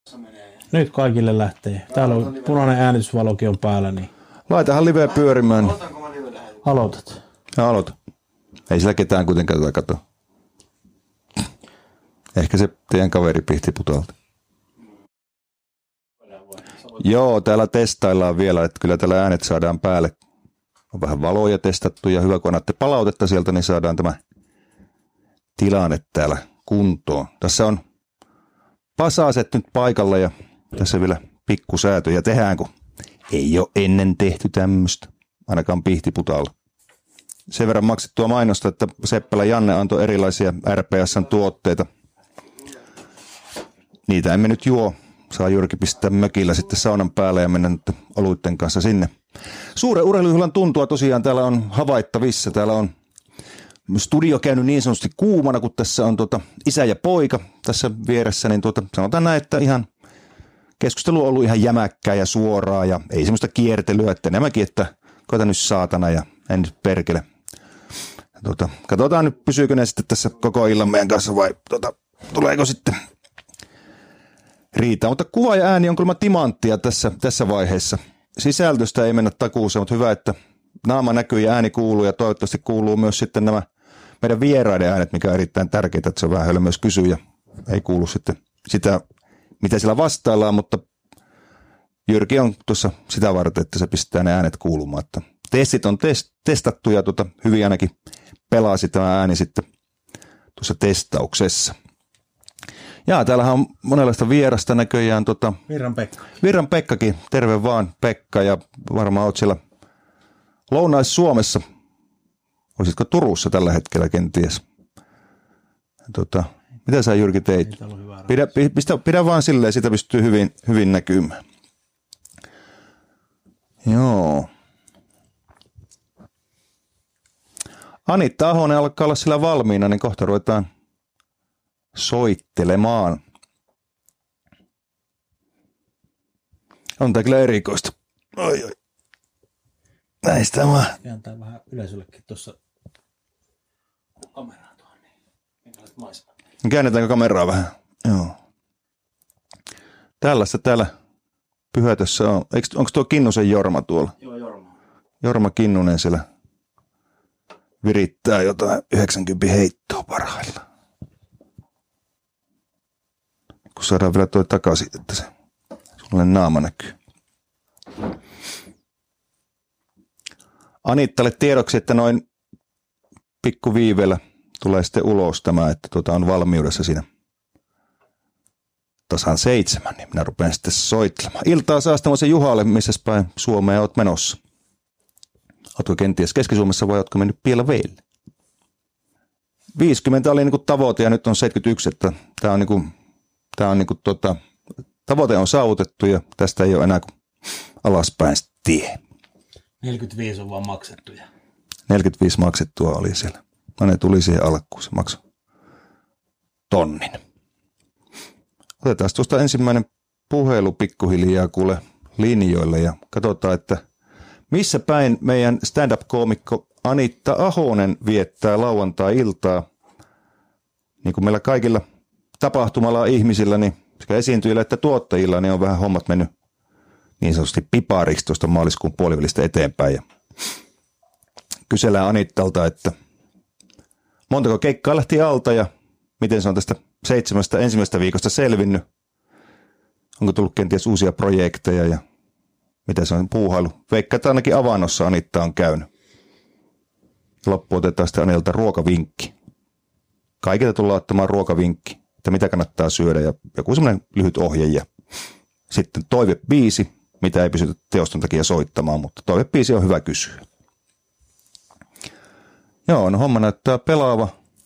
Nyt kaikille lähtee. Täällä on punainen äänitysvalokin on päällä. Niin. Laitahan liveä pyörimään. Aloitat. Ja aloita. Ei sillä ketään kuitenkaan kato. Ehkä se teidän kaveri Pihtiputalta. Joo, täällä testaillaan vielä, että kyllä täällä äänet saadaan päälle. On vähän valoja testattu ja hyvä, kun annatte palautetta sieltä, niin saadaan tämä tilanne täällä kuntoon. Tässä on pasaset nyt paikalla ja tässä vielä pikkusäätöjä tehdään, kun ei ole ennen tehty tämmöistä, ainakaan Pihtiputalla. Sen verran maksettua mainosta, että Seppälä Janne antoi erilaisia RPS:n tuotteita. Niitä emme nyt juo. Saa Jyrki pistää mökillä sitten saunan päälle ja mennä nyt oluitten kanssa sinne. Suuren urheilujuhlan tuntua tosiaan täällä on havaittavissa. Täällä on studio käynyt niin sanotusti kuumana, kun tässä on isä ja poika tässä vieressä. Niin sanotaan näin, että ihan keskustelu on ollut ihan jämäkkää ja suoraa ja ei semmoista kiertelyä, että nämäkin, että koita nyt saatana ja en nyt perkele. Katsotaan nyt, pysyykö ne sitten tässä koko illan meidän kanssa vai tuleeko sitten riitaa. Mutta kuva ja ääni on kyllä timanttia tässä vaiheessa. Sisältöstä ei mennä takuuseen, mutta hyvä, että naama näkyy ja ääni kuuluu ja toivottavasti kuuluu myös sitten nämä meidän vieraiden äänet, mikä on erittäin tärkeää, että se on vähän höllä myös kysyä ja ei kuulu sitten sitä, mitä siellä vastaillaan, mutta Jyrki on tuossa sitä varten, että se pistää ne äänet kuulumaan. Että testit on testattu ja hyvin ainakin pelasi tämä ääni sitten tuossa testauksessa. Ja täällähän on monenlaista vierasta näköjään. Virran Pekka. Virran Pekkakin, terve vaan Pekka ja varmaan oot siellä Lounais-Suomessa. Olisitko Turussa tällä hetkellä kenties? Mitä sä Jyrki teit? Pidä vaan silleen, sitä pystyy hyvin näkymään. Joo. Anitta Ahonen alkaa olla sillä valmiina, niin kohta ruvetaan soittelemaan. On tää kyllä erikoista. Oi. Näistä vaan. Kääntää vähän yleisöllekin tuossa kameraa tuohon. Minkälaiset maisemat? Käännetäänkö kameraa vähän? Joo. Tällaista täällä Pyhätössä on. Onko tuo Kinnusen Jorma tuolla? Joo, Jorma. Jorma Kinnunen siellä virittää jotain 90 heittoa parhaillaan. Kun saadaan vielä toi takaisin, että se sulle naama näkyy. Anittalle tiedoksi, että noin pikkuviiveellä tulee sitten ulos tämä, että on valmiudessa siinä tasan 7, niin minä rupean sitten soittelemaan. Iltaa Saastamoisen Juhalle, missä päin Suomea olet menossa? Oletko kenties Keski-Suomessa vai oletko mennyt Pielaveille? 50 oli tavoite ja nyt on 71, että tavoite on saavutettu ja tästä ei ole enää kuin alaspäin tie. 45 on vaan maksettuja. 45 maksettua oli siellä. No ne tuli siihen alkuun, se maksoi 1 000. Otetaan tuosta ensimmäinen puhelu pikkuhiljaa kuule linjoille ja katsotaan, että missä päin meidän stand-up-koomikko Anitta Ahonen viettää lauantai-iltaa. Niin kuin meillä kaikilla tapahtumalla ihmisillä, niin sekä esiintyjillä että tuottajilla, niin on vähän hommat mennyt niin sanotusti pipariksi tuosta maaliskuun puolivälistä eteenpäin. Ja kysellään Anittalta, että montako keikkaa lähti alta ja miten se on tästä 7 ensimmäisestä viikosta selvinnyt. Onko tullut kenties uusia projekteja ja mitä se on puuhailu. Veikkaa, että ainakin avannossa Anitta on käynyt. Loppuun otetaan sitten Anilta ruokavinkki. Kaikilta tullaan ottamaan ruokavinkki, että mitä kannattaa syödä ja joku semmoinen lyhyt ohje. Ja sitten toivebiisi, mitä ei pysytä teoston takia soittamaan, mutta toivebiisi on hyvä kysyä. Joo, no homma näyttää pelaava.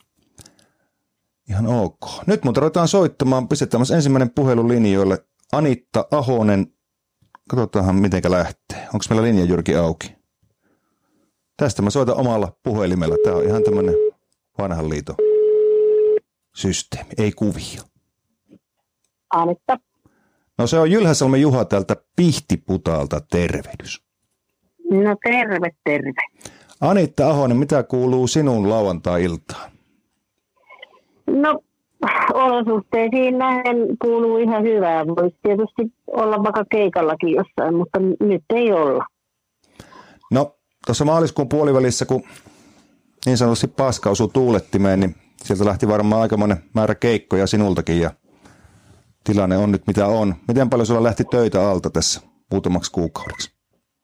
Ihan ok. Nyt mun ruvetaan soittamaan. Pistetään ensimmäinen puhelu linjoille. Anitta Ahonen. Katsotaanhan mitenkä lähtee. Onko meillä linja Jyrki auki? Tästä mä soitan omalla puhelimella. Tää on ihan tämmönen vanhan liiton systeemi. Ei kuvia. Anitta. No se on Jylhäsalmen Juha täältä Pihtiputalta. Tervehdys. No terve. Anitta Ahonen, mitä kuuluu sinun lauantai-iltaan? No olosuhteisiin nähden kuuluu ihan hyvää. Voisi tietysti olla vaikka keikallakin jossain, mutta nyt ei olla. No, tuossa maaliskuun puolivälissä, kun niin sanotusti paska osui tuulettimeen, niin sieltä lähti varmaan aikamoinen määrä keikkoja sinultakin ja tilanne on nyt mitä on. Miten paljon sulla lähti töitä alta tässä muutamaksi kuukaudeksi?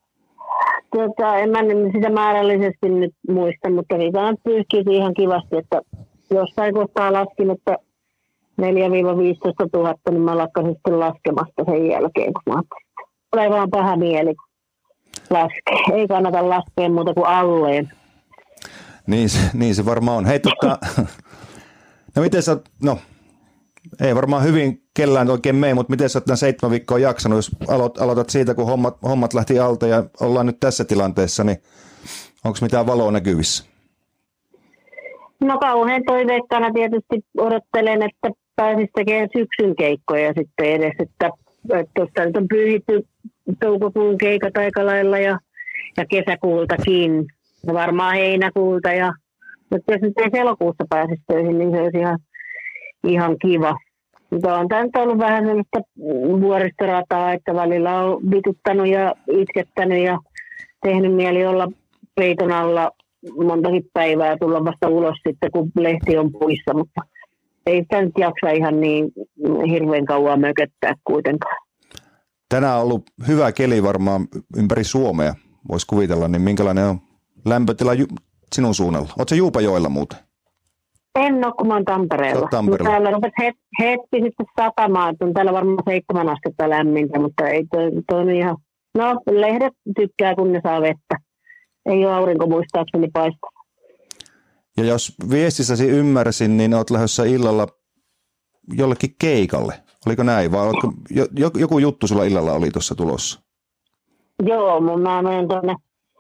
En mä sitä määrällisesti nyt muista, mutta niitä on pyyhkisi ihan kivasti, että jossain kohtaa laskin, että 4-15 000, niin mä lakkasin sitten laskemasta sen jälkeen, kun mä ajattelin, tulee vaan paha mieli laskea. Ei kannata laskea muuta kuin alleen. Niin se varmaan on. Hei, no miten sä, no ei varmaan hyvin kellään oikein mene, mutta miten sä oot tämän 7 viikkoa jaksanut, jos aloitat siitä, kun hommat lähti alta ja ollaan nyt tässä tilanteessa, niin onko mitään valoa näkyvissä? No kauhean toiveikkana tietysti odottelen, että pääsis tekemään syksyn keikkoja sitten edes, että tuosta nyt on pyyhitty toukokuun keikat aika lailla ja kesäkuultakin ja varmaan heinäkuulta mutta jos nyt ei elokuussa pääsisi töihin, niin se olisi ihan kiva. Mutta on tämä nyt ollut vähän sellaista vuoristorataa, että välillä on vituttanut ja itkettänyt ja tehnyt mieli olla peiton alla montakin päivää ja tulla vasta ulos sitten, kun lehti on puissa, mutta ei sitä nyt jaksa ihan niin hirveän kauan mököttää kuitenkaan. Tänään on ollut hyvä keli varmaan ympäri Suomea, voisi kuvitella, niin minkälainen on lämpötila sinun suunnalla? Oletko Juupajoella muuten? En ole, kun mä oon Tampereella. Täällä rupesi hetki sitten satamaan, että on täällä varmaan 7 astetta lämmintä, mutta ei toi ihan. No, lehdet tykkää, kun ne saa vettä. Ei ole aurinko muistaakseni paista. Ja jos viestissäsi ymmärsin, niin olet lähdössä illalla jollekin keikalle. Oliko näin, vai joku juttu sulla illalla oli tuossa tulossa? Joo, mä menen tuonne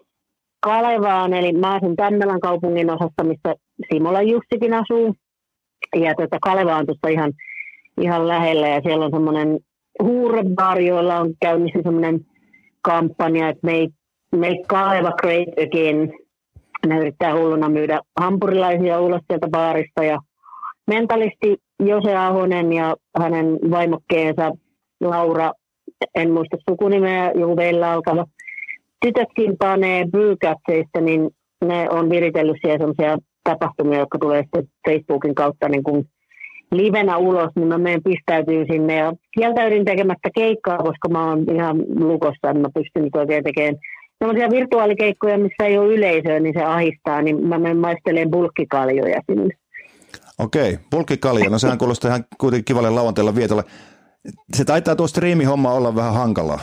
Kalevaan, eli mä asun Tammelan kaupungin osassa, missä Simolan Jussikin asuu. Ja Kaleva on tuossa ihan lähellä, ja siellä on semmoinen huurebaari, joilla on käynnissä semmoinen kampanja, että make Kaleva great again. Ne yrittää hulluna myydä hampurilaisia ulos sieltä baarista, ja mentalisti Jose Ahonen ja hänen vaimokkeensa Laura, en muista sukunimeä, joku veillä alkava. Tytötkin panee brewcatseista, niin ne on viritellyt siellä sellaisia tapahtumia, jotka tulee sitten Facebookin kautta niin kuin livenä ulos, niin mä menen pistäytyyn sinne ja kieltäydyn tekemättä keikkaa, koska mä oon ihan lukossa, että mä pystyn nyt oikein tekemään sellaisia virtuaalikeikkoja, missä ei ole yleisöä, niin se ahistaa, niin mä menen maistelemaan bulkkikaljoja sinne. Okei, bulkkikalja, no sehän kuulostaa ihan kuitenkin kivalle lauantailla vietolle. Se taitaa tuo striimihomma olla vähän hankalaa.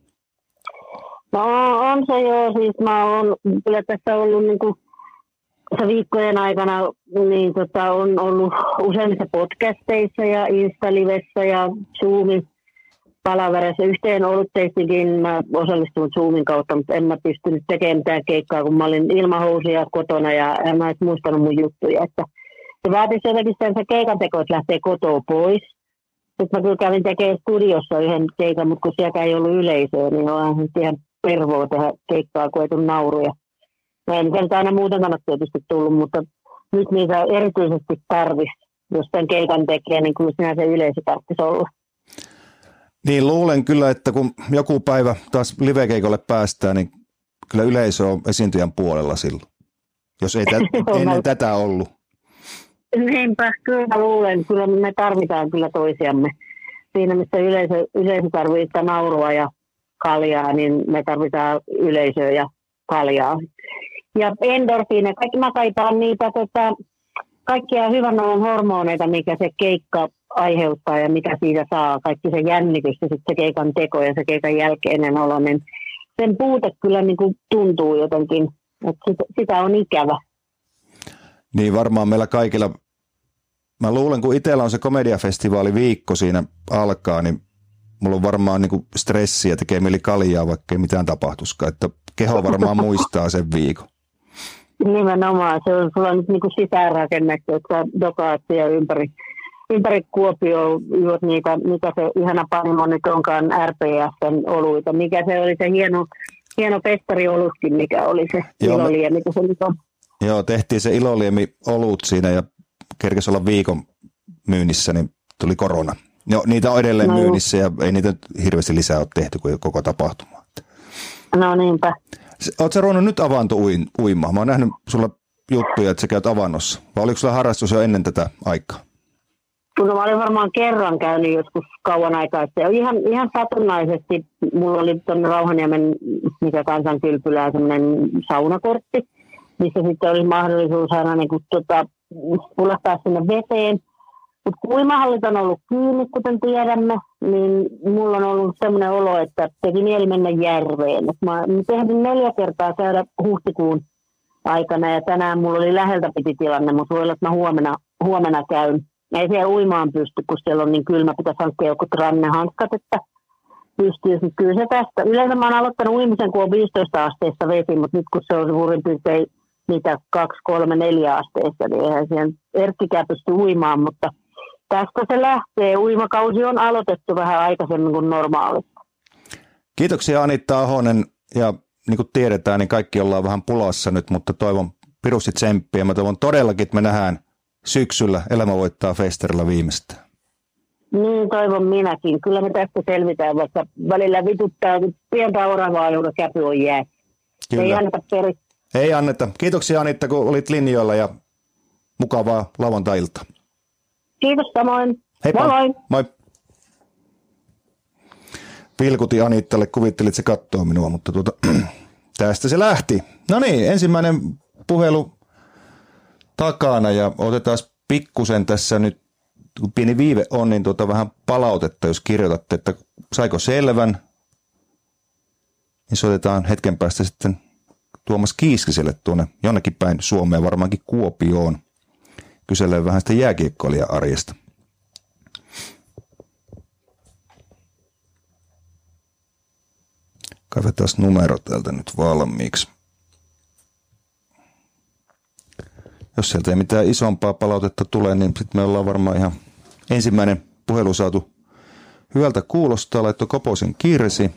No on se joo, siis mä oon kyllä tässä ollut niinku se viikkojen aikana, niin on ollut useimmissa podcasteissa ja Insta-livessä ja Zoomin palavereissa. Yhteen olutteistikin mä osallistunut Zoomin kautta, mutta en mä pystynyt tekemään mitään keikkaa, kun mä olin ilmahousuja kotona ja en mä edes muistanut mun juttuja. Että se vaatisi jotenkin se keikan teko, että lähtee kotoa pois. Sitten mä kyllä kävin tekemään studiossa yhden keikan, mutta kun sielläkään ei ollut yleisöä, niin on ihan pervoa tehdä keikkaa, kun ei tule nauruja. No ei niitä aina muutenkaan ole tietysti tullut, mutta nyt niitä erityisesti tarvisi. Jos tämän keikan tekee, niin kyllä sinä se yleisö tarvitsisi olla. Niin luulen kyllä, että kun joku päivä taas livekeikolle päästään, niin kyllä yleisö on esiintyjän puolella silloin. Jos ei ennen tätä ollut. Niinpä, kyllä luulen. Kyllä me tarvitaan kyllä toisiamme. Siinä missä yleisö tarvitsee naurua ja kaljaa, niin me tarvitaan yleisöä ja kaljaa. Ja endorfiineja, kaikki mä kaipaan niitä kaikkia hyvän olon hormoneita, mikä se keikka aiheuttaa ja mitä siitä saa. Kaikki se jännitys ja sitten se keikan teko ja se keikan jälkeinen olo, niin sen puute kyllä niin kuin tuntuu jotenkin, että sitä on ikävä. Niin varmaan meillä kaikilla, mä luulen kun itsellä on se komediafestivaali viikko siinä alkaa, niin mulla on varmaan niin kuin stressiä, tekee mieli kaljaa, vaikka ei mitään tapahtuskaan, että keho varmaan muistaa sen viikon. Nimenomaan, se on sulla nyt niin kuin sisäänrakennettu, jotka dokaatsia ympäri Kuopioon juot niitä, mikä se ihana panimo nyt onkaan RPF:n oluita, mikä se oli se hieno festariolutkin, mikä oli se Iloliemi, kun se nyt on. Joo, tehtiin se Iloliemi olut siinä ja kerkesi olla viikon myynnissä, niin tuli korona. No, niitä on edelleen myynnissä ja ei niitä hirveästi lisää ole tehty kuin koko tapahtuma. No niinpä. Oletko sä ruvennut nyt uimaan? Mä oon nähnyt sulla juttuja, että sä käyt avannossa. Vai oliko sulla harrastus jo ennen tätä aikaa? No mä olin varmaan kerran käynyt joskus kauan aikaa. Ihan satunnaisesti mulla oli tuonne Rauhaniemen, mikä Kansankylpylään, semmoinen saunakortti, missä sitten oli mahdollisuus aina niin kuin, pulahtaa sinne veteen. Mutta kun uimahallit on ollut kiinni, kuten tiedämme, niin mulla on ollut semmoinen olo, että teki mieli mennä järveen. Mä tehdin 4 kertaa käydä huhtikuun aikana ja tänään mulla oli läheltä piti tilanne, mutta voi olla, että mä huomenna käyn. Ei siellä uimaan pysty, kun siellä on niin kylmä, pitäisi hankkia joku rannehanskat, että pystyy. Kyllä se tästä. Yleensä mä oon aloittanut uimisen, kun on 15 asteessa vesi, mutta nyt kun se on suurin piirtein niitä 2, 3, 4 asteessa, niin eihän siihen Erkkikään pysty uimaan, mutta tästä se lähtee. Uimakausi on aloitettu vähän aikaisemmin kuin normaalisti. Kiitoksia Anitta Ahonen ja niin kuin tiedetään, niin kaikki ollaan vähän pulassa nyt, mutta toivon pirusti tsemppiä. Mä toivon todellakin, että me nähdään syksyllä Elämä voittaa festerillä viimeistään. Niin, toivon minäkin. Kyllä me tästä selvitään, vaikka välillä vituttaa pientä oravaa, jonka käpy on jää. Ei anneta peri. Ei anneta. Kiitoksia Anitta, kun olit linjoilla ja mukavaa lauantai-iltaa. Kiitos samoin. Heippa. Moi. Moi. Vilkutin Anittalle, kuvittelit se kattoo minua, mutta tästä se lähti. No niin, ensimmäinen puhelu takana ja otetaan pikkusen tässä nyt, kun pieni viive on, niin vähän palautetta, jos kirjoitatte, että saiko selvän, niin soitetaan hetken päästä sitten Tuomas Kiiskiselle tuonne jonnekin päin Suomeen, varmaankin Kuopioon, kyselee vähän sitä jääkiekkoilija-arjesta. Kaivetaan numero täältä nyt valmiiksi. Jos sieltä ei mitään isompaa palautetta tule, niin sitten me ollaan varmaan ihan ensimmäinen puhelu saatu hyvältä kuulostaa. Laitto Koposen Kirsi.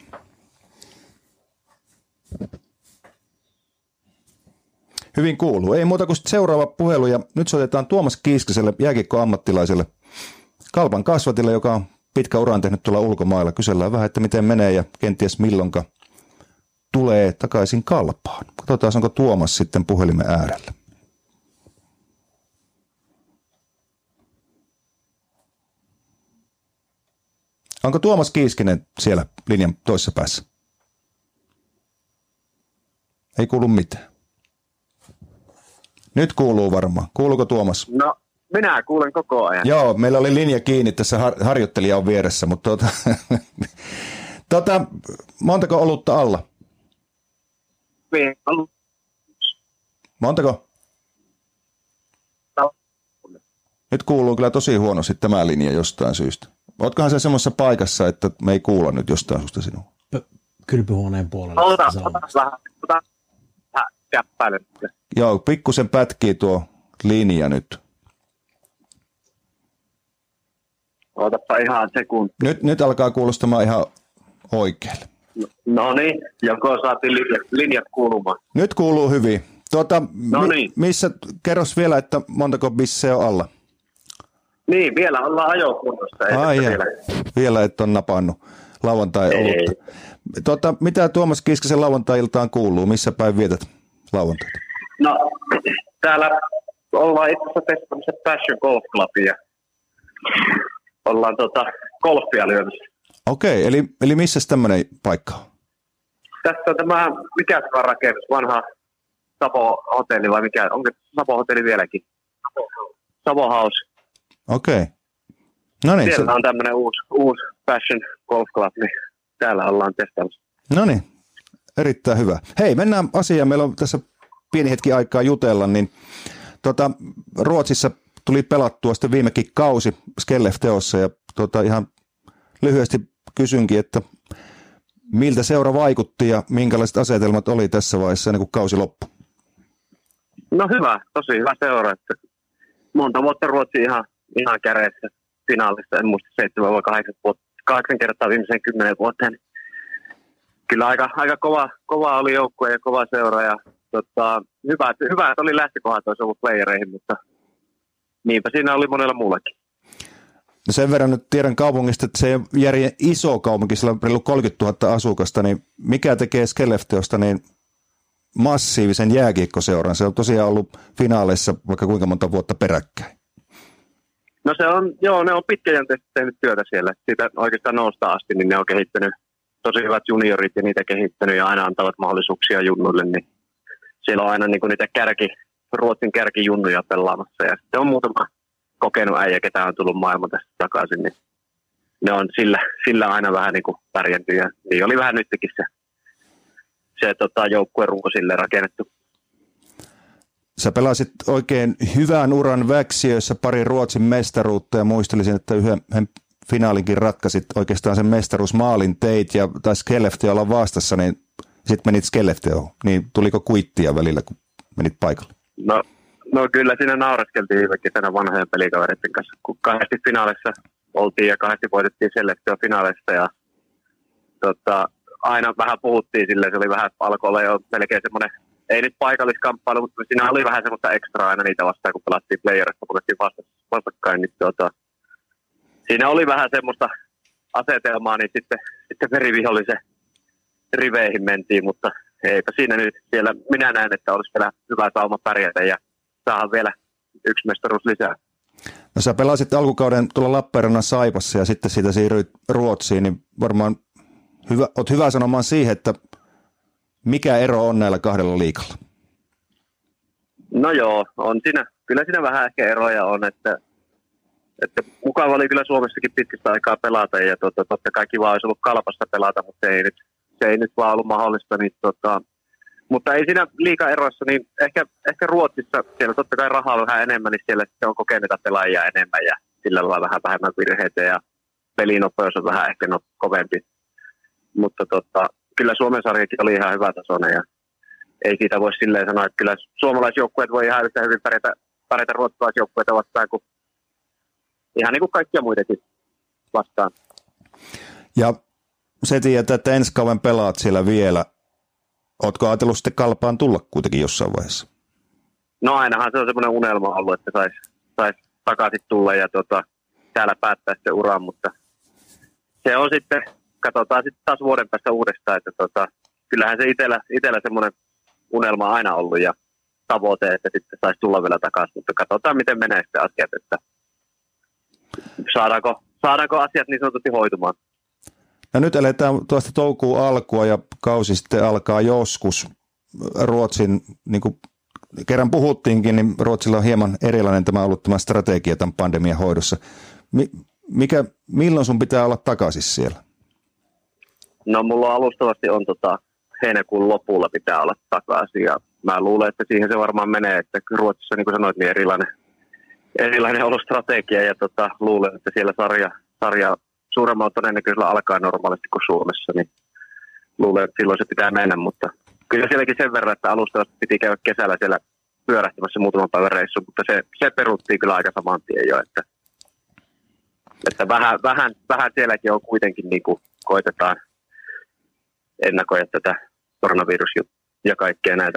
Hyvin kuuluu. Ei muuta kuin seuraava puhelu ja nyt soitetaan Tuomas Kiiskiselle, jääkiekkoammattilaiselle, Kalpan kasvatille, joka on pitkä uran tehnyt tuolla ulkomailla. Kysellään vähän, että miten menee ja kenties milloinka tulee takaisin Kalpaan. Katsotaan, onko Tuomas sitten puhelimen äärellä. Onko Tuomas Kiiskinen siellä linjan toisessa päässä? Ei kuulu mitään. Nyt kuuluu varmaan. Kuuluuko Tuomas? No, minä kuulen koko ajan. Joo, meillä oli linja kiinni, tässä harjoittelija on vieressä, mutta montako olutta alla? Montako? Nyt kuuluu kyllä tosi huonosti tämä linja jostain syystä. Ootkohan se semmoisessa paikassa, että me ei kuulla nyt jostain susta sinua? Kylpyhuoneen puolella. Ota vähän. Joo, pikkusen pätkii tuo linja nyt. Otapa ihan sekunti. Nyt alkaa kuulostamaan ihan oikealle. No niin, joko saatiin linjat kuulumaan. Nyt kuuluu hyvin. Noniin. Missä, kerros vielä, että montako bisseä on alla? Niin, vielä ollaan ajokunnossa. Vielä et ole napannut lauantai-olutta. Mitä Tuomas Kiiskisen lauantai-iltaan kuuluu? Missä päin vietät lauantaita? No, täällä ollaan itse asiassa testaamassa Passion Golf Clubia. Ollaan golfia lyömässä. Okei, eli missä tämmöinen paikka on? Tässä on tämä, mikä se on rakennus, vanha Savo-hotelli vai mikä, onko Savo-hotelli vieläkin? Savo House. Okei. No niin. Siellä on tämmöinen uusi Passion Golf Club, niin täällä ollaan testaamassa. No niin, erittäin hyvä. Hei, mennään asiaan. Meillä on tässä pieni hetki aikaa jutella, niin Ruotsissa tuli pelattua sitten viimekin kausi Skellefteåssa ja ihan lyhyesti kysynkin, että miltä seura vaikutti ja minkälaiset asetelmat oli tässä vaiheessa ennen kuin kausi loppui? No hyvä, tosi hyvä seura. Että monta vuotta Ruotsi ihan käreessä finaalissa, en muista 7 vai 8 kertaa viimeisen 10 vuoteen. Kyllä aika kova oli joukkue ja kova seura ja hyvä, että oli lähtökohdat olisi ollut playereihin, mutta niinpä siinä oli monella muullakin. No sen verran nyt tiedän kaupungista, että se ei ole järjen iso kaupunki, sillä on reilu 30 000 asukasta, niin mikä tekee Skellefteåsta niin massiivisen jääkiekkoseuran? Se on tosiaan ollut finaaleissa vaikka kuinka monta vuotta peräkkäin. No se on, ne on pitkäjänteisesti tehnyt työtä siellä. Siitä oikeastaan nousta asti, niin ne on kehittänyt tosi hyvät juniorit ja niitä kehittänyt ja aina antavat mahdollisuuksia junnuille, niin siellä on aina niin kuin niitä Ruotsin kärkijunnuja pelaamassa ja sitten on muutama kokenut äijä, ketä on tullut maailmalta takaisin, niin ne on sillä aina vähän niin kuin pärjänty ja niin oli vähän nytkin se joukkueen runko sille rakennettu. Sä pelasit oikein hyvän uran Väksiössä, pari Ruotsin mestaruutta ja muistelisin, että yhden finaalinkin ratkaisit, oikeastaan sen mestaruusmaalin teit ja taisi Skellefteå olla vastassa, niin sitten menit Skellefteåon. Niin tuliko kuittia välillä, kun menit paikalle? No kyllä siinä naureskeltiin viime kesänä vanhojen pelikavereiden kanssa, kun 2 finaalissa oltiin ja 2 voitettiin Skellefteån finaaleissa ja aina vähän puhuttiin silleen, se oli vähän, alkoi olla jo melkein semmoinen, ei nyt paikalliskamppailu, mutta siinä oli vähän semmoista ekstraa aina niitä vastaan, kun pelattiin playerista, kun pelattiin vastakkain, niin siinä oli vähän semmoista asetelmaa, niin sitten verivihollisen riveihin mentiin, mutta eipä siinä nyt siellä, minä näen, että olisi vielä hyvä sauma pärjätä ja saadaan vielä 1 mestaruus lisää. No sä pelasit alkukauden tuolla Lappeenrannan Saipassa ja sitten siitä siirryit Ruotsiin, niin varmaan oot hyvä sanomaan siihen, että mikä ero on näillä 2 liigalla? No joo, on siinä, kyllä siinä vähän ehkä eroja on, että mukava oli kyllä Suomessakin pitkästä aikaa pelata ja totta kai kiva olisi ollut Kalpassa pelata, mutta se ei nyt vaan ollut mahdollista. Niin mutta ei siinä liigaeroissa, niin ehkä Ruotsissa siellä totta kai rahaa vähän enemmän, niin siellä sitten on kokeneita pelaajia enemmän ja sillä lailla vähän vähemmän virheitä ja pelinopeus on vähän ehkä kovempi. Mutta kyllä Suomen sarjakin oli ihan hyvä tasoinen ja ei siitä voi silleen sanoa, että kyllä suomalaisjoukkueet voi ihan yhtä hyvin pärjätä ruotsalaisjoukkueita vastaan kuin ihan niin kuin kaikkia muitakin vastaan. Ja se tiedät, että ensi kauan pelaat siellä vielä. Ootko ajatellut sitten Kalpaan tulla kuitenkin jossain vaiheessa? No ainahan se on semmoinen unelma ollut, että sais takaisin tulla ja täällä päättää se uran, mutta se on sitten, katsotaan sitten taas vuoden päästä uudestaan, että kyllähän se itsellä semmoinen unelma aina ollut ja tavoite, että sitten saisi tulla vielä takaisin, mutta katsotaan miten menee sitten asiat, että saadaanko asiat niin sanotusti hoitumaan. No nyt eletään tuosta toukokuun alkua ja kausi sitten alkaa joskus. Ruotsin, niin kuin kerran puhuttiinkin, niin Ruotsilla on hieman erilainen tämä strategia tämän pandemian hoidossa. Milloin sun pitää olla takaisin siellä? No mulla alustavasti on heinäkuun lopulla pitää olla takaisin ja mä luulen, että siihen se varmaan menee, että Ruotsissa niin kuin sanoit, niin erilainen ollut strategia ja luulen, että siellä sarja suuremmalla todennäköisellä alkaa normaalisti kuin Suomessa, niin luulen, että silloin se pitää mennä, mutta kyllä sielläkin sen verran, että alustavasti piti käydä kesällä siellä pyörähtämässä muutaman päivän reissu, mutta se peruttiin kyllä aika saman tien jo, että vähän sielläkin on kuitenkin niin kuin koitetaan ennakoida tätä koronavirus ja kaikkea näitä.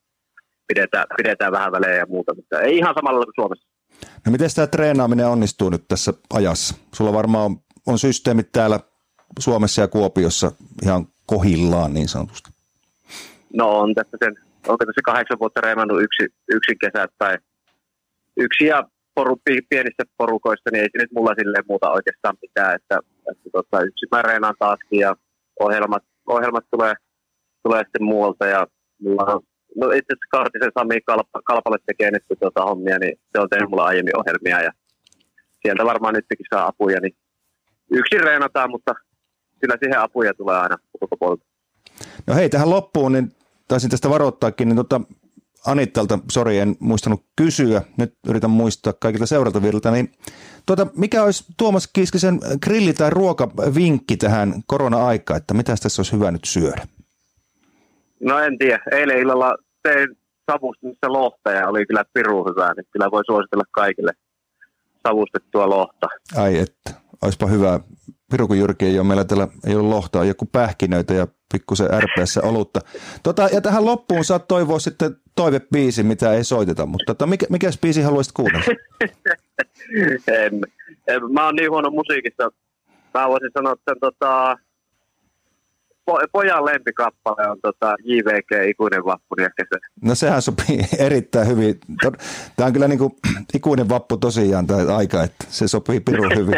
Pidetään vähän välejä ja muuta, mutta ei ihan samalla kuin Suomessa. No miten tämä treenaaminen onnistuu nyt tässä ajassa? Sulla varmaan on systeemit täällä Suomessa ja Kuopiossa ihan kohillaan niin sanotusti. No on tässä onko tässä 8 vuotta treenannut yksi kesä tai yksi ja pienistä porukoista, niin ei se nyt mulla silleen muuta oikeastaan pitää, että yksi mä treenaan taaskin ja ohjelmat tulee sitten muualta ja mulla on, no itse asiassa Kartisen Sami Kalpalle tekee nyt hommia, niin se on tehnyt mulla aiemmin ohjelmia ja sieltä varmaan nytkin saa apuja, niin yksin reenataan, mutta kyllä siihen apuja tulee aina ulkopuolelta. No hei, tähän loppuun, niin taisin tästä varoittaakin, niin Anittalta, sori en muistanut kysyä, nyt yritän muistaa kaikilta seuraltavilta, niin mikä olisi Tuomas Kiiskisen grilli- tai ruokavinkki tähän korona-aikaan, että mitä tässä olisi hyvä nyt syödä? No en tiedä, eilen illalla tein savustamista lohta ja oli kyllä pirun hyvää, niin kyllä voi suositella kaikille savustettua lohta. Ai että, olisipa hyvä. Piru kun Jyrki ei ole, meillä täällä ei ole lohtaa, joku pähkinöitä ja pikkusen RPS olutta. Ja tähän loppuun saat toivoa sitten toivebiisi, mitä ei soiteta, mutta mikä biisi haluaisit kuunnella? Mä oon niin huono musiikissa. Mä voisin sanoa, että pojan lempikappale on JVG Ikuinen vappu ja kesä. No sehän sopii erittäin hyvin. Tämä on kyllä niin kuin ikuinen vappu tosiaan tämä aika, että se sopii pirun hyvin.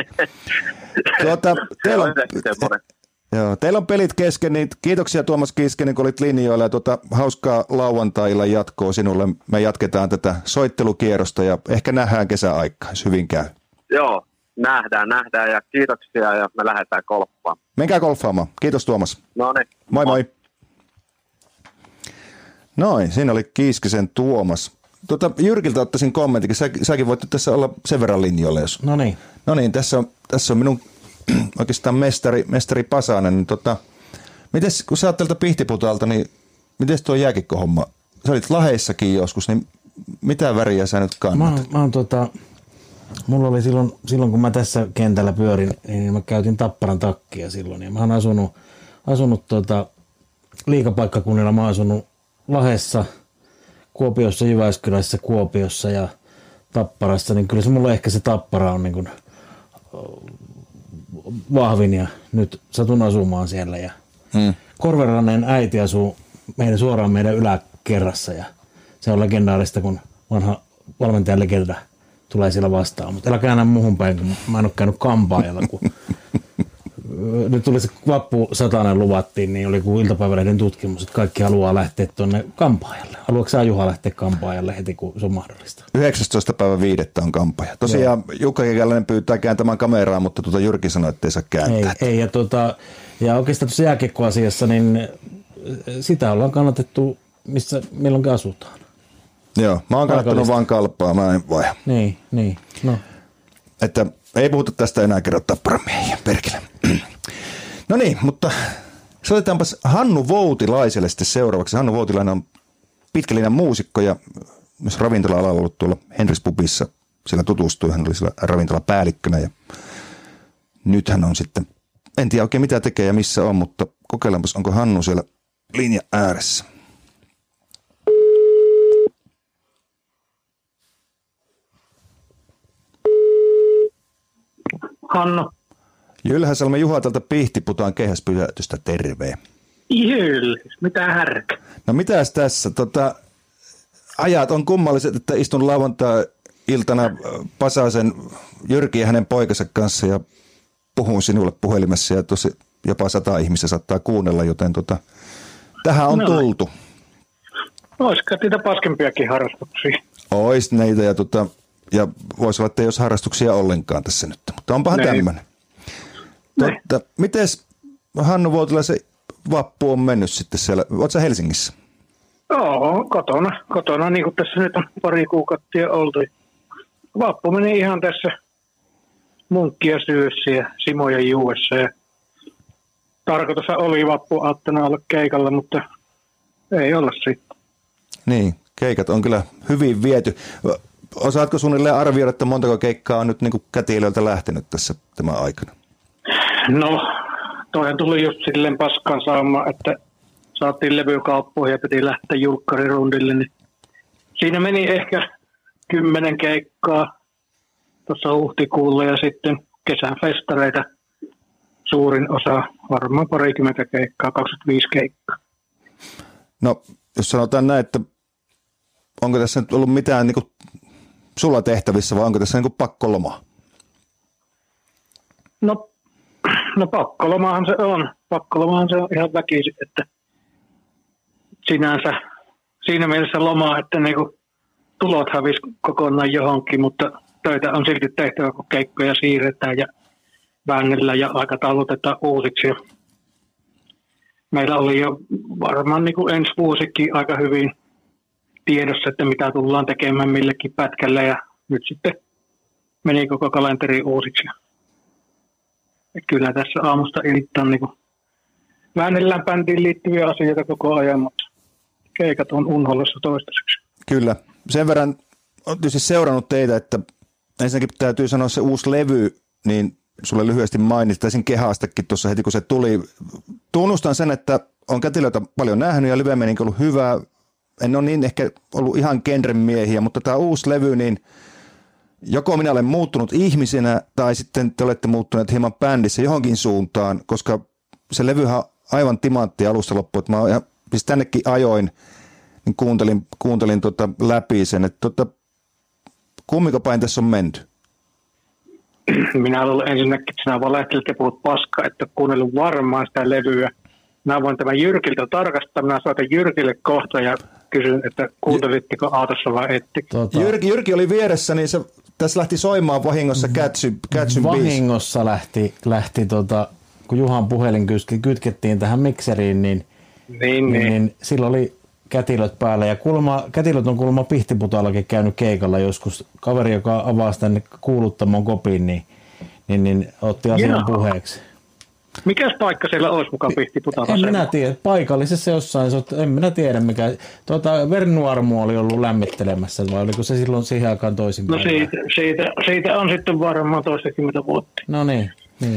Teillä on pelit kesken, niin kiitoksia Tuomas Kiskinen, kun olit linjoilla ja hauskaa lauantailla jatkoa sinulle. Me jatketaan tätä soittelukierrosta ja ehkä nähdään kesäaikaa, jos hyvin käy. Joo, nähdään ja kiitoksia ja me lähdetään golfaan. Menkää golfaamaan. Kiitos Tuomas. No niin. Moi moi. Siinä oli Kiiskisen Tuomas. Jyrkiltä ottaisin kommentin, säkin voit tässä olla sen verran linjoilla, jos... No niin, tässä on minun oikeastaan mestari Pasanen. Niin mites, kun sä oot tältä Pihtiputalta, niin miten tuo jääkiekkohomma? Sä olit Laheissakin joskus, niin mitä väriä sä nyt kannat? Mulla oli silloin, kun mä tässä kentällä pyörin, niin mä käytin Tapparan takkia silloin. Ja mä oon asunut liigapaikkakunnilla, mä oon asunut Lahdessa, Kuopiossa, Jyväskylässä, Kuopiossa ja Tapparassa, niin kyllä se mulla ehkä se Tappara on niin kuin vahvin ja nyt satun asumaan siellä. Ja Korvenrannan äiti asuu suoraan meidän yläkerrassa ja se on legendaarista, kun vanha valmentajan legenda tulee siellä vastaan, mutta älä käännä muuhun päin, kun mä en ole käynyt kampaajalla, kun nyt tuli se vappusatanen luvattiin, niin oli kuin iltapäivälehden tutkimus, että kaikki haluaa lähteä tuonne kampaajalle. Haluatko sä Juha lähteä kampaajalle heti, kun se on mahdollista? 19.5. on kampaaja. Tosiaan Jukka Kekäläinen pyytää kääntämään kameraa, mutta Jyrki sanoi, että ei saa kääntää. Ei ja oikeastaan tuossa jääkiekkoasiassa, niin sitä ollaan kannatettu, missä milloinkin asutaan. Joo, mä oon kannattanut vaan Kalpaa, mä en vaiha. Niin, no. Että ei puhuta tästä enää kerran Tapparamiehiä, perkele. No niin, mutta soitetaanpas Hannu Voutilaiselle sitten seuraavaksi. Hannu Voutilainen on pitkälinjan muusikko ja myös ravintola-alalla ollut tuolla Henris Pubissa. Siellä tutustui, hän oli siellä ravintolapäällikkönä ja nyt hän on sitten, en tiedä oikein mitä tekee ja missä on, mutta kokeillaanpas, onko Hannu siellä linja ääressä. Hanno. Jylhäsalmen Juha tältä Pihtiputaan Kehäspyhätystä, terve. Mitä härkä? No mitäs tässä, ajat on kummalliset, että istun lauantai-iltana Pasasen Jyrki ja hänen poikansa kanssa ja puhun sinulle puhelimessa ja tosi jopa 100 ihmistä saattaa kuunnella, joten tähän on tultu. Olisiko niitä paskempiakin harrastuksia? Ois neitä ja voisi olla, että ei olisi harrastuksia ollenkaan tässä nyt, mutta onpahan tämmöinen. Mites Hannu Voutilaisen vappu on mennyt sitten siellä? Oletko sä Helsingissä? Joo, kotona niin kuin tässä nyt on pari kuukautta oltu. Vappu meni ihan tässä munkkia syössä ja simoja juuessa. Ja tarkoitus oli vappuaattona olla keikalla, mutta ei olla sitten. Niin, keikat on kyllä hyvin viety. Osaatko suunnilleen arvioida, että montako keikkaa on nyt niin kuin kätilöiltä lähtenyt tässä tämän aikana? No, toihan tuli just silleen paskan saama, että saatiin levykauppoihin ja piti lähteä julkkarirundille. Niin siinä meni ehkä 10 keikkaa tuossa huhtikuulla ja sitten kesän festareita suurin osa, varmaan 20 keikkaa, 25 keikkaa. No, jos sanotaan näin, että onko tässä nyt ollut mitään niin kuin sulla tehtävissä vai onko tässä niin kuin pakkolomaa? No pakkolomahan se on. Pakkolomahan se on ihan väkisin, että sinänsä siinä mielessä lomaa, että niinku tulot hävisi kokonaan johonkin, mutta töitä on silti tehtävä, kun keikkoja siirretään ja väännellään ja aikataulutetaan uusiksi. Ja meillä oli jo varmaan niinku ensi vuosikin aika hyvin tiedossa, että mitä tullaan tekemään millekin pätkällä ja nyt sitten meni koko kalenteri uusiksi. Kyllä tässä aamusta iltaan niin väännellään bändiin liittyviä asioita koko ajan, mutta keikat on unhollassa toistaiseksi. Kyllä. Sen verran olen tietysti seurannut teitä, että ensinnäkin täytyy sanoa se uusi levy, niin sulle lyhyesti mainittaisin Kehaastakin tuossa heti kun se tuli. Tunnustan sen, että on kätilöitä paljon nähnyt ja live meininki ollut hyvä. En ole niin ehkä ollut ihan genren miehiä, mutta tämä uusi levy, niin joko minä olen muuttunut ihmisenä tai sitten te olette muuttuneet hieman bändissä johonkin suuntaan, koska se levyhän on aivan timantti alusta loppuun, että mä siis tännekin ajoin, niin kuuntelin läpi sen, että kummiko päin tässä on menty? Minä luulen ensinnäkin, että sinä valehtelit ja puhut paskaa, että kuunnellut varmaan sitä levyä. Minä voin tämän Jyrkiltä tarkastaa, minä soitan Jyrkille kohta ja kysyn, että kuuntelitteko autossa vai ettekö. Jyrki oli vieressä, niin tässä lähti soimaan vahingossa Catchyn biisi. Vahingossa lähti kun Juhan puhelin kytkettiin tähän mikseriin, niin silloin oli kätilöt päällä. Ja kätilöt on kuulemma Pihtiputaallakin käynyt keikalla joskus. Kaveri, joka avasi tänne kuuluttamon kopin, niin otti asian puheeksi. Mikäs paikka siellä olisi mukaan Pihtiputaalla? En minä tiedä. Paikallisessa jossain, en minä tiedä mikä. Vernuarmu oli ollut lämmittelemässä, vai oliko se silloin siihen aikaan toisinpäin? No siitä on sitten varmaan toistakymmentä vuotta. No niin.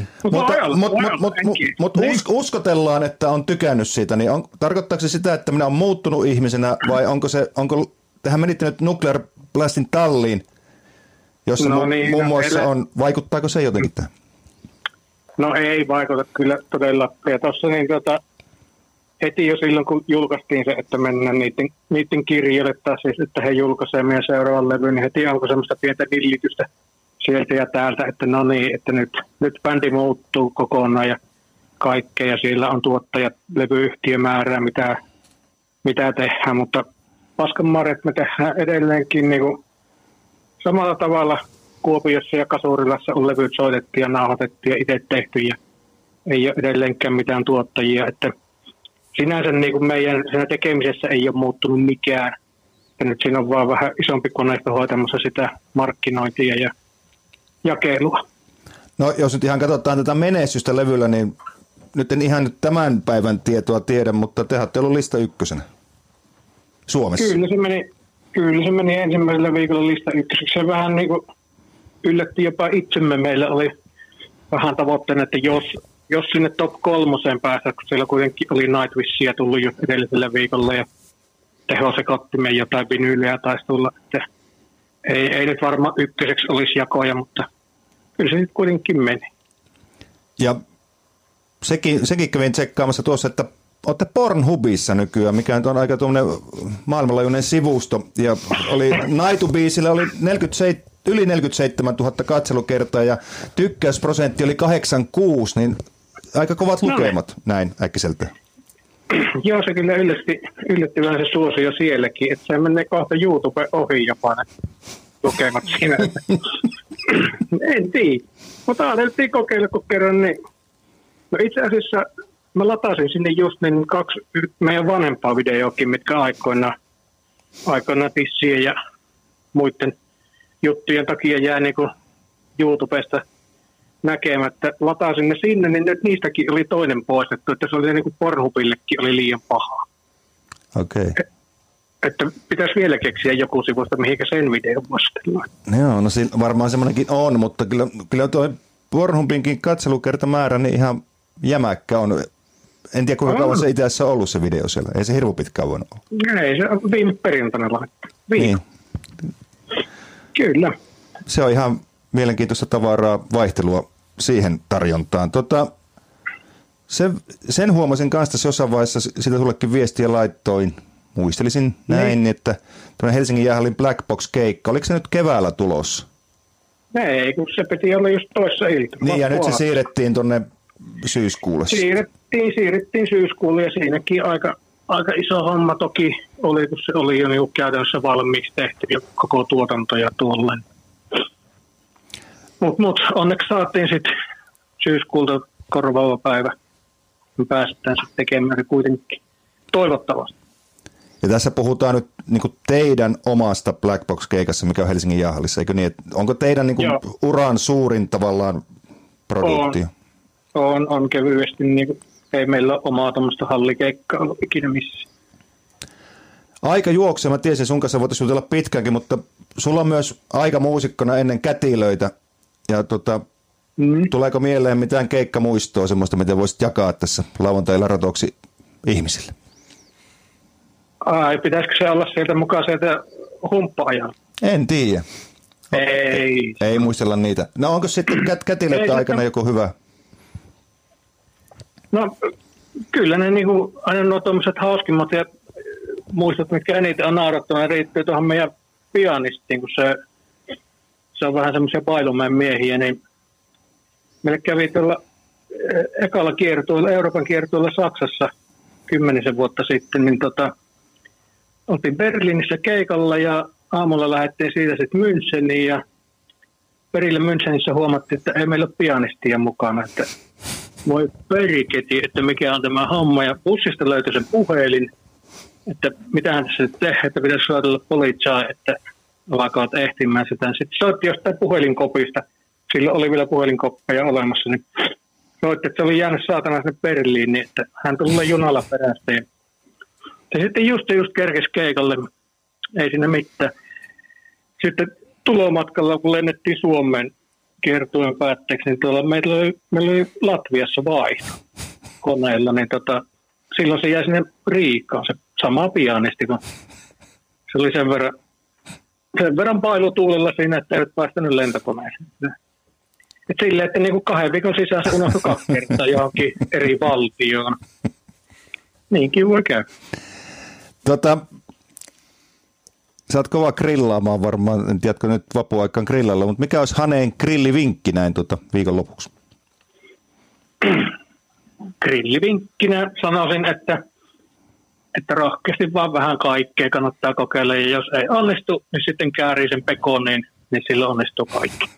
Mutta uskotellaan, että on tykännyt siitä, niin tarkoittaako se sitä, että minä olen muuttunut ihmisenä, vai onko tähän menitte nyt Nuclear Blastin talliin, jossa muun muassa on, vaikuttaako se jotenkin tähän? No ei vaikuta kyllä todella. Ja tuossa niin heti jo silloin, kun julkaistiin se, että mennään niiden kirjoille, tai siis, että he julkaisee meidän seuraavan levyn, niin heti alkoi semmoista pientä villitystä sieltä ja täältä, että no niin, että nyt bändi muuttuu kokonaan ja kaikkea, ja siellä on tuottajat, levyyhtiömäärää, mitä tehdään, mutta Paskanmarjat me tehdään edelleenkin niin kuin samalla tavalla. Kuopiossa ja Kasurilassa on levyt soitettiin ja nauhoitettiin ja itse tehty, ja ei ole edelleenkään mitään tuottajia, että sinänsä niin kuin meidän siinä tekemisessä ei ole muuttunut mikään, ja nyt siinä on vaan vähän isompi koneisto hoitamassa sitä markkinointia ja jakelua. No jos nyt ihan katsotaan tätä menestystä levyllä, niin nyt en ihan nyt tämän päivän tietoa tiedä, mutta te olette ollut lista ykkösenä Suomessa. Kyllä se meni ensimmäisellä viikolla lista ykköseksi. Se vähän niin kuin yllätti jopa itsemme. Meillä oli vähän tavoitteena, että jos sinne top 3 päästä, kun siellä kuitenkin oli Nightwishia tullut jo edellisellä viikolla ja tehosekottimia jotain vinyyliä taisi tulla, että ei nyt varmaan ykköseksi olisi jakoja, mutta kyllä se nyt kuitenkin meni. Ja sekin kävin tsekkaamassa tuossa, että olette Pornhubissa nykyään, mikä on aika tuommoinen maailmanlaajuinen sivusto. Ja oli Naitu-biisillä oli yli 47 000 katselukertaa ja tykkäysprosentti oli 86, niin aika kovat lukemat näin äkkiseltä. Joo, se kyllä yllätti vähän se suosio sielläkin, että se menee kohta YouTube ohi jopa ne lukemat siinä. En tiedä, mutta ajateltiin kokeilla kun kerran niin. No itse asiassa mä latasin sinne just niin 2 meidän vanhempaa videoakin, mitkä aikoinaan tissien ja muiden juttujen takia jää niin kuin YouTubesta näkemättä. Latasin ne sinne, niin nyt niistäkin oli toinen poistettu, että se oli niin kuin Pornhubillekin oli liian pahaa. Okei. Että pitäisi vielä keksiä joku sivusta, mihinkä sen videon vastellaan. Joo, no varmaan semmoinenkin on, mutta kyllä tuo Pornhubinkin katselukertamäärä niin ihan jämäkkä on. En tiedä, kuinka kauan se itse asiassa on ollut se video siellä. Ei se hirveän pitkään voinut olla. Ei, se on viime perjantaina laittu. Niin. Kyllä. Se on ihan mielenkiintoista tavaraa, vaihtelua siihen tarjontaan. Sen huomasin kanssa jossain vaiheessa, sitä sullekin viestiä laittoin. Muistelisin näin, että Helsingin jäähallin Black Box-keikka, oliko se nyt keväällä tulossa? Ei, kun se piti olla just toissa ilta. Niin, ja nyt se siirrettiin tuonne syyskuulle. Siirrettiin syyskuulle, ja siinäkin aika iso homma toki oli, kun se oli jo niin käytännössä valmiiksi tehty jo koko tuotanto ja tuolleen. Mutta onneksi saatiin sitten syyskuulta korvaava päivä. Me päästään sitten tekemään kuitenkin toivottavasti. Ja tässä puhutaan nyt niin kuin teidän omasta Black Box-keikassa, mikä on Helsingin jäähallissa, eikö niin? Onko teidän niin kuin uran suurin tavallaan produktio? On kevyesti. Niin kuin, ei meillä ole omaa tuommoista hallikeikkaa ollut ikinä missään. Aika juoksee. Mä tiesin, sun kanssa voitaisiin jutella pitkäänkin, mutta sulla on myös aika muusikkona ennen kätilöitä. Ja tuleeko mieleen mitään keikkamuistoa semmoista, mitä voisit jakaa tässä lauantailla ratoksi ihmisille? Pitäisikö se olla sieltä mukaan sieltä humppa-ajan? En tiedä. Ei muistella niitä. No onko sitten kätilöiden aikana joku hyvä? No kyllä ne niinku, aina nuo tuommoiset hauskimmat ja muistot, mitkä eniten on naurattanut, riittyy tuohon meidän pianistiin, kun se on vähän semmoisia Pailumäen miehiä, niin meille kävi tuolla ekalla kiertueella, Euroopan kiertueella Saksassa 10 vuotta sitten, niin oltiin Berliinissä keikalla ja aamulla lähdettiin siitä sitten Müncheniin ja perille Münchenissä huomattiin, että ei meillä ole pianistia mukana, että voi periketi, että mikä on tämä homma ja bussista löytyi sen puhelin, että mitähän tässä nyt tehdään, että pitäisi soitella poliitsaa, että alkavat ehtimään sitä. Sitten soitti jostain puhelinkopista, sillä oli vielä puhelinkoppeja olemassa, niin soitti, että se oli jäänyt saatana sinne Berliiniin, että hän tuli junalla perästä. Ja sitten just kerkesi keikalle, ei siinä mitään. Sitten tulomatkalla, kun lennettiin Suomeen kiertueen päätteeksi, niin tuolla meillä oli Latviassa vaihto koneella, niin silloin se jäi sinne Riikaan, se sama pianisti, kun se oli sen verran pailutuulella siinä, että eivät päästänyt lentokoneeseen. Et silleen, että niinku 2 viikon sisässä unohtui 2 kertaa johonkin eri valtioon. Niinkin voi käydä. Sä oot kova grillaamaan varmaan, en tiedätkö nyt vapuaikaan grillalla, mutta mikä olisi Haneen grillivinkki näin viikonlopuksi? Grillivinkkinä sanoisin, että rohkeasti vaan vähän kaikkea kannattaa kokeilla. Ja jos ei onnistu, niin sitten käärii sen pekon, niin silloin onnistuu kaikki.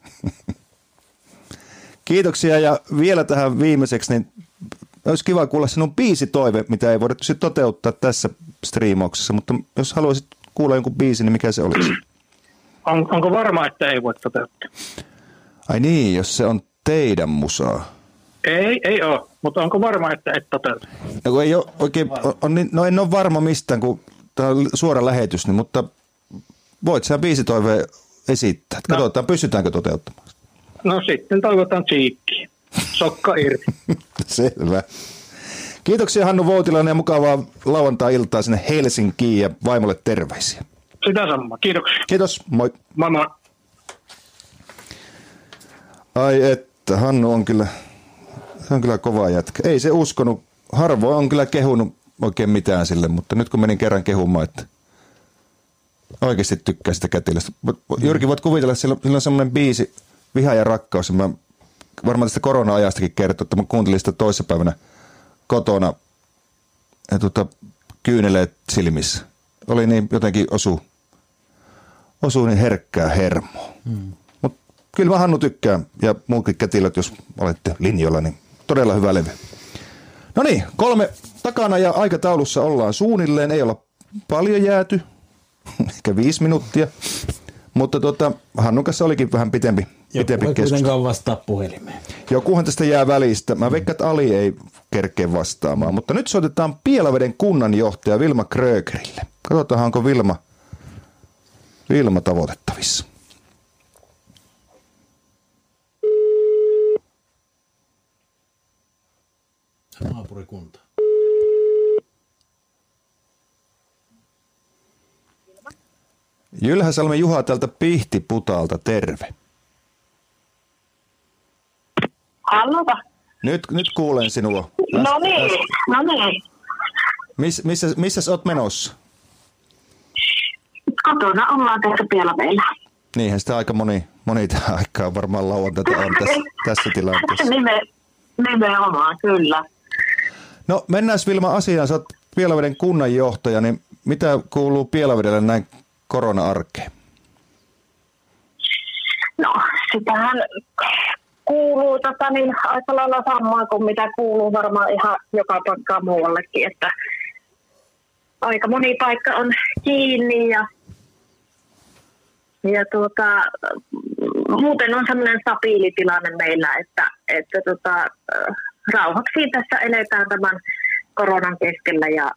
Kiitoksia ja vielä tähän viimeiseksi, niin olisi kiva kuulla sinun biisitoive, mitä ei voida toteuttaa tässä striimauksessa, mutta jos haluaisit kuulla jonkun biisin, niin mikä se olisi? Onko varma, että ei voi toteuttaa? Ai niin, jos se on teidän musaa. Ei ole, mutta onko varma, että et toteuta? No, ei ole oikein, no en ole varma mistään, kun tämä on suora lähetys, niin, mutta voit sä biisitoiveen esittää. Katsotaan, pystytäänkö toteuttamaan. No sitten toivotaan tsiikkiä. Sokka irti. Selvä. Kiitoksia Hannu Voutilainen ja mukavaa lauantai-iltaa sinne Helsinkiin ja vaimolle terveisiä. Sitä samaa. Kiitoksia. Kiitos. Moi. Moi moi. Ai että, Hannu on kyllä kova jätkä. Ei se uskonut. Harvoin on kyllä kehunut oikein mitään sille, mutta nyt kun menin kerran kehumaan, että oikeasti tykkää sitä kätilöstä. Jyrki, voit kuvitella, että sillä on semmoinen biisi, Viha ja rakkaus. Mä varmaan tästä korona-ajastakin kertoo, että mä kuuntelin sitä toissapäivänä kotona ja kyyneleet silmissä. Oli niin jotenkin osuu niin herkkää hermoa. Mutta kyllä mä Hannu tykkään ja muutkin kätilöt, jos olette linjoilla, niin todella hyvä levy. No niin, 3 takana ja aikataulussa ollaan suunnilleen. Ei olla paljon jääty, ehkä 5 minuuttia, mutta Hannun kanssa olikin vähän pitempi keskustelu. Kuitenkaan vastaa puhelimeen. Jokuhan tästä jää välistä. Mä veikkaan, että Ali ei kerkeä vastaamaan, mutta nyt soitetaan Pielaveden kunnanjohtaja Vilma Krögerille. Katsotaan, onko Vilma tavoitettavissa. Naapurikunta. Jylhäsalmen Juha täältä Pihtiputaalta, terve. Hallova. Nyt kuulen sinua. No niin. Missä olet menossa? Kotona ollaan tässä Pielaveillä. Niinhän sitä aika moni tähän aikaan varmaan lauantaita on tässä tilanteessa. Nimenomaan, kyllä. No mennään Vilma asiaan. Sä oot Pielaveden kunnanjohtaja, niin mitä kuuluu Pielavedelle näin korona-arkeen? No, sitähän kuuluu aika lailla samaa kuin mitä kuuluu varmaan ihan joka paikkaan muuallekin, että aika moni paikka on kiinni ja muuten on semmoinen stabiili tilanne meillä, että rauhaksi tässä eletään tämän koronan keskellä ja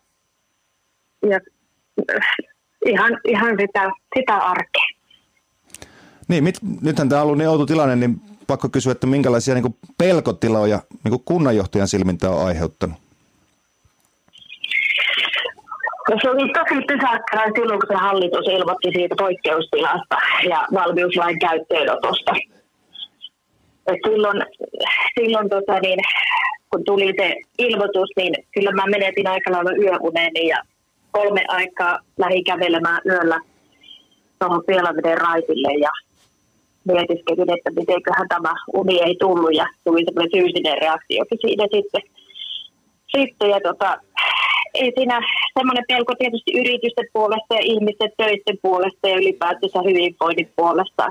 ihan sitä arkea. Niin, nythän tämä on ollut niin outo tilanne, niin pakko kysyä, että minkälaisia niin kuin pelkotiloja niin kuin kunnanjohtajan silmin tämä on aiheuttanut? No se oli tosi pysäyttävää silloin, kun se hallitus ilmoitti siitä poikkeustilasta ja valmiuslain käyttöönotosta. Et silloin kun tuli se ilmoitus, niin kyllä mä menetin aika lailla yöuneni ja 3 aikaa lähdin kävelemään yöllä tuohon Pielaveden raitille ja mietiskelin, että mitenköhän tämä uni ei tullut ja tuli semmoinen fyysinen reaktiokin siinä sitten ja ei siinä semmoinen pelko tietysti yritysten puolesta ja ihmisten töiden puolesta ja ylipäätänsä hyvinvoinnin puolesta,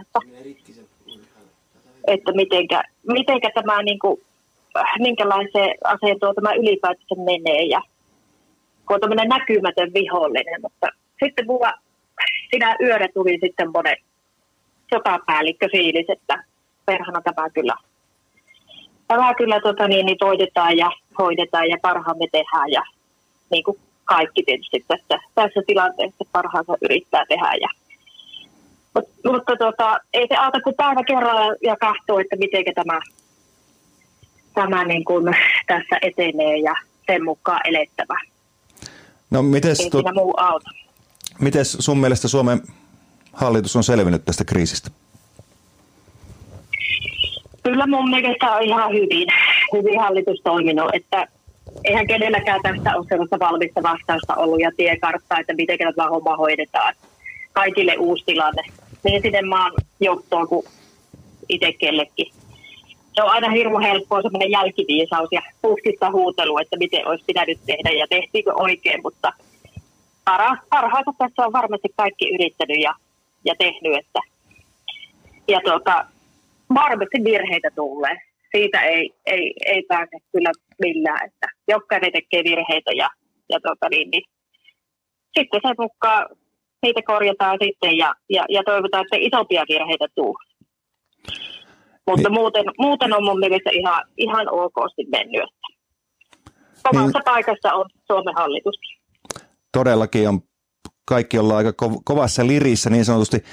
että mitenkä tämä niinku, minkälaiseen asentoon tämä ylipäätänsä menee ja kun on tämmöinen näkymätön vihollinen, mutta sitten mulla sinä yönä tuli sitten semmoinen sotapäällikköfiilis, että perhana tämä kyllä toitetaan ja hoidetaan ja parhaamme tehdään ja niin kuin kaikki tietysti tässä tilanteessa parhaansa yrittää tehdä. Mutta ei se auta kuin päivä kerralla ja katsoo, että miten tämä niin kuin tässä etenee ja sen mukaan elettävä. No mites sun mielestä Suomen hallitus on selvinnyt tästä kriisistä? Kyllä mun mielestä on ihan hyvin hallitus toiminut, että eihän kenelläkään tästä ole sellaista valmista vastausta ollut ja tiekarttaa, että miten tämä homma hoidetaan. Kaikille uusi tilanne, niin sinne maan johtoon kuin itse kellekin. Se on aina hirmu helppoa semmoinen jälkiviisaus ja puskista huutelu, että miten olisi pitänyt tehdä ja tehtiinkö oikein, mutta parhaansa tässä on varmasti kaikki yrittänyt ja tehnyt, varmasti virheitä tulee. Siitä ei pääse kyllä millään, että jokainen tekee virheitä ja sitten sen mukaan niitä korjataan sitten ja toivotaan, että isompia virheitä tulee. Mutta muuten on mun mielestä ihan okosti mennyt. Kovassa paikassa on Suomen hallitus. Todellakin on. Kaikki ollaan aika kovassa lirissä niin sanotusti.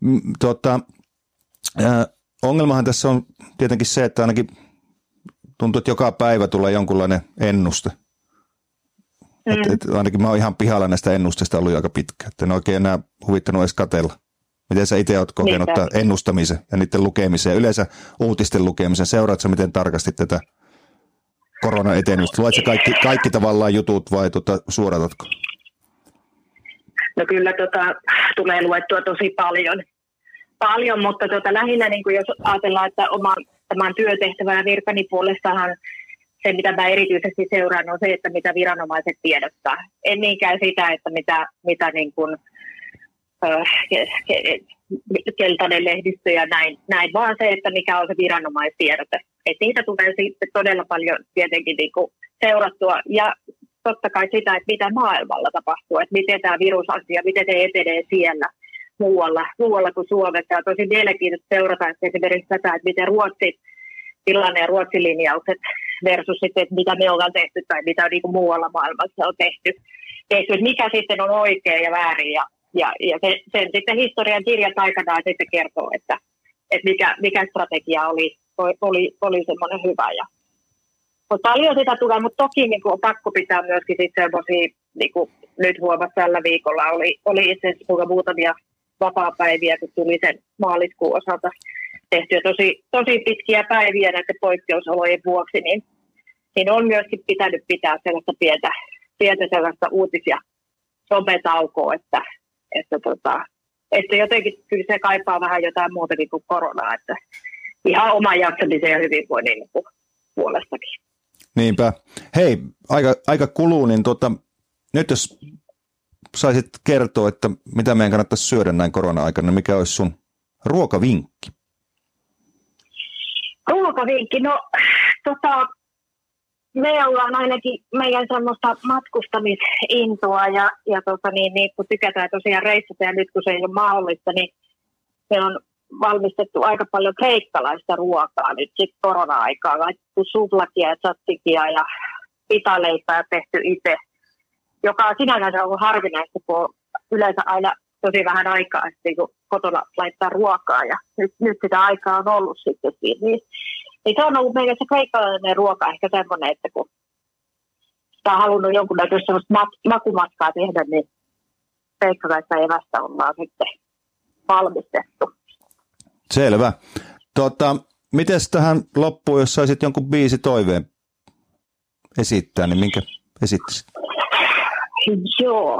Ongelmahan tässä on tietenkin se, että ainakin tuntuu, että joka päivä tulee jonkunlainen ennuste. Ainakin mä oon ihan pihalla näistä ennusteista ollut aika pitkään. En oikein enää huvittanut edes katsella. Miten sä itse oot kokenut ennustamisen ja niiden lukemisen ja yleensä uutisten lukemisen? Seuraatko miten tarkasti tätä koronan etenemistä? Luetko kaikki tavallaan jutut vai suodatatko? No kyllä tulee luettua tosi paljon, mutta lähinnä niin kuin jos ajatellaan, että tämän työtehtävän ja virkani puolestahan se, mitä mä erityisesti seuraan, on se, että mitä viranomaiset tiedottaa. En niinkään sitä, että mitä niin kuin, keltainen lehdistö ja näin, vaan se, että mikä on se viranomaistiedote. Et niitä tulee sitten todella paljon tietenkin niin kuin seurattua ja totta kai sitä, että mitä maailmalla tapahtuu, että miten tämä virusasia, miten se etenee siellä muualla kuin Suomessa. Ja tosi mielenkiintoista seurata että esimerkiksi tätä, että miten Ruotsin tilanne ja Ruotsin linjaukset versus sitten, että mitä me ollaan tehty tai mitä niin kuin muualla maailmassa on tehty. Että mikä sitten on oikein ja väärin ja sen sitten historian kirjat aikanaan sitten kertoo, että mikä strategia oli semmoinen hyvä. Mutta paljon sitä tulee, mutta toki niin on pakko pitää myöskin sitten semmoisia, niin kuin nyt huomasi tällä viikolla, oli itse asiassa muutamia vapaapäiviä, kun tuli sen maaliskuun osalta tehtyä tosi pitkiä päiviä näiden poikkeusolojen vuoksi, niin on myöskin pitänyt pitää sellaista pientä sellaista uutis- ja sometaukoa, että jotenkin kyllä se kaipaa vähän jotain muutakin kuin koronaa, että ihan oman jaksamisen ja hyvinvoinnin niin puolestakin. Niinpä. Hei, aika kuluu, niin nyt jos saisit kertoa, että mitä meidän kannattaisi syödä näin korona-aikana, niin mikä olisi sun ruokavinkki? Ruokavinkki? No, me ollaan ainakin meidän semmoista matkustamisintoa ja kun tykätään tosiaan reissata ja nyt kun se ei ole mahdollista, niin me on valmistettu aika paljon kreikkalaista ruokaa nyt sitten korona-aikaa, laitettu suvlakia ja tzatziki ja pitaleipää tehty itse, joka sinänsä on ollut harvinaista, kun on yleensä aina tosi vähän aikaa, kun kotona laittaa ruokaa ja nyt sitä aikaa on ollut sitten siinä. Niin se on ollut meillä se kreikkalainen ruoka ehkä semmoinen, että kun tai halunnut jonkunnäköistä makumatkaa tehdä, niin Peikkakaista evästä ollaan sitten valmistettu. Selvä. Mites tähän loppuun, jos saisit jonkun biisi toiveen esittää, niin minkä esittäisit? Joo.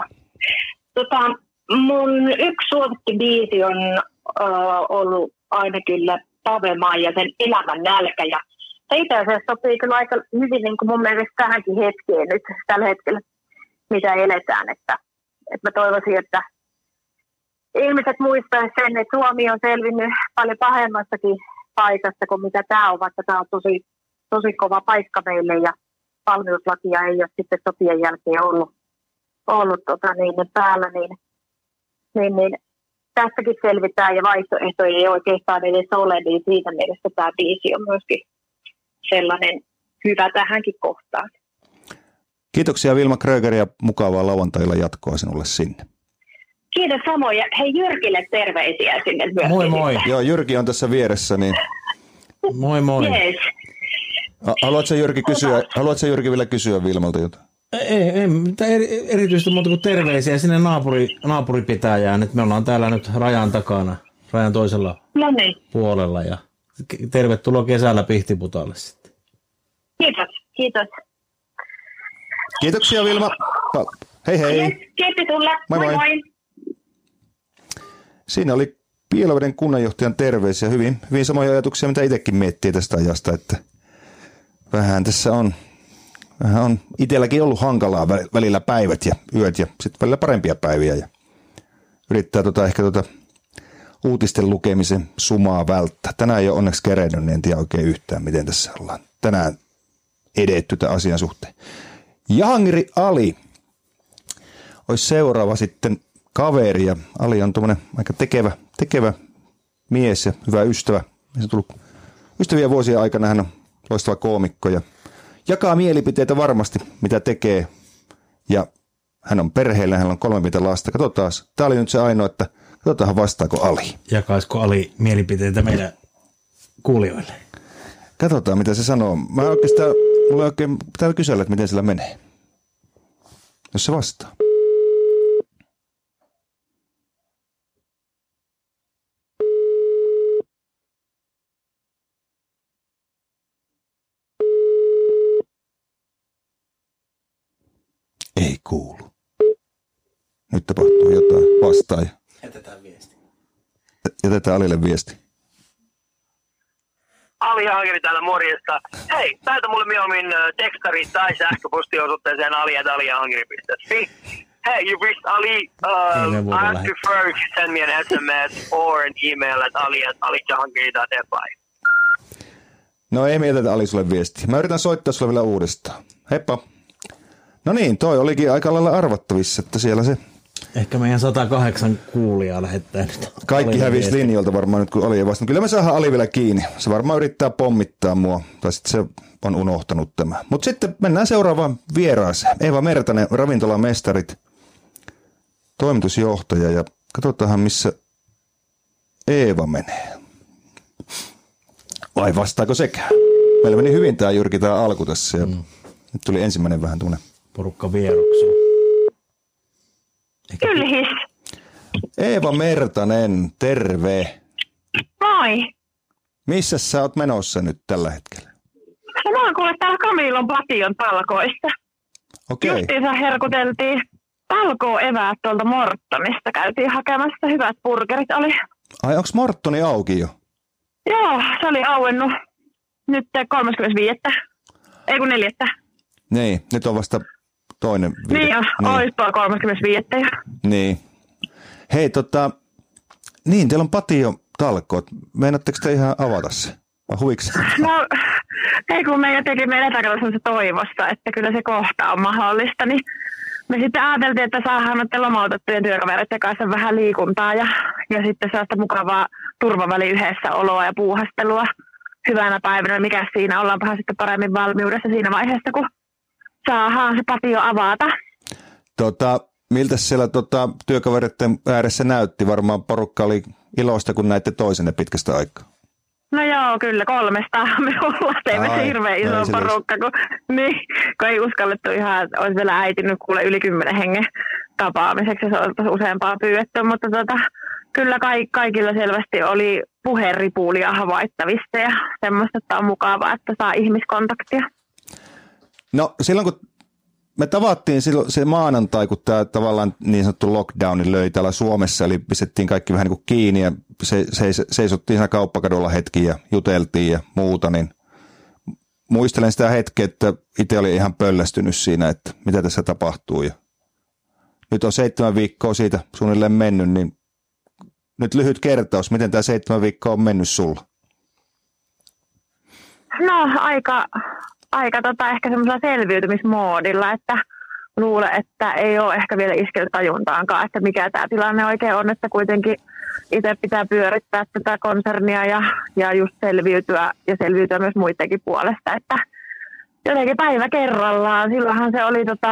Mun yksi suosikkibiisi on ollut aina kyllä Pave Maijasen Elämän nälkä. Ja se itse asiassa sopii kyllä aika hyvin niin kuin mun mielestä tähänkin hetkeen nyt tällä hetkellä, mitä eletään. Että mä toivoisin, että ihmiset muistaisivat sen, että Suomi on selvinnyt paljon pahemmassakin paikassa kuin mitä tämä on, vaikka tämä on tosi kova paikka meille ja valmiuslakia ei ole sitten sotien jälkeen ollut päällä, niin tässäkin selvitään ja vaihtoehtoja ei oikeastaan edes ole, niin siinä mielessä tämä biisi on myöskin sellainen hyvä tähänkin kohtaan. Kiitoksia Vilma Kröger ja mukavaa lauantailla jatkoa sinulle sinne. Kiitos samoin ja hei Jyrkille terveisiä sinne myöskin. Moi moi. Joo, Jyrki on tässä vieressä, niin... Moi moi. Yes. Haluatko Jyrki vielä kysyä Vilmalta jotain? Ei mitään erityisesti muuta kuin terveisiä sinne naapuripitäjään. Nyt me ollaan täällä nyt rajan takana, rajan toisella puolella. Ja tervetuloa kesällä Pihtiputalle sitten. Kiitos. Kiitoksia Vilma. Hei hei. Yes, kiitos sulle. Moi. Siinä oli Pielaveden kunnanjohtajan terveisiä. Hyvin samoja ajatuksia, mitä itsekin miettii tästä ajasta, että vähän on itselläkin ollut hankalaa välillä päivät ja yöt ja sitten välillä parempia päiviä ja yrittää ehkä uutisten lukemisen sumaa välttää. Tänään ei ole onneksi kerennyt, niin en tiedä oikein yhtään, miten tässä ollaan tänään edetty tämän asian suhteen. Jahangiri Ali olisi seuraava sitten kaveri ja Ali on tuommoinen aika tekevä mies ja hyvä ystävä. Se on tullut ystäviä vuosien aikana, hän on loistava koomikko ja jakaa mielipiteitä varmasti, mitä tekee. Ja hän on perheellä, hän on 3 lasta. Katsotaan, tämä oli nyt se ainoa, että katsotaan vastaako Ali. Jakaisiko Ali mielipiteitä meidän kuulijoille? Katsotaan, mitä se sanoo. Mulla oikein pitää kysellä, että miten sillä menee. Jos se vastaa. Ei kuulu. Nyt tapahtuu jotain. Vastaaja. Jätetään viesti. Jätetään Alille viesti. Ali Hankeri täällä morjesta. Hei, täältä mulle mieluummin tekstari tai sähköpostiosoitteeseen ali@aliahankeri.fi. Hey, you reached Ali. I prefer if you send me an SMS or an email at ali@alihankeri.fi. No ei mietitä Ali sulle viestiä. Mä yritän soittaa sulle vielä uudestaan. Heippa. No niin, toi olikin aika lailla arvattavissa, että siellä se... Ehkä meidän 108 kuulijaa lähettää nyt. Kaikki hävisi linjoilta varmaan nyt, kun Ali ei vastannut. Kyllä me saadaan Ali vielä kiinni. Se varmaan yrittää pommittaa mua, tai sitten se on unohtanut tämä. Mutta sitten mennään seuraavaan vieraaseen. Eeva Mertanen, ravintolamestarit, toimitusjohtaja. Ja katsotaanhan, missä Eeva menee. Vai vastaako sekään? Meillä meni hyvin tämä Jyrki, tämä alku tässä. Ja nyt tuli ensimmäinen vähän tunne. Porukka vieroksuu. Kylhis. Eeva Mertanen, terve. Moi. Missä sä oot menossa nyt tällä hetkellä? No mä oon kuule täällä Camillon Pation talkoissa. Okei. Justiinsa herkuteltiin talkoo-eväät tuolta Mortonista. Käytiin hakemassa, hyvät burgerit oli. Ai onks Mortoni auki jo? Joo, se oli auennut nyt 35. Ei kun 4. Niin, nyt on vasta toinen viide. Niin, oispa 35. Niin. Hei, niin, teillä on patio-talkoot. Meinaatteko te ihan avata se? Vai huviks? No, ei kun meidän etäkalussa toivossa, että kyllä se kohta on mahdollista, niin me sitten ajateltiin, että saadaan noiden lomautettujen työkavereiden kanssa vähän liikuntaa ja sitten sellaista mukavaa turvaväli yhdessä oloa ja puuhastelua hyvänä päivänä. Mikä siinä ollaanpahan sitten paremmin valmiudessa siinä vaiheessa, kun saadaan se patio avata. Miltä siellä työkavereiden ääressä näytti? Varmaan porukka oli iloista, kun näitte toisenne pitkästä aikaa. No joo, kyllä 300 me ollaan. Teimme se hirveän iso porukka, kun ei uskallettu ihan, olisi vielä äitinyt kuule yli 10 hengen tapaamiseksi, se olisi useampaa pyydetty, mutta kyllä kaikilla selvästi oli puheenripuulia havaittavista ja semmoista, että on mukavaa, että saa ihmiskontaktia. No silloin kun me tavattiin silloin se maanantai, kun tämä tavallaan niin sanottu lockdowni löi täällä Suomessa, eli pistettiin kaikki vähän niin kuin kiinni ja seisottiin siinä kauppakadulla hetki ja juteltiin ja muuta, niin muistelen sitä hetkeä, että itse olin ihan pöllästynyt siinä, että mitä tässä tapahtuu. Ja nyt on 7 viikkoa siitä suunnilleen mennyt, niin nyt lyhyt kertaus, miten tämä 7 viikkoa on mennyt sulla? No aika ehkä semmoisella selviytymismoodilla, että luulen, että ei ole ehkä vielä iskenyt tajuntaankaan, että mikä tämä tilanne oikein on, että kuitenkin itse pitää pyörittää tätä konsernia ja just selviytyä myös muidenkin puolesta, että jotenkin päivä kerrallaan. Silloinhan se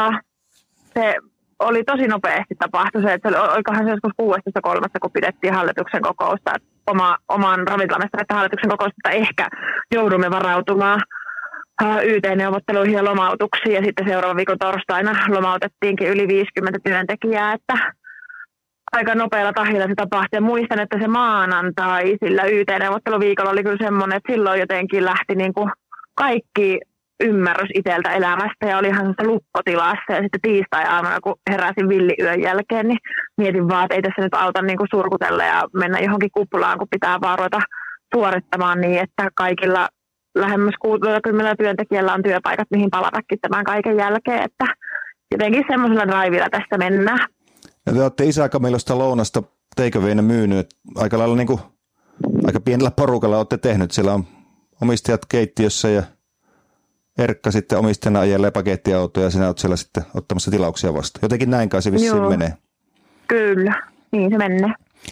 oli tosi nopeasti tapahtu se, että olikohan se joskus 16.3. kun pidettiin hallituksen kokousta, oman ravintolamestarin hallituksen kokousta, että ehkä joudumme varautumaan YT-neuvotteluihin ja lomautuksiin, ja sitten seuraavan viikon torstaina lomautettiinkin yli 50 työntekijää, että aika nopealla tahdilla se tapahtui. Ja muistan, että se maanantai sillä YT-neuvotteluviikolla oli kyllä semmoinen, että silloin jotenkin lähti niin kuin kaikki ymmärrys itseltä elämästä, ja olihan semmoista lukkotilassa, ja sitten tiistai-aamuna, kun heräsin villiyön jälkeen, niin mietin vaan, että ei tässä nyt auta niin kuin surkutella ja mennä johonkin kuplaan, kun pitää vaan ruveta suorittamaan niin, että kaikilla lähemmäs 60 työntekijällä on työpaikat, mihin palatakin tämän kaiken jälkeen, että jotenkin semmoisella drivilla tässä mennään. Ja te olette Isäkamilosta lounasta takeawayna myynyt, aika lailla niin kuin, aika pienellä porukalla olette tehnyt, siellä on omistajat keittiössä ja Erkka sitten omistajana ajelee pakettiautoja ja sinä olet siellä sitten ottamassa tilauksia vastaan. Jotenkin näin kai se vissiin menee. Kyllä, niin se menee.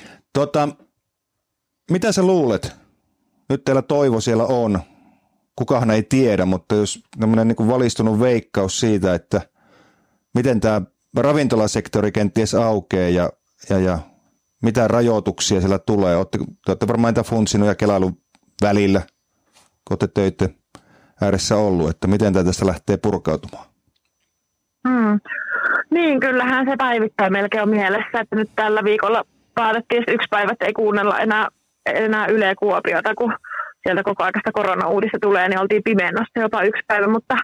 Mitä sä luulet? Nyt teillä toivo siellä on. Kukaan ei tiedä, mutta jos tämmöinen niin kuin valistunut veikkaus siitä, että miten tämä ravintolasektori kenties aukeaa ja mitä rajoituksia siellä tulee. Te olette varmaan niitä funtsinut ja kelailun välillä, kun olette töiden ääressä ollut, että miten tämä tästä lähtee purkautumaan. Niin, kyllähän se päivittäin melkein on mielessä, että nyt tällä viikolla päätettiin 1 päivä, että ei kuunnella enää Yle Kuopiota, kun sieltä koko aikaista korona-uudista tulee, niin oltiin pimennossa jopa 1 päivä,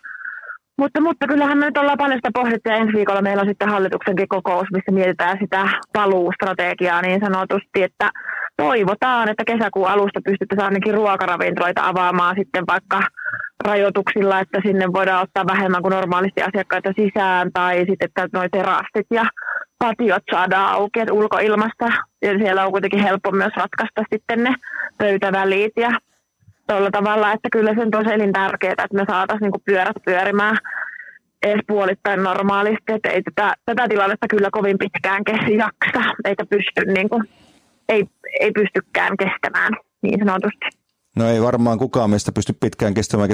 mutta kyllähän me nyt ollaan paljon sitä pohdittu, ja ensi viikolla meillä on sitten hallituksenkin kokous, missä mietitään sitä paluustrategiaa niin sanotusti, että toivotaan, että kesäkuun alusta pystyttäisiin ainakin ruokaravintoloita avaamaan sitten vaikka rajoituksilla, että sinne voidaan ottaa vähemmän kuin normaalisti asiakkaita sisään, tai sitten että nuo terassit ja patiot saadaan auki, että ulkoilmasta, ja siellä on kuitenkin helppo myös ratkaista sitten ne pöytävälit ja tuolla tavalla, että kyllä se on tosi elintärkeää, että me saataisiin niinku pyörät pyörimään edes puolittain normaalisti, että ei tätä tilannetta kyllä kovin pitkään jaksa, eikä pysty niinku, ei pystykään kestämään niin sanotusti. No ei varmaan kukaan meistä pysty pitkään kestämään,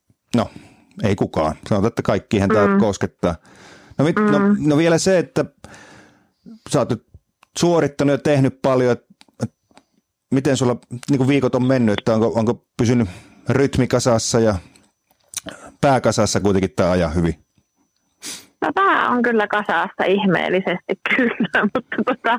ei kukaan. Sanotaan, että kaikkihan tämä koskettaa. No vielä se, että sä oot nyt suorittanut ja tehnyt paljon, että miten sulla niin kuin viikot on mennyt, että onko pysynyt rytmi kasassa ja pää kasassa kuitenkin tämä ajan hyvin? No pää on kyllä kasassa ihmeellisesti kyllä, mutta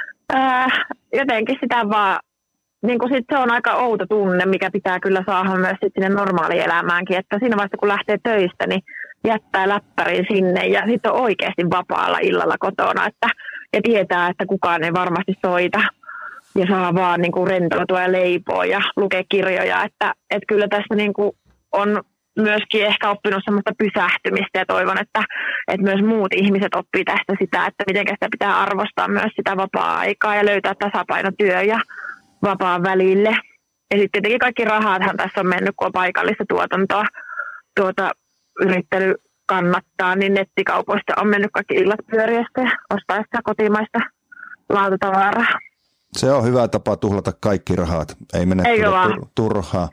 jotenkin sitä vaan, niin kuin sit se on aika outo tunne, mikä pitää kyllä saada myös sit sinne normaalielämäänkin, että siinä vaiheessa kun lähtee töistä, niin jättää läppärin sinne ja sitten on oikeasti vapaalla illalla kotona, ja tietää, että kukaan ei varmasti soita. Ja saa vaan niin kuin rentoutua ja leipoa ja lukea kirjoja, että kyllä tässä niin kuin on myöskin ehkä oppinut semmoista pysähtymistä ja toivon, että myös muut ihmiset oppii tästä sitä, että miten sitä pitää arvostaa myös sitä vapaa-aikaa ja löytää tasapaino työ ja vapaan välille. Ja sitten tietenkin kaikki rahathan tässä on mennyt, kun on paikallista tuotantoa yrittely kannattaa, niin nettikaupoista on mennyt kaikki illat pyöriästä ja ostaessa kotimaista laatutavaraa. Se on hyvä tapa tuhlata kaikki rahat, ei mene turhaa.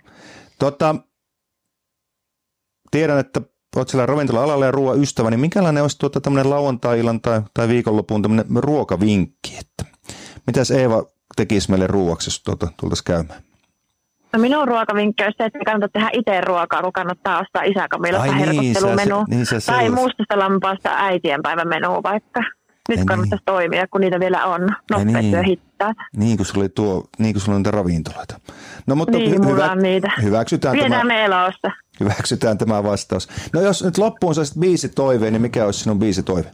Tiedän, että olet siellä ravintola-alalla ja ruoan ystävä, niin minkälainen olisi tämmöinen lauantai-illan tai viikonlopun tämmöinen ruokavinkki, että mitäs Eeva tekisi meille ruuaksi, jos tultaisiin käymään? No minun ruokavinkki olisi se, että kannattaa tehdä itse ruokaa, kun kannattaa ostaa isäkamilasta herkottelumenu. Tai mustasta lampaasta äitienpäivän menu vaikka. Nyt kannattaisi toimia, kun niitä vielä on. Nopeasti hittaa. Niin kuin sulla on niitä ravintoloita. No mutta mulla on niitä. Hyväksytään tämä vastaus. No jos nyt loppuun saisit biisitoiveen, niin mikä olisi sinun biisitoive?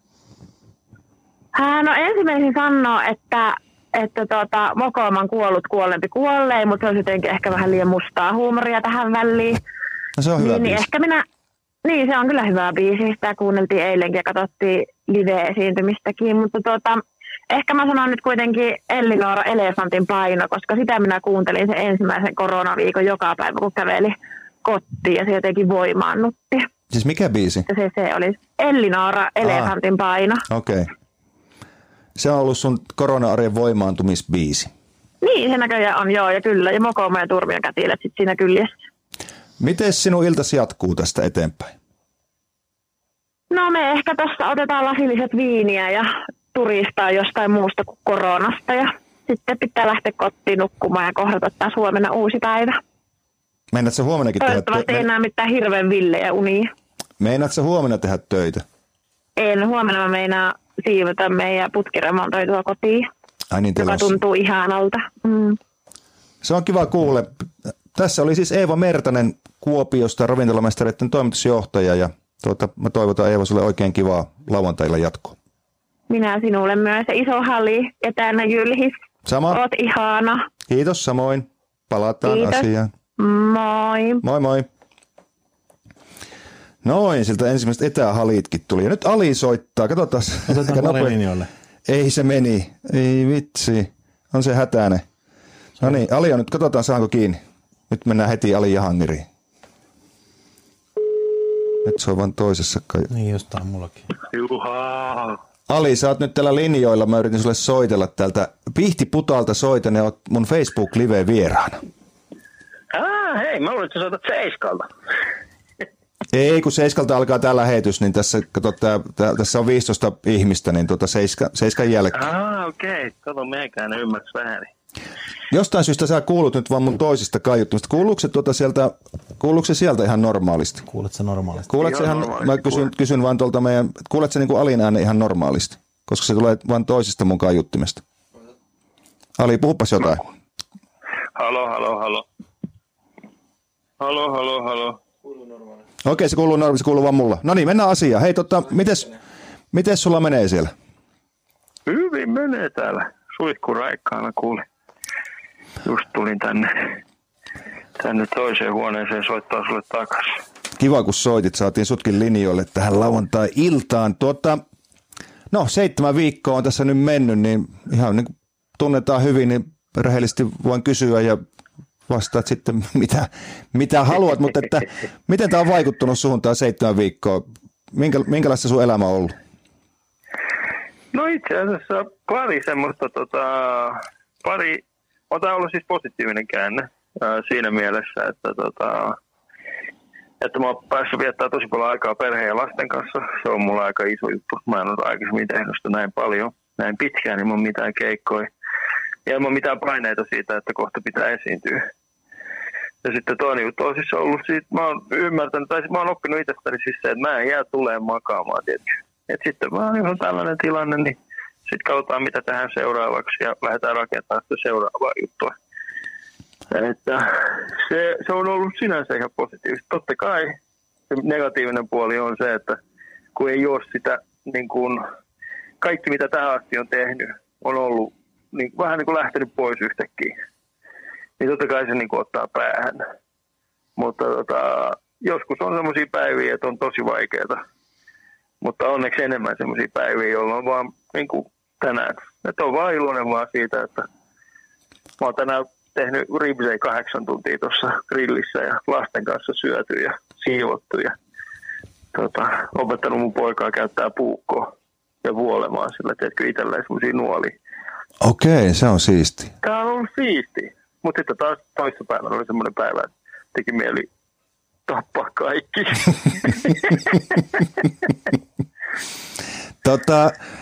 No ensimmäisenä sanoo, että Mokooman kuollut kuollempi kuolleen, mutta se on jotenkin ehkä vähän liian mustaa huumoria tähän väliin. No se on hyvä biisi. Niin, se on kyllä hyvä biisi. Sitä kuunneltiin eilenkin ja katsottiin live-esiintymistäkin, mutta ehkä mä sanon nyt kuitenkin Elli-Noora Elefantin paino, koska sitä minä kuuntelin sen ensimmäisen koronaviikon joka päivä, kun käveli kotiin ja se jotenkin voimaannutti. Siis mikä biisi? Se oli Elli-Noora Elefantin paino. Okei. Okay. Se on ollut sun korona-arjen voimaantumisbiisi. Niin, se näköjään on, joo, ja kyllä. Ja Mokooma ja Turmion kätilät sitten siinä kyljessä. Miten sinun iltasi jatkuu tästä eteenpäin? No me ehkä tuossa otetaan lasilliset viiniä ja turistaa jostain muusta kuin koronasta. Ja sitten pitää lähteä kotiin nukkumaan ja kohdata taas huomenna uusi päivä. Meinaatko huomennakin tehdä töitä? Toivottavasti ei enää mitään hirveän villejä unia. Meinaatko huomenna tehdä töitä? En, huomenna mä meinaan siivota meidän putkiremontoitua kotiin, joka tuntuu ihanalta. Se on kiva kuulla. Tässä oli siis Eeva Mertanen Kuopiosta, ravintolamestareiden toimitusjohtaja, ja mä toivotan Eeva sulle oikein kivaa lauantailla jatkoa. Minä sinulle myös, iso halli etänä Jylhis. Sama. Oot ihana. Kiitos samoin. Palataan asiaan. Moi. Moi moi. Noin, siltä ensimmäiset etähalitkin tuli. Ja nyt Ali soittaa. Katsotaan. Otetaan linjoille. Ei se meni. Ei vitsi. On se hätäinen. No niin, Ali on nyt. Katsotaan saanko kiinni. Nyt mennään heti Ali ja Hangeriin. Nyt se on vaan toisessa. Niin, jostain mullakin. Juha. Ali, sä oot nyt tällä linjoilla. Mä yritin sulle soitella täältä Pihtiputalta soitan ja oot mun Facebook-liveen vieraana. Hei, mä luulen, että sä soitat Seiskalta. Ei, kun Seiskalta alkaa tää lähetys, niin tässä, tässä on 15 ihmistä, niin Seiskan jälkeen. Okei. Kato, meikään ne ymmärrys vähän. Jostain syystä sä kuulut nyt vaan mun toisista kaiuttimista. Kuuluuko se sieltä ihan normaalisti? Kuuletko se normaalisti? Kuuletko ihan, mä kysyn vaan tuolta kuuletko se niin kuin Alin äänen ihan normaalisti? Koska se tulee vaan toisista mun kaiuttimesta. Ali, puhupas jotain. Halo. Okei, se kuuluu normaalisti, se kuuluu vaan mulla. No niin, mennään asiaan. Hei, mites sulla menee siellä? Hyvin menee täällä. Suihkuraikkaana kuulin. Just tulin tänne toiseen huoneeseen soittaa sulle takaisin. Kiva, kun soitit. Saatiin sutkin linjoille tähän lauantai-iltaan. 7 viikkoa on tässä nyt mennyt, niin ihan niin kuin tunnetaan hyvin, niin rehellisesti voin kysyä ja vastaat sitten mitä haluat, mutta että, miten tämä on vaikuttanut suhun tämä 7 viikkoa? Minkälaista sun elämä on ollut? No itse asiassa pari semmoista, on tämä ollut siis positiivinen käänne siinä mielessä, että mä oon päässyt viettää tosi paljon aikaa perheen ja lasten kanssa. Se on mulla aika iso juttu. Mä en ole aikaisemmin tehnyt sitä näin paljon, näin pitkään, niin mä oon mitään keikkoja. Ja en ole mitään paineita siitä, että kohta pitää esiintyä. Ja sitten toinen juttu on siis ollut siitä, mä oon ymmärtänyt, tai mä oon oppinut itsestäni siis se, että mä en jää tuleen makaamaan, tietysti. Että sitten vaan on tällainen tilanne, niin sitten katsotaan mitä tähän seuraavaksi ja lähdetään rakentamaan sitä seuraavaa juttua. Että se on ollut sinänsä ihan positiivista. Totta kai se negatiivinen puoli on se, että kun ei ole sitä, niin kuin, kaikki mitä tähän asti on tehnyt, on ollut niin, vähän niin kuin lähtenyt pois yhtäkkiä. Niin totta kai se niin kuin ottaa päähän. Mutta joskus on semmoisia päiviä, että on tosi vaikeaa. Mutta onneksi enemmän semmoisia päiviä, jolloin on vaan niin kuin tänään. Että on vaan iloinen vaan siitä, että mä oon tänään tehnyt ribsejä 8 tuntia tuossa grillissä ja lasten kanssa syöty ja siivottu ja opettanut mun poikaa käyttää puukkoa ja vuolemaan sillä, teetkö itselleen semmoisia nuolia. Okei, se on siisti. Tää on ollut siisti. Mutta sitten taas toissapäivänä oli semmoinen päivä, että teki mieli tappaa kaikki.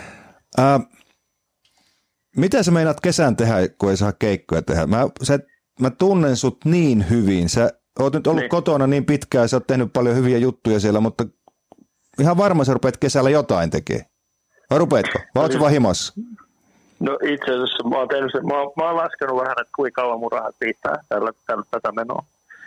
Mitä sä meinaat kesän tehdä, kun ei saa keikkoja tehdä? mä tunnen sut niin hyvin. Sä oot nyt ollut kotona niin pitkään ja sä oot tehnyt paljon hyviä juttuja siellä, mutta ihan varmaan sä rupeat kesällä jotain tekemään. Vai rupeatko? Vai ootko vaan himassa? No itse asiassa mä oon laskenut vähän, että kuinka kauan mun rahat riittää tätä menoa.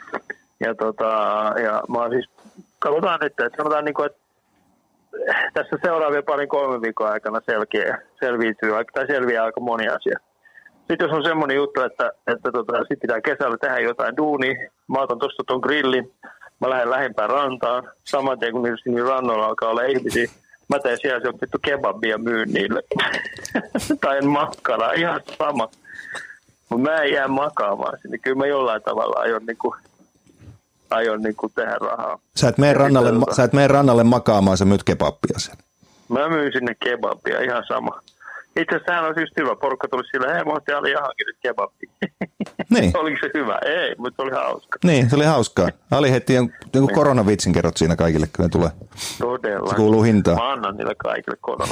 Ja mä oon siis, katsotaan nyt, että sanotaan niin kuin, että tässä seuraavien 2-3 viikon aikana selviää aika moni asia. Sitten jos on semmoinen juttu, että sit pitää kesällä tehdä jotain duunia, mä otan tuosta ton grillin, mä lähden lähempään rantaan, saman tien kun niillä rannoilla alkaa olla ihmisiä, mä teen siellä se on vittu kebabia myyn niille. Tai makkaraa, ihan sama. Mutta mä en jää makaamaan sinne. Kyllä mä jollain tavalla aion tehdä rahaa. Sä et mene rannalle makaamaan, sä myyt kebabia sen. Mä myyn sinne kebabia, ihan sama. Itse asiassa sehän on siis hyvä. Porukka tuli sillä, hei, mä otin Ali Jahankin nyt kebabia. Niin. Oliko se hyvä? Ei, mutta se oli hauska. Niin, se oli hauskaa. Ali heitti jonkun koronavitsin kerrot siinä kaikille, kun ne tulee. Todella. Se kuuluu hintaan. Mä annan niille kaikille korona.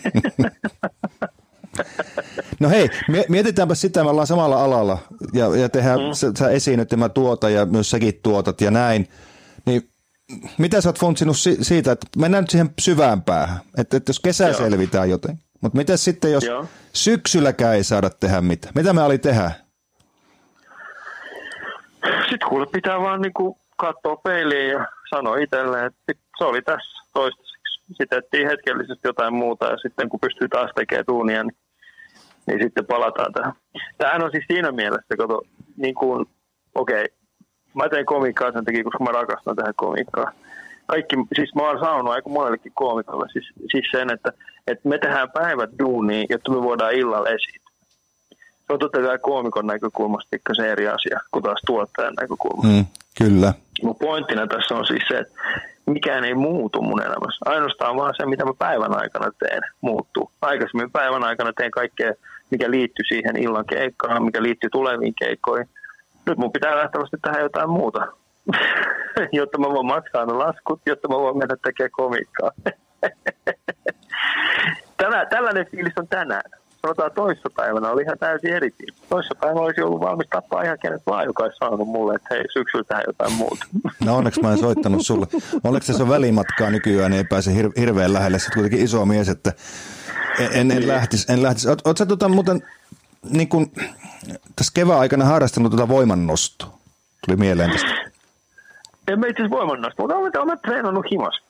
No hei, mietitäänpä sitä, me ollaan samalla alalla ja tehdään, sä esiinnyt ja mä tuotan ja myös säkin tuotat ja näin. Niin mitä sä oot funtsinut siitä, että mennään nyt siihen syvään päähän, että jos kesä selvitään joten. Mutta mitä sitten, jos syksylläkään ei saada tehdä mitään? Mitä me oli tehdä? Sitten kuule pitää vaan niinku katsoa peiliin ja sanoa itselleen, että se oli tässä toistaiseksi. Sitten etsii hetkellisesti jotain muuta ja sitten kun pystyy taas tekemään duunia, niin sitten palataan tähän. Tämähän on siis siinä mielessä, kato, niin kuin, mä teen komiikkaa sen takia, koska mä rakastan tehdä komiikkaa. Kaikki, siis mä oon saanut aika monellekin koomikolle siis sen, että me tehdään päivät duunia, jotta me voidaan illalla esiintyä. Se on totta kai koomikon näkökulmasta pikkasen eri asia kuin taas tuottajan näkökulmasta. Kyllä. Mun pointtina tässä on siis se, että mikään ei muutu mun elämässä. Ainoastaan vaan se, mitä mä päivän aikana teen, muuttuu. Aikaisemmin päivän aikana teen kaikkea, mikä liittyy siihen illan keikkaan, mikä liittyy tuleviin keikkoihin. Nyt mun pitää lähtevästi tehdä jotain muuta, jotta mä voin maksaa ne laskut, jotta mä voin mennä tekemään komiikkaa. Tällainen fiilis on tänään. Sanotaan toissapäivänä oli ihan täysin eri fiilis. Toissapäivänä olisi ollut valmis tappaa ihan kenet vaan, joka olisi sanonut mulle, että hei, syksyllä tehdään jotain muuta. No onneksi mä en soittanut sulle. Onneksi se on välimatkaa nykyään, niin ei pääse hirveän lähelle. Sitten kuitenkin iso mies, että en lähtisi. Oletko sä muuten niin kun, tässä kevään aikana harrastanut voimannostoa? Tuli mieleen tästä. En mä itse asiassa voimannostoa, mutta olen treenannut himassa.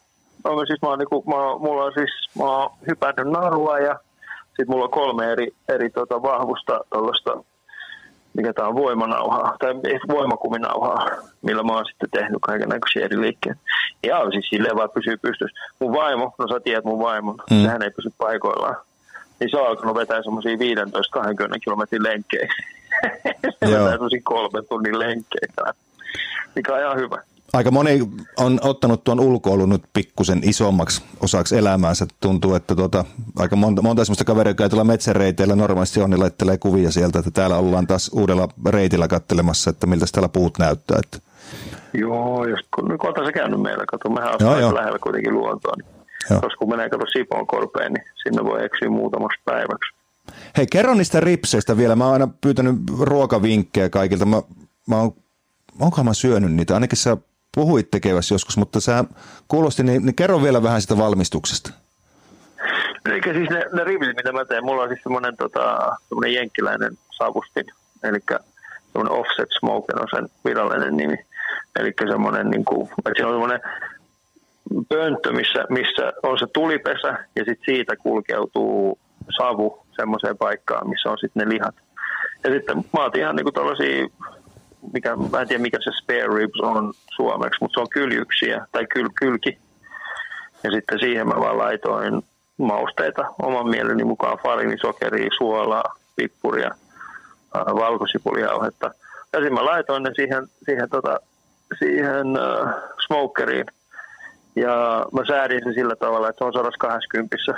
Mä oon hypännyt narua ja sitten mulla on 3 eri vahvusta tuollaista, mikä tää on voimanauhaa, tai voimakuminauhaa, millä mä oon sitten tehnyt kaikennäköisiä eri liikkeitä. Ja siis silleen vaan pysyy pystyssä. Mun vaimo, no sä tiedät mun vaimon, sehän ei pysy paikoillaan. Niin se on alkanut vetää semmosia 15-20 kilometrin lenkkejä. Se vetää semmosia 3 tunnin lenkkejä, mikä on ihan hyvä. Aika moni on ottanut tuon ulkoilun nyt pikkusen isommaksi osaksi elämäänsä. Tuntuu, että aika monta semmoista kaveria, joka ei tulla metsäreiteillä normaalisti on, niin laittelee kuvia sieltä, että täällä ollaan taas uudella reitillä kattelemassa, että miltä täällä puut näyttää. Että. Joo, just kun kohta sä käynyt meillä, kato, mehän on aika lähellä kuitenkin luontoa. Niin koska kun menee kato Sipoon korpeen, niin sinne voi eksyä muutamaksi päiväksi. Hei, kerro niistä ripseistä vielä. Mä oon aina pyytänyt ruokavinkkejä kaikilta. Onkohan mä syönyt niitä? Ainakin sä puhuit tekevässä joskus, mutta sä kuulosti, niin kerro vielä vähän sitä valmistuksesta. Eli siis ne ripsit, mitä mä teen, mulla on siis semmoinen jenkkiläinen savustin, eli semmoinen offset smoke on sen virallinen nimi. Eli semmoinen, niin kuin, että siinä on semmoinen pönttö, missä on se tulipesä, ja sitten siitä kulkeutuu savu semmoiseen paikkaan, missä on sitten ne lihat. Ja sitten mä otin ihan niinku tollasia, mä en tiedä mikä se spare ribs on suomeksi, mutta se on kyljyksiä, tai kylki. Ja sitten siihen mä vaan laitoin mausteita oman mieleni mukaan, farinisokeria, suolaa, pippuria, valkosipulijauhetta. Ja sitten mä laitoin ne siihen smokeriin. Ja mä säädin se sillä tavalla, että se on 120, 115-125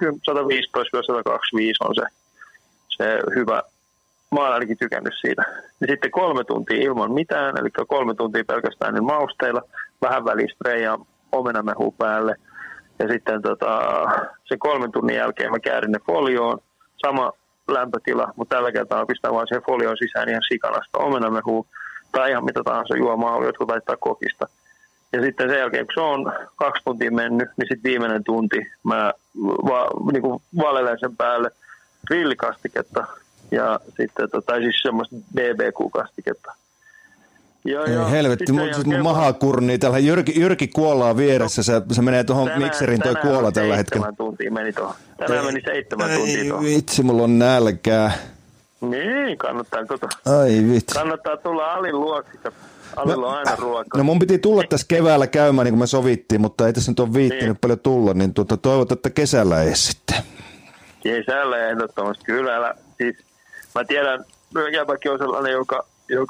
on se hyvä. Mä oon ainakin tykännyt siitä. Ja sitten 3 tuntia ilman mitään, eli 3 tuntia pelkästään niin mausteilla, vähän välispreijaa omenamehua päälle. Ja sitten sen 3 tunnin jälkeen mä käärin ne folioon. lämpötila, mutta tällä kertaa mä pistän vaan siihen folioon sisään ihan sikanasta omenamehua tai ihan mitä tahansa juomaa, jotkut laittaa kokista. Ja sitten sen jälkeen, kun se on 2 tuntia mennyt, niin sitten viimeinen tunti mä niinku valelen sen päälle grillikastiketta ja sitten tai siis semmoista BBQ-kastiketta. Ei helvetti, mun maha kurnii. Täällä Jyrki kuolaa vieressä. Se menee tuohon mikseriin toi kuola tällä hetkellä. 7 tuntia meni tuohon. Tänään meni 7 tuntia tuohon. Vitsi, mulla on nälkää. Niin, kannattaa Ai vitsi. Kannattaa tulla Alin luoksi. Alilla on aina ruokaa. No mun piti tulla tässä keväällä käymään, niin kuin me sovittiin, mutta ei tässä nyt ole viittinyt paljon tulla, niin toivotaan, että kesällä ei sitten. Kesällä ehdottomasti. Kyllä, siis mä tiedän, Jäbäkin on sellainen, joka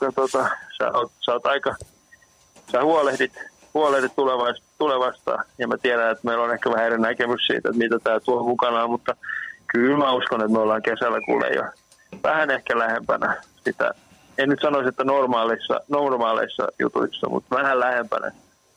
sä huolehdit tulevasta, ja mä tiedän, että meillä on ehkä vähän eri näkemys siitä, että mitä tää tuo mukanaan, mutta kyllä mä uskon, että me ollaan kesällä kuule jo vähän ehkä lähempänä sitä. En nyt sanoisi, että normaaleissa jutuissa, mutta vähän lähempänä.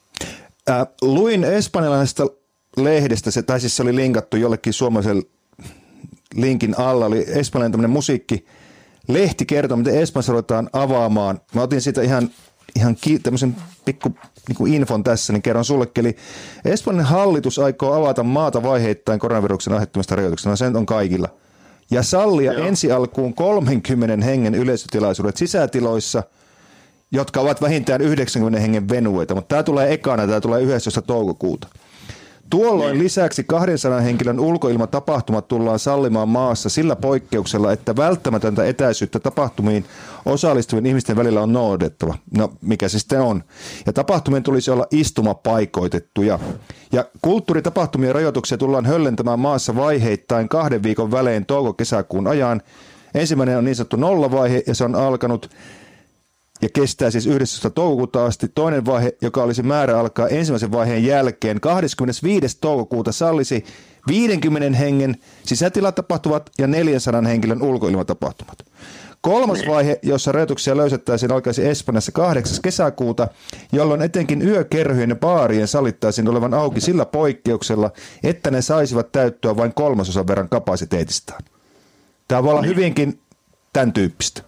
Luin espanjalaisesta lehdestä, tai siis se oli linkattu jollekin suomalaisen linkin alla, oli espanjalainen tämmöinen musiikkilehti kertoo, miten Espanjassa ruvetaan avaamaan. Mä otin siitä ihan tämmöisen pikku niin infon tässä, niin kerron sullekin. Eli Espanjan hallitus aikoo avata maata vaiheittain koronaviruksen aiheuttamista rajoituksena, sen on kaikilla. Ja sallia ensi alkuun 30 hengen yleisötilaisuudet sisätiloissa, jotka ovat vähintään 90 hengen venueita. Mutta tämä tulee ekana, tämä tulee 11. toukokuuta. Tuolloin lisäksi 200 henkilön ulkoilmatapahtumat tullaan sallimaan maassa sillä poikkeuksella, että välttämätöntä etäisyyttä tapahtumiin osallistuvien ihmisten välillä on noudatettava. No, mikä se sitten on? Ja tapahtumien tulisi olla istumapaikoitettuja. Ja kulttuuritapahtumien rajoituksia tullaan höllentämään maassa vaiheittain 2 viikon välein touko-kesäkuun ajan. Ensimmäinen on niin sanottu nollavaihe ja se on alkanut ja kestää siis 11. toukokuuta asti. Toinen vaihe, joka olisi määrä alkaa ensimmäisen vaiheen jälkeen, 25. toukokuuta sallisi 50 hengen sisätilatapahtumat ja 400 henkilön ulkoilmatapahtumat. Kolmas vaihe, jossa rajoituksia löysettäisiin, alkaisi Espanjassa 8. kesäkuuta, jolloin etenkin yökerhojen ja baarien sallittaisiin olevan auki sillä poikkeuksella, että ne saisivat täyttyä vain 3/3 verran kapasiteetistaan. Tämä voi olla hyvinkin tämän tyyppistä.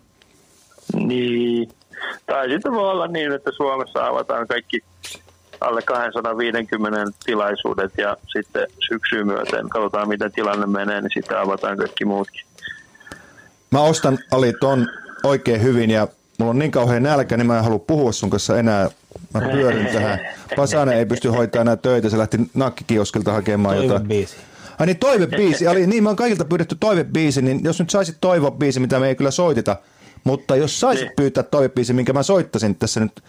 Niin. Tai sitten voi olla niin, että Suomessa avataan kaikki alle 250 tilaisuudet ja sitten syksyyn myöten katsotaan, miten tilanne menee, niin sitten avataan kaikki muutkin. Mä ostan, Ali, ton oikein hyvin ja mulla on niin kauhean nälkä, niin mä en halua puhua sun kanssa enää. Mä pyörin tähän. Pasane ei pysty hoitamaan enää töitä, se lähti nakkikioskilta hakemaan jotain. Toivebiisi. Ai niin, toivebiisi. Ali, niin mä oon kaikilta pyydetty toivebiisi, niin jos nyt saisit toivoa biisi, mitä me ei kyllä soiteta, mutta jos saisit pyytää toivebiisi, minkä mä soittasin tässä nyt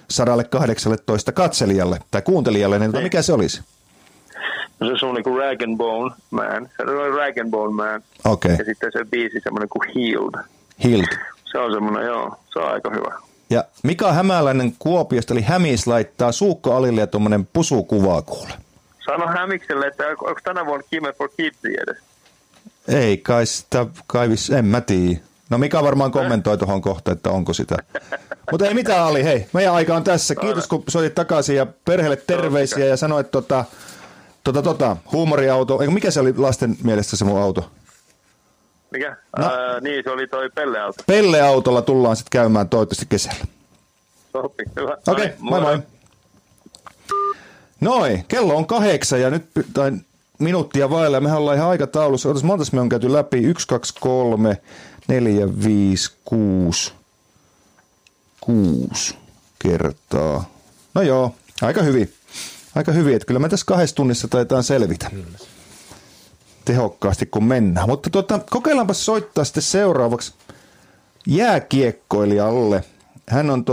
118 katselijalle tai kuuntelijalle, niin mikä se olisi? No se on niinku Rag and Bone Man. Se on Rag and Bone Man. Okei. Ja sitten se biisi semmoinen kuin Healed. Healed. Se on semmoinen, joo. Se on aika hyvä. Ja Mika Hämäläinen Kuopiosta, eli Hämis, laittaa Suukko Alille ja tuommoinen pusukuvaa kuule. Sano Hämikselle, että onko tänä vuonna Kime for Kids edes? Ei kai sitä, en mä tiedä. No Mika varmaan kommentoi tuohon kohtaan, että onko sitä. Mutta ei mitään, Ali, hei, meidän aika on tässä. Kiitos kun soitit takaisin ja perheelle terveisiä ja sanoit huumoriauto. Mikä se oli lasten mielestä se mun auto? Mikä? No. Niin, se oli toi Pelle-auto. Pelle-autolla tullaan sitten käymään toivottavasti kesällä. Sopii, hyvä. Okei, moi moi. Noin, kello on 8 ja nyt minuuttia vailla. Mehän ollaan ihan aikataulussa. Otas, montas me on käyty läpi? 1, 2, 3, 4, 5, 6 kertaa. No joo, aika hyvin. Aika hyvin, että kyllä me tässä 2 tunnissa taitaan selvitä. Tehokkaasti kun mennään. Mutta kokeillaanpa soittaa sitten seuraavaksi jääkiekkoilijalle. Hän on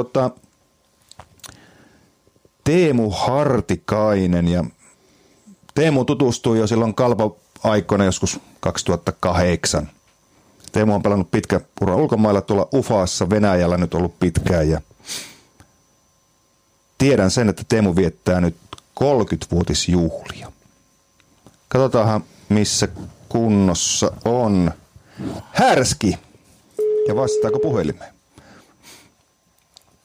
Teemu Hartikainen ja Teemu tutustui jo silloin Kalpa-aikoina joskus 2008. Teemu on pelannut pitkä ura ulkomailla tuolla UFAssa Venäjällä nyt ollut pitkään ja tiedän sen, että Teemu viettää nyt 30-vuotisjuhlia. Katsotaanhan missä kunnossa on Härski ja vastaako puhelimeen.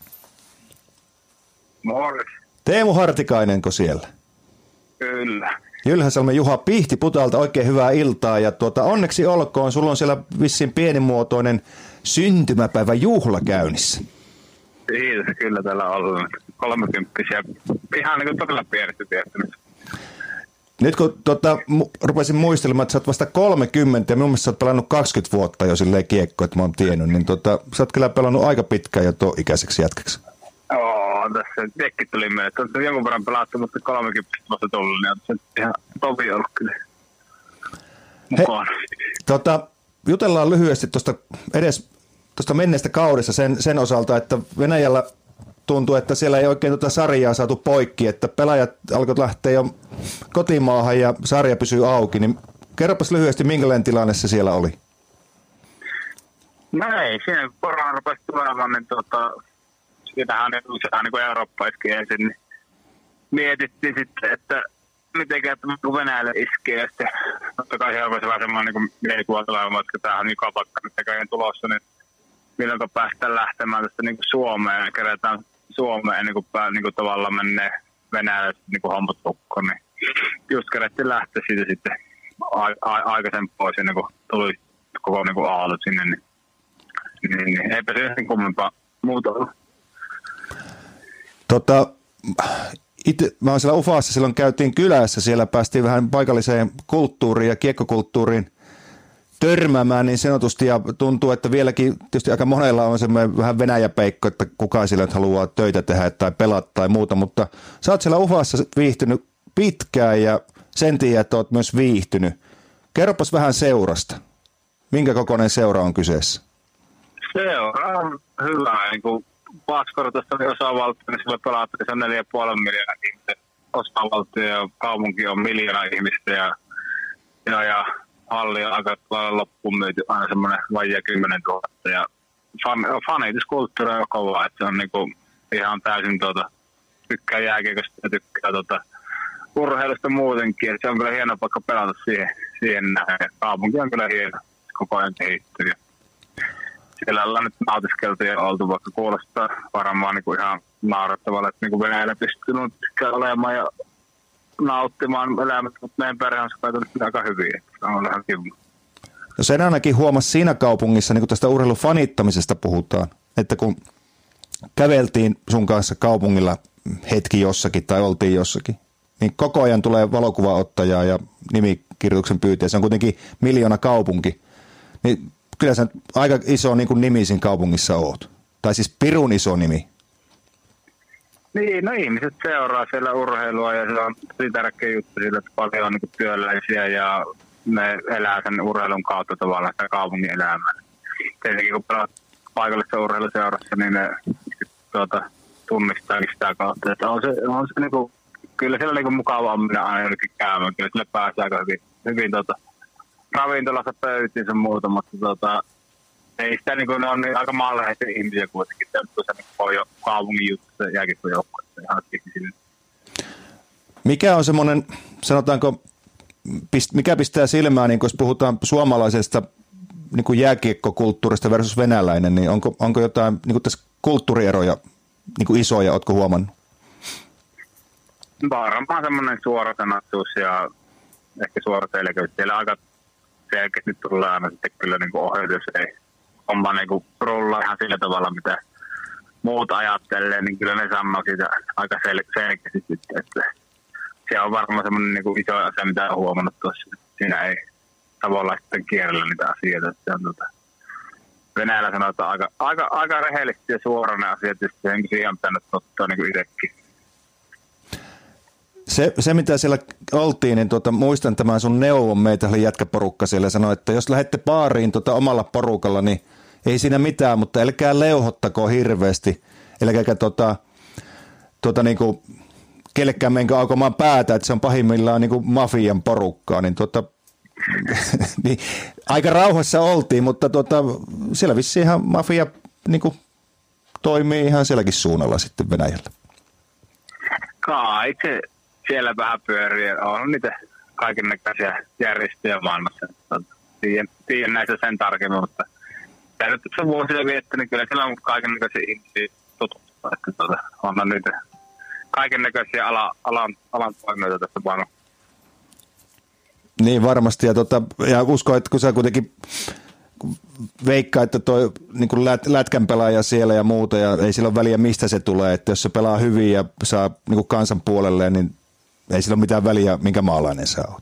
Morjens. Teemu Hartikainenko siellä? Kyllä. Ylhäsalmen Juha Pihtiputalta oikein hyvää iltaa ja onneksi olkoon, sulla on siellä vissiin pienimuotoinen syntymäpäivän juhla käynnissä. Kiitos, kyllä täällä ollaan 30 ihan niin kuin todella pienesti tietysti. Nyt kun rupesin muistelemaan, että sä oot vasta 30 ja minun mielestä sä oot pelannut 20 vuotta jo silleen kiekko, että mä oon tiennyt, niin sä oot kyllä pelannut aika pitkään jo tuon ikäiseksi jätkäksi. Tässä tekki tuli meille. On jonkun verran pelattu, mutta 30 vasta tullut, niin on se ihan tovi ollut kyllä mukaan. Jutellaan lyhyesti tuosta menneestä kaudesta sen osalta, että Venäjällä tuntuu, että siellä ei oikein sarjaa saatu poikki, että pelaajat alkoivat lähteä jo kotimaahan ja sarja pysyy auki, niin kerropas lyhyesti, minkälainen tilanne se siellä oli? No ei, siinä korona rupesi tulemaan, niin siitähän niin kuin eurooppaiskin ensin, niin mietittiin sitten, että mitenkä Venäjälle iskee, ja sitten totta kai siellä olisi vähän semmoinen niin mielikuva tulemaan, että tämähän on niin kapakka nyt tekään tulossa, niin milloinko päästään lähtemään tästä niin kuin Suomeen ja kerätään Suomeen ennen kuin tavallaan menee Venäjälle niin kuin hommat lukkoon, niin just kerättiin lähteä siitä sitten aikaisemmin pois ennen kuin tuli koko niin kuin aallot sinne, niin eipä se niin kummempaa muuta ollut. Mä oon siellä Ufassa, silloin käytiin kylässä, siellä päästiin vähän paikalliseen kulttuuriin ja kiekkokulttuuriin törmäämään niin sanotusti, ja tuntuu, että vieläkin tietysti aika monella on semmoinen vähän venäjäpeikko, että kukaan sillä nyt haluaa töitä tehdä tai pelata tai muuta, mutta sä oot siellä Ufassa viihtynyt pitkään ja sen tiedät, että oot myös viihtynyt. Kerropas vähän seurasta. Minkä kokoinen seura on kyseessä? Seura on hyvä, niin kuin Vaaskortosta oli osavaltio, niin sillä pelattiin, se on 4,5 miljoonaa ihmistä. Osavaltio ja kaupunki on 1 miljoonaa ihmistä ja halli on aika loppuun myyty aina semmoinen vajia 10 000. Ja fanituskulttuuri on kova, että se on niinku ihan täysin tykkää jääkiekosta ja tykkää urheilusta muutenkin. Et se on kyllä hieno paikka pelata siihen näin. Ja kaupunki on kyllä hieno, koko ajan kehittyy. Siellä ollaan nyt nautiskeltu ja oltu, vaikka kuulostaa varmaan niinku ihan naurettavalle, että niinku Venäjällä pystyy olemaan ja nauttimaan elämästä, mutta meidän perhe on skaitunut aika hyvin. Se on ihan kiva. No sen ainakin huomasi siinä kaupungissa, niin kun tästä urheilun fanittamisesta puhutaan, että kun käveltiin sun kanssa kaupungilla hetki jossakin tai oltiin jossakin, niin koko ajan tulee valokuvaottajaa ja nimikirjoituksen pyytäjä. Se on kuitenkin 1 miljoona kaupunki. Niin kyllä sä aika iso niin kuin nimi siinä kaupungissa oot. Tai siis pirun iso nimi. Niin, no ihmiset seuraa siellä urheilua ja se on tosi tärkeä juttu sillä, että paljon on niin työläisiä ja ne elää sen urheilun kautta tavallaan sitä kaupungin elämää. Tietenkin kun pelaat paikallisessa urheiluseurassa, niin ne tunnistaa sitä kautta. Että on se niin kuin, kyllä siellä on niin mukava mennä aina jonnekin käymään. Kyllä sille pääsee aika hyvin ravintolassa pöytiin sen muuta, mutta ei sitä niin kuin, ne on niin aika maanläheisiä ihmisiä kuitenkin. Se on tuossa niin kaupungin juttu, se jääkiekkojoukko. Ihan sille. Mikä on semmoinen, sanotaanko, mikä pistää silmään, niin jos puhutaan suomalaisesta niin kuin jääkiekkokulttuurista versus venäläinen, niin onko jotain niin kuin tässä kulttuurieroja niin kuin isoja, ootko huomannut? Varmaan semmoinen suorasanattuus ja ehkä suoraselkeys. Siellä aika selkeästi tullaan aina sitten kyllä niin kuin ohjelus, ei homma niin kuin rullaa ihan sillä tavalla, mitä muut ajattelee, niin kyllä ne sanoo siitä aika selkeästi sitten, että se on varmaan semmoinen niin kuin iso asia, mitä on huomannut tuossa. Siinä ei tavallaan sitten kierrellä niitä asioita. Se on Venäjällä sanotaan aika rehellisesti ja suoraan ne asiat, ja siihen siihen on pitänyt ottaa niin kuin itsekin. Se, mitä siellä oltiin, niin muistan tämän sun neuvon, meitä oli jätkäporukka siellä, sanoi, että jos lähdette baariin omalla porukalla, niin ei siinä mitään, mutta älkää leuhottako hirveästi, älkääkä niinku kellekään menkö aukomaan päätä, että se on pahimmillaan niinku mafian porukkaa, niin niin aika rauhassa oltiin, mutta siellä vissiin ihan mafia niinku toimii ihan sielläkin suunnalla sitten Venäjällä. Kai se siellä vähän pyörii, on niitä kaikennäköisiä järjestöjä maailmassa. Tiedän näistä sen tarkemmin, mutta tämä nyt tässä vuosina viettänyt, niin kyllä siellä on kaikennäköisiä ihmisiä tutustua, että on niitä kaikennäköisiä alan toimijoita tässä maailman Niin varmasti, ja uskon, että kun sä kuitenkin veikkaa, että toi niin kuin lätkän pelaaja siellä ja muuta, ja ei sillä ole väliä, mistä se tulee, että jos se pelaa hyvin ja saa niin kuin kansan puolelleen, niin ei sillä ole mitään väliä, minkä maalainen sä oot.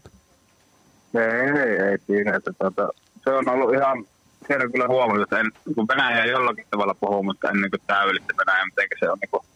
Ei siinä, että se on ollut ihan, siellä on kyllä huomannut, että kun Venäjä jollakin tavalla puhuu, mutta ennen kuin täydellistä Venäjä, miten se on niin kuin,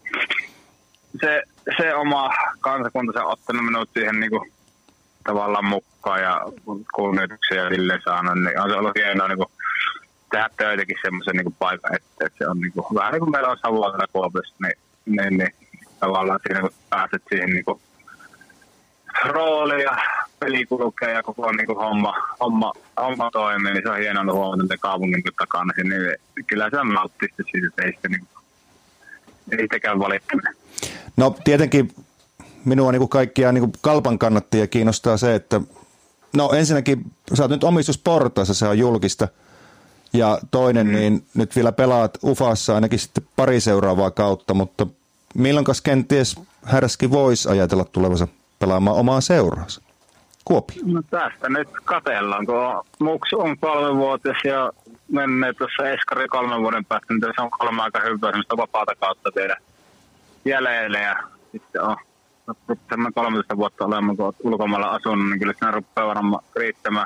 se oma kansakunta on ottanut minut siihen niin kuin, tavallaan mukaan ja kunnioituksia ja silleen saanut, niin on se ollut hienoa niin kuin, tehdä töitäkin semmoisen niin kuin paikan, että se on niin kuin, vähän niin kuin meillä on Savua täällä Kuopiossa, niin tavallaan siinä kun pääset siihen niin kuin, rooliin ja peli kulkee ja koko niin kuin, homma toimii, niin se on hienoa huomata, että kaupungin takana, niin kyllä se on nauttista siitä, että ei sitä niin kuin, ei sitäkään valittaminen. No tietenkin minua niin kuin kaikkia niin kuin Kalpan kannattajia kiinnostaa se, että no ensinnäkin sä oot nyt omistusportaassa, se on julkista. Ja toinen, niin nyt vielä pelaat UFAssa ainakin sitten pari seuraavaa kautta, mutta milloinkas kenties Härski voisi ajatella tulevansa pelaamaan omaa seuraansa? Kuopio. No tästä nyt katsellaan, kun Muksu on 3-vuotias ja menee tuossa Eskari 3 vuoden päästä, niin se on 3 aika hyvää semmoista vapaata kautta tehdä jäljelle ja sitten on 13 vuotta olemaan, kun olet ulkomailla asunut, niin kyllä siinä rupeaa varmaan riittämään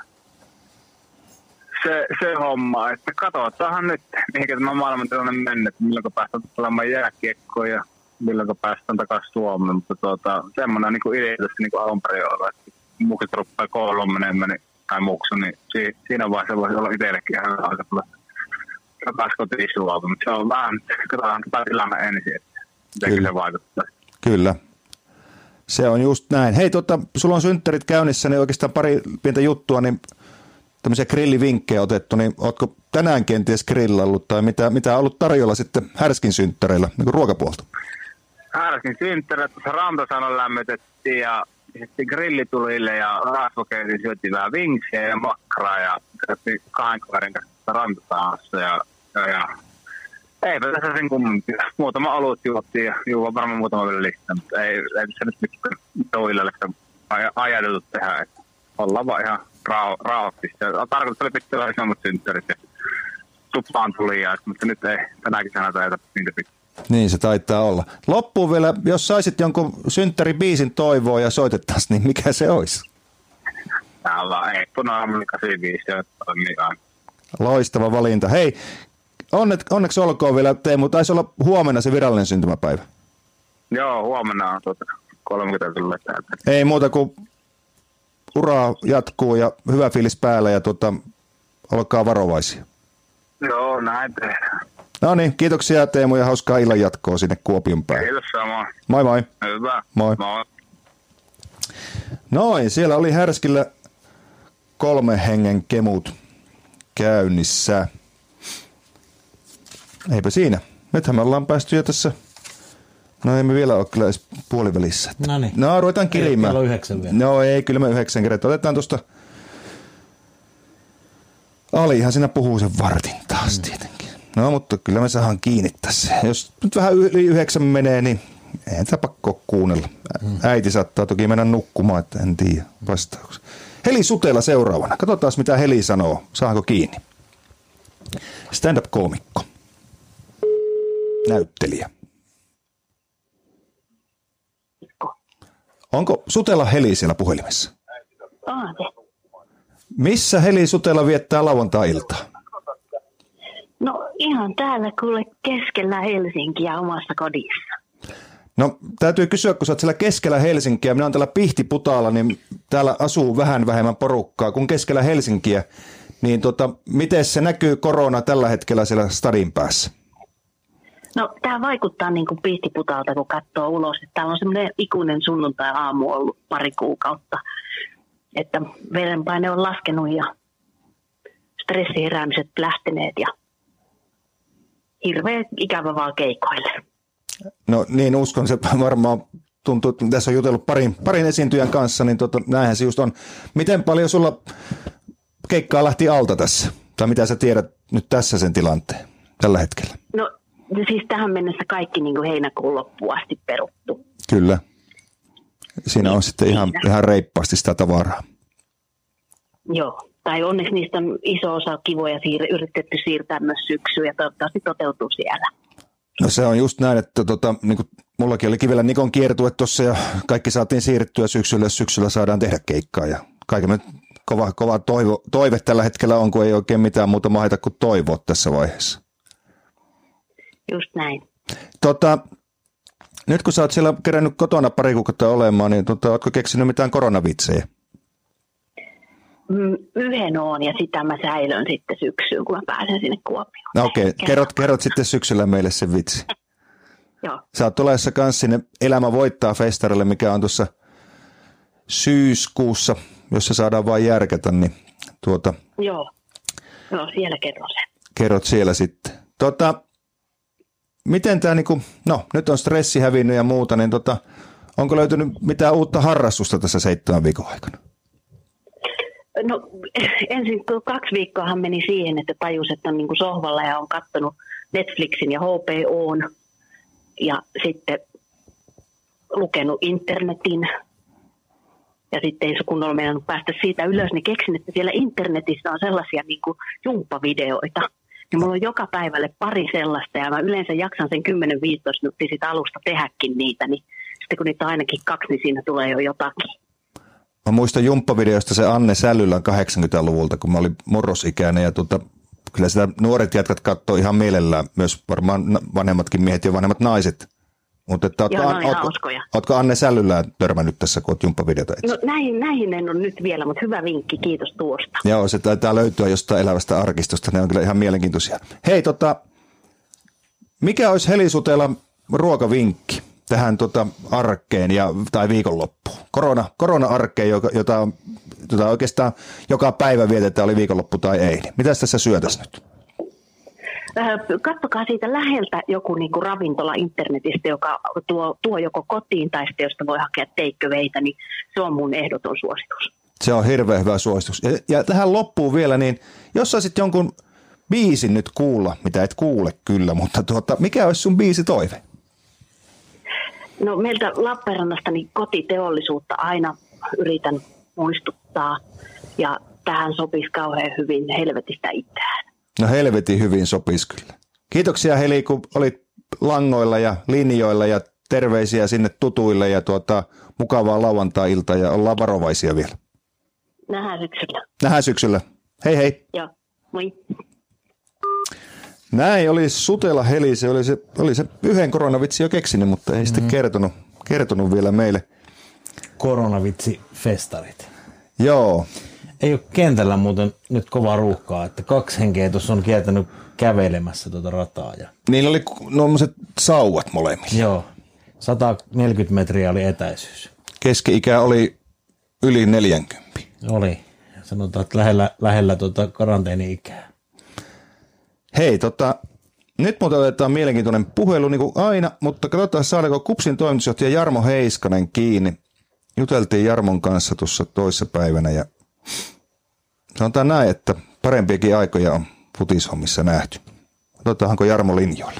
se homma, että katsotaanhan nyt, mihinkä tämä maailmantilanne mennä, että milloin päästään pelaamaan jääkiekkoa ja milloin päästään takaisin Suomeen, mutta semmoinen niin idea tässä niin alun perin olla, että Mukset rupeaa kouluun menemään, tai Muksu, niin siinä vaiheessa voisi olla itsellekin ihan aika tulla takaisin kotiin Suomeen, mutta se on vähän, katsotaan tätä tilanne ensin, että miten se vaikuttaa. Kyllä. Se on just näin. Hei, sulla on synttärit käynnissä, niin oikeastaan pari pientä juttua, niin tämmöisiä grillivinkkejä otettu, niin ootko tänään kenties grillannut tai mitä on ollut tarjolla sitten Härskin synttäreillä, niin kuin ruokapuolta? Härskin synttäreillä tuossa Rantasanon lämmitettiin ja sitten grillitulille ja rasvakeitin syötiin vähän vinksiä ja makraa ja käytiin 2 kaverin kanssa Rantasanossa ja eipä tässä sen kummempia. Muutama olut juottiin ja juo varmaan muutama vielä lisää, mutta ei se nyt mitään toilalle ajateltu tehdä, että ollaan vaan ihan rauhoittista. Tarkoitus oli pitää vähän isommat synttärit ja tupaan tuli, mutta nyt ei tänäkin sanata ajata niitä pitää. Niin se taitaa olla. Loppuun vielä, jos saisit jonkun synttäribiisin toivoa ja soitettaisiin, niin mikä se olisi? Täällä on Eippuna Aamuli 85 ja toimii aina. Loistava valinta. Hei, onneksi olkoon vielä Teemu. Taisi olla huomenna se virallinen syntymäpäivä. Joo, huomenna on 30 tulee täältä. Ei muuta kuin uraa jatkuu ja hyvä fiilis päällä ja olkaa varovaisia. Joo, näin tehdään. No niin, kiitoksia Teemu ja hauskaa illan jatkoa sinne Kuopion päin. Kiitos samoin. Moi moi. Hyvä. Moi. Moi. Noin, siellä oli Härskillä 3 hengen kemut käynnissä. Eipä siinä. Nythän me ollaan päästy jo tässä. No ei me vielä ole kyllä edes puolivälissä. No ruvetaan kirimään. Kello 9 vielä. No ei, kyllä me 9 kertaa. Otetaan tuosta. Alihan siinä puhuu sen vartin taas tietenkin. No mutta kyllä me saadaan kiinni tässä. Jos nyt vähän yli 9 menee, niin ei sitä pakko kuunnella. Äiti saattaa toki mennä nukkumaan, että en tiedä vastauksia. Heli Sutela seuraavana. Katsotaan mitä Heli sanoo. Saanko kiinni? Stand-up-koomikko. Näyttelijä. Onko Sutela Heli siellä puhelimessa? Missä Heli Sutela viettää lauantai-iltaa? No ihan täällä kuule keskellä Helsinkiä omassa kodissa. No täytyy kysyä, kun sä oot siellä keskellä Helsinkiä, minä oon täällä Pihtiputaalla, niin täällä asuu vähän vähemmän porukkaa kuin keskellä Helsinkiä. Niin miten se näkyy korona tällä hetkellä siellä stadin päässä? No tämä vaikuttaa niin kuin Pihtiputalta, kun katsoo ulos. Että täällä on semmoinen ikuinen sunnuntai-aamu ollut 2 kuukautta. Että verenpaine on laskenut ja stressiheräämiset lähteneet ja hirveän ikävä vaan keikoille. No niin, uskon se varmaan tuntuu, että tässä on jutellut parin esiintyjän kanssa, niin näinhän se just on. Miten paljon sulla keikkaa lähti alta tässä? Tai mitä sä tiedät nyt tässä sen tilanteen tällä hetkellä? No siis tähän mennessä kaikki niin kuin heinäkuun loppuun asti peruttu. Kyllä. Siinä on sitten ihan reippaasti sitä tavaraa. Joo, tai onneksi niistä on iso osa kivoja yritetty siirtää myös syksyyn ja toivottavasti toteutuu siellä. No se on just näin, että niin kuin mullakin oli Kivelän Nikon kiertue tuossa ja kaikki saatiin siirrettyä syksyllä, jos syksyllä saadaan tehdä keikkaa ja kaiken kova toive tällä hetkellä on, kun ei oikein mitään muuta maheta kuin toivoa tässä vaiheessa. Just näin. Nyt kun sä oot siellä kerännyt kotona pari kuukautta olemaan, niin ootko keksinyt mitään koronavitsejä? Yhden on ja sitä mä säilön sitten syksyyn, kun mä pääsen sinne Kuopioon. No okei, kerrot sitten syksyllä meille sen vitsi. Joo. Sä oot tulossa kanssa sinne Elämä voittaa -festarille, mikä on tuossa syyskuussa, jossa saadaan vain järkätä, niin Joo, siellä kerron sen. Kerrot siellä sitten. Miten tämä, nyt on stressi hävinnyt ja muuta, niin onko löytynyt mitään uutta harrastusta tässä 7 viikon aikana? No ensin 2 viikkoahan meni siihen, että tajus, että on niin kuin sohvalla ja on katsonut Netflixin ja HBOn ja sitten lukenut internetin. Ja sitten ei se kunnolla meinannut päästä siitä ylös, niin keksin, että siellä internetissä on sellaisia niin kuin jumppavideoita. Ja mulla on joka päivälle pari sellaista ja mä yleensä jaksan sen 10-15 minuuttia siitä alusta tehdäkin niitä, niin sitten kun niitä on ainakin 2, niin siinä tulee jo jotakin. Mä muistan jumppavideosta se Anne Sällylän 80-luvulta, kun mä olin murrosikäinen ja kyllä sitä nuoret jätkät katsoo ihan mielellään, myös varmaan vanhemmatkin miehet ja vanhemmat naiset. Mutta ootko Anne Sällylään törmännyt tässä, kun oot jumppavideota etsi? No näihin en ole nyt vielä, mutta hyvä vinkki, kiitos tuosta. Joo, se taitaa löytyä jostain elävästä arkistosta, ne on kyllä ihan mielenkiintoisia. Hei, mikä olisi Helisuteella ruokavinkki tähän arkeen tai viikonloppuun? Korona-arkeen, jota oikeastaan joka päivä vietetään, oli viikonloppu tai ei. Mitäs tässä syötäisi nyt? Katsokaa siitä läheltä joku niinku ravintola internetistä, joka tuo joko kotiin tai sitten josta voi hakea takeawayta, niin se on mun ehdoton suositus. Se on hirveän hyvä suositus. Ja tähän loppuun vielä, niin jos saisit jonkun biisin nyt kuulla, mitä et kuule kyllä, mutta mikä olisi sun biisitoive? No meiltä Lappeenrannasta niin kotiteollisuutta aina yritän muistuttaa ja tähän sopisi kauhean hyvin Helvetistä itseään. No helvetin hyvin sopisi kyllä. Kiitoksia Heli, kun olit langoilla ja linjoilla ja terveisiä sinne tutuille ja mukavaa lauantai-iltaa ja ollaan varovaisia vielä. Nähdään syksyllä. Hei hei. Joo, moi. Näin oli Sutela Heli, se oli se yhden koronavitsi jo keksinyt, mutta ei sitten kertonut vielä meille. Koronavitsi-festarit. Joo. Ei ole kentällä muuten nyt kova ruuhkaa, että 2 henkeä tuossa on kiertänyt kävelemässä tuota rataa. Ja... Niillä oli nuommoiset sauvat molemmilla. Joo, 140 metriä oli etäisyys. Keski-ikä oli yli 40. Oli, sanotaan, että lähellä karanteeni-ikää. Hei, nyt muuten otetaan mielenkiintoinen puhelu niin kuin aina, mutta katsotaan saadaanko KuPSin toimitusjohtaja Jarmo Heiskanen kiinni. Juteltiin Jarmon kanssa tuossa toissapäivänä ja sanotaan näin, että parempiakin aikoja on futishommissa nähty. Otetaanko Jarmo linjoilla?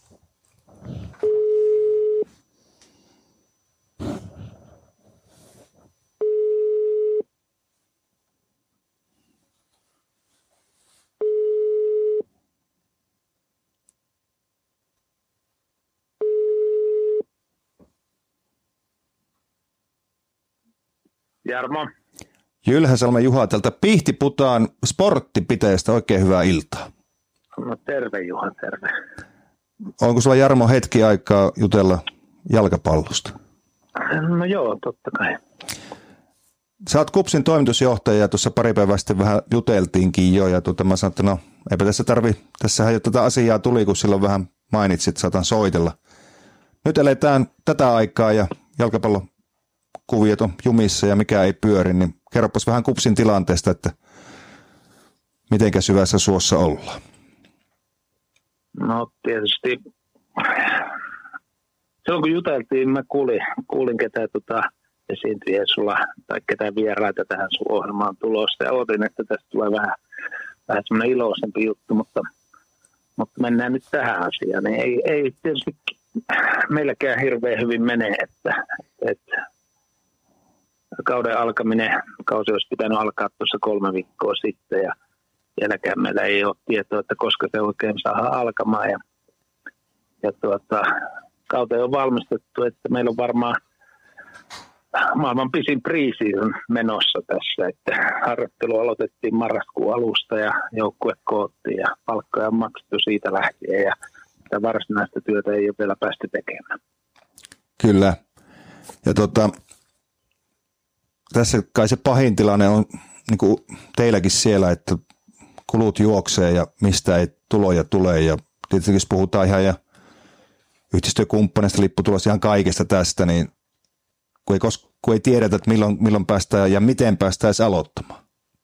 Jarmo. Jylhäsalmen Juha tältä Pihtiputaan sporttipiteestä, oikein hyvää iltaa. No terve Juha, terve. Onko sulla Jarmo hetki aikaa jutella jalkapallosta? No joo, totta kai. Sä oot KuPSin toimitusjohtaja ja tuossa pari päivää sitten vähän juteltiinkin jo ja mä sanoin, että no eipä tässä tässähän jo tätä asiaa tuli, kun silloin vähän mainitsit, saatan soitella. Nyt eletään tätä aikaa ja jalkapallokuviot on jumissa ja mikä ei pyöri, niin kerropas vähän KuPSin tilanteesta, että mitenkä syvässä suossa ollaan. No tietysti silloin kun juteltiin, mä kuulin ketä esiintyjä sulla tai ketä vieraita tähän sun ohjelmaan tulosta ja odotin, että tästä tulee vähän semmoinen iloisempi juttu, mutta mennään nyt tähän asiaan. Niin ei tietysti meilläkään hirveän hyvin mene, että kauden alkaminen, kausi olisi pitänyt alkaa tuossa 3 viikkoa sitten ja vieläkään meillä ei ole tietoa, että koska se oikein saadaan alkamaan. Ja kauteen on valmistettu, että meillä on varmaan maailman pisin pre-season menossa tässä, että harjoittelu aloitettiin marraskuun alusta ja joukkue koottiin ja palkkoja on maksettu siitä lähtien ja sitä varsinaista työtä ei ole vielä päästy tekemään. Kyllä. Ja tässä kai se pahin tilanne on niin kuin teilläkin siellä, että kulut juoksee ja mistä ei tuloja tule ja tietysti jos puhutaan ihan ja yhteistyökumppaneista, lipputulosta ihan kaikesta tästä, niin kun ei tiedetä, että milloin päästään ja miten päästään edes aloittamaan.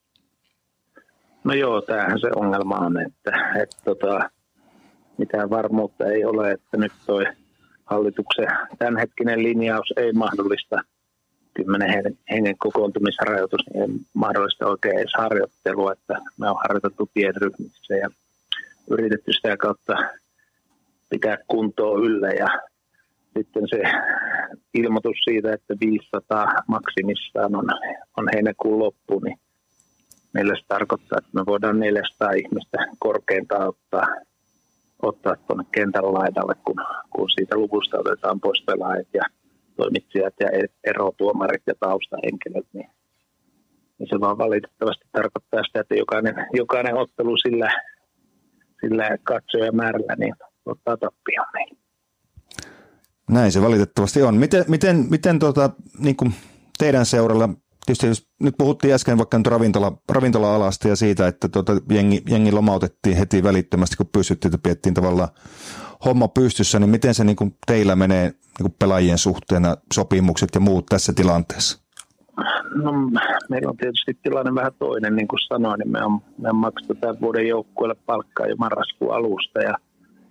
No joo, tämähän se ongelma on, että mitään varmuutta ei ole, että nyt toi hallituksen tämänhetkinen linjaus ei mahdollista 10 hengen kokoontumisrajoitus, niin ei mahdollista oikein edes harjoittelua, että me on harjoitettu pienryhmissä ja yritetty sitä kautta pitää kuntoa yllä ja sitten se ilmoitus siitä, että 500 maksimissaan on heinäkuun loppu, niin meille se tarkoittaa, että me voidaan 400 ihmistä korkeintaan ottaa tuonne kentän laidalle, kun siitä luvusta otetaan pois pelaajat ja toimitsijat ja erotuomarit ja taustahenkilöt, niin se vaan valitettavasti tarkoittaa sitä, että jokainen ottelu sillä katsojamäärällä niin ottaa tappioon meille. Näin se valitettavasti on. Miten niin kuin teidän seuralla, tietysti jos nyt puhuttiin äsken vaikka nyt ravintola-alasta ja siitä, että jengi lomautettiin heti välittömästi, kun pystyttiin, että piettiin tavallaan homma pystyssä, niin miten se niin kuin teillä menee niin kuin pelaajien suhteen, sopimukset ja muut tässä tilanteessa? No, meillä on tietysti tilanne vähän toinen, niin kuin sanoin, niin me on maksettu tämän vuoden joukkueelle palkkaa jo marraskuun alusta ja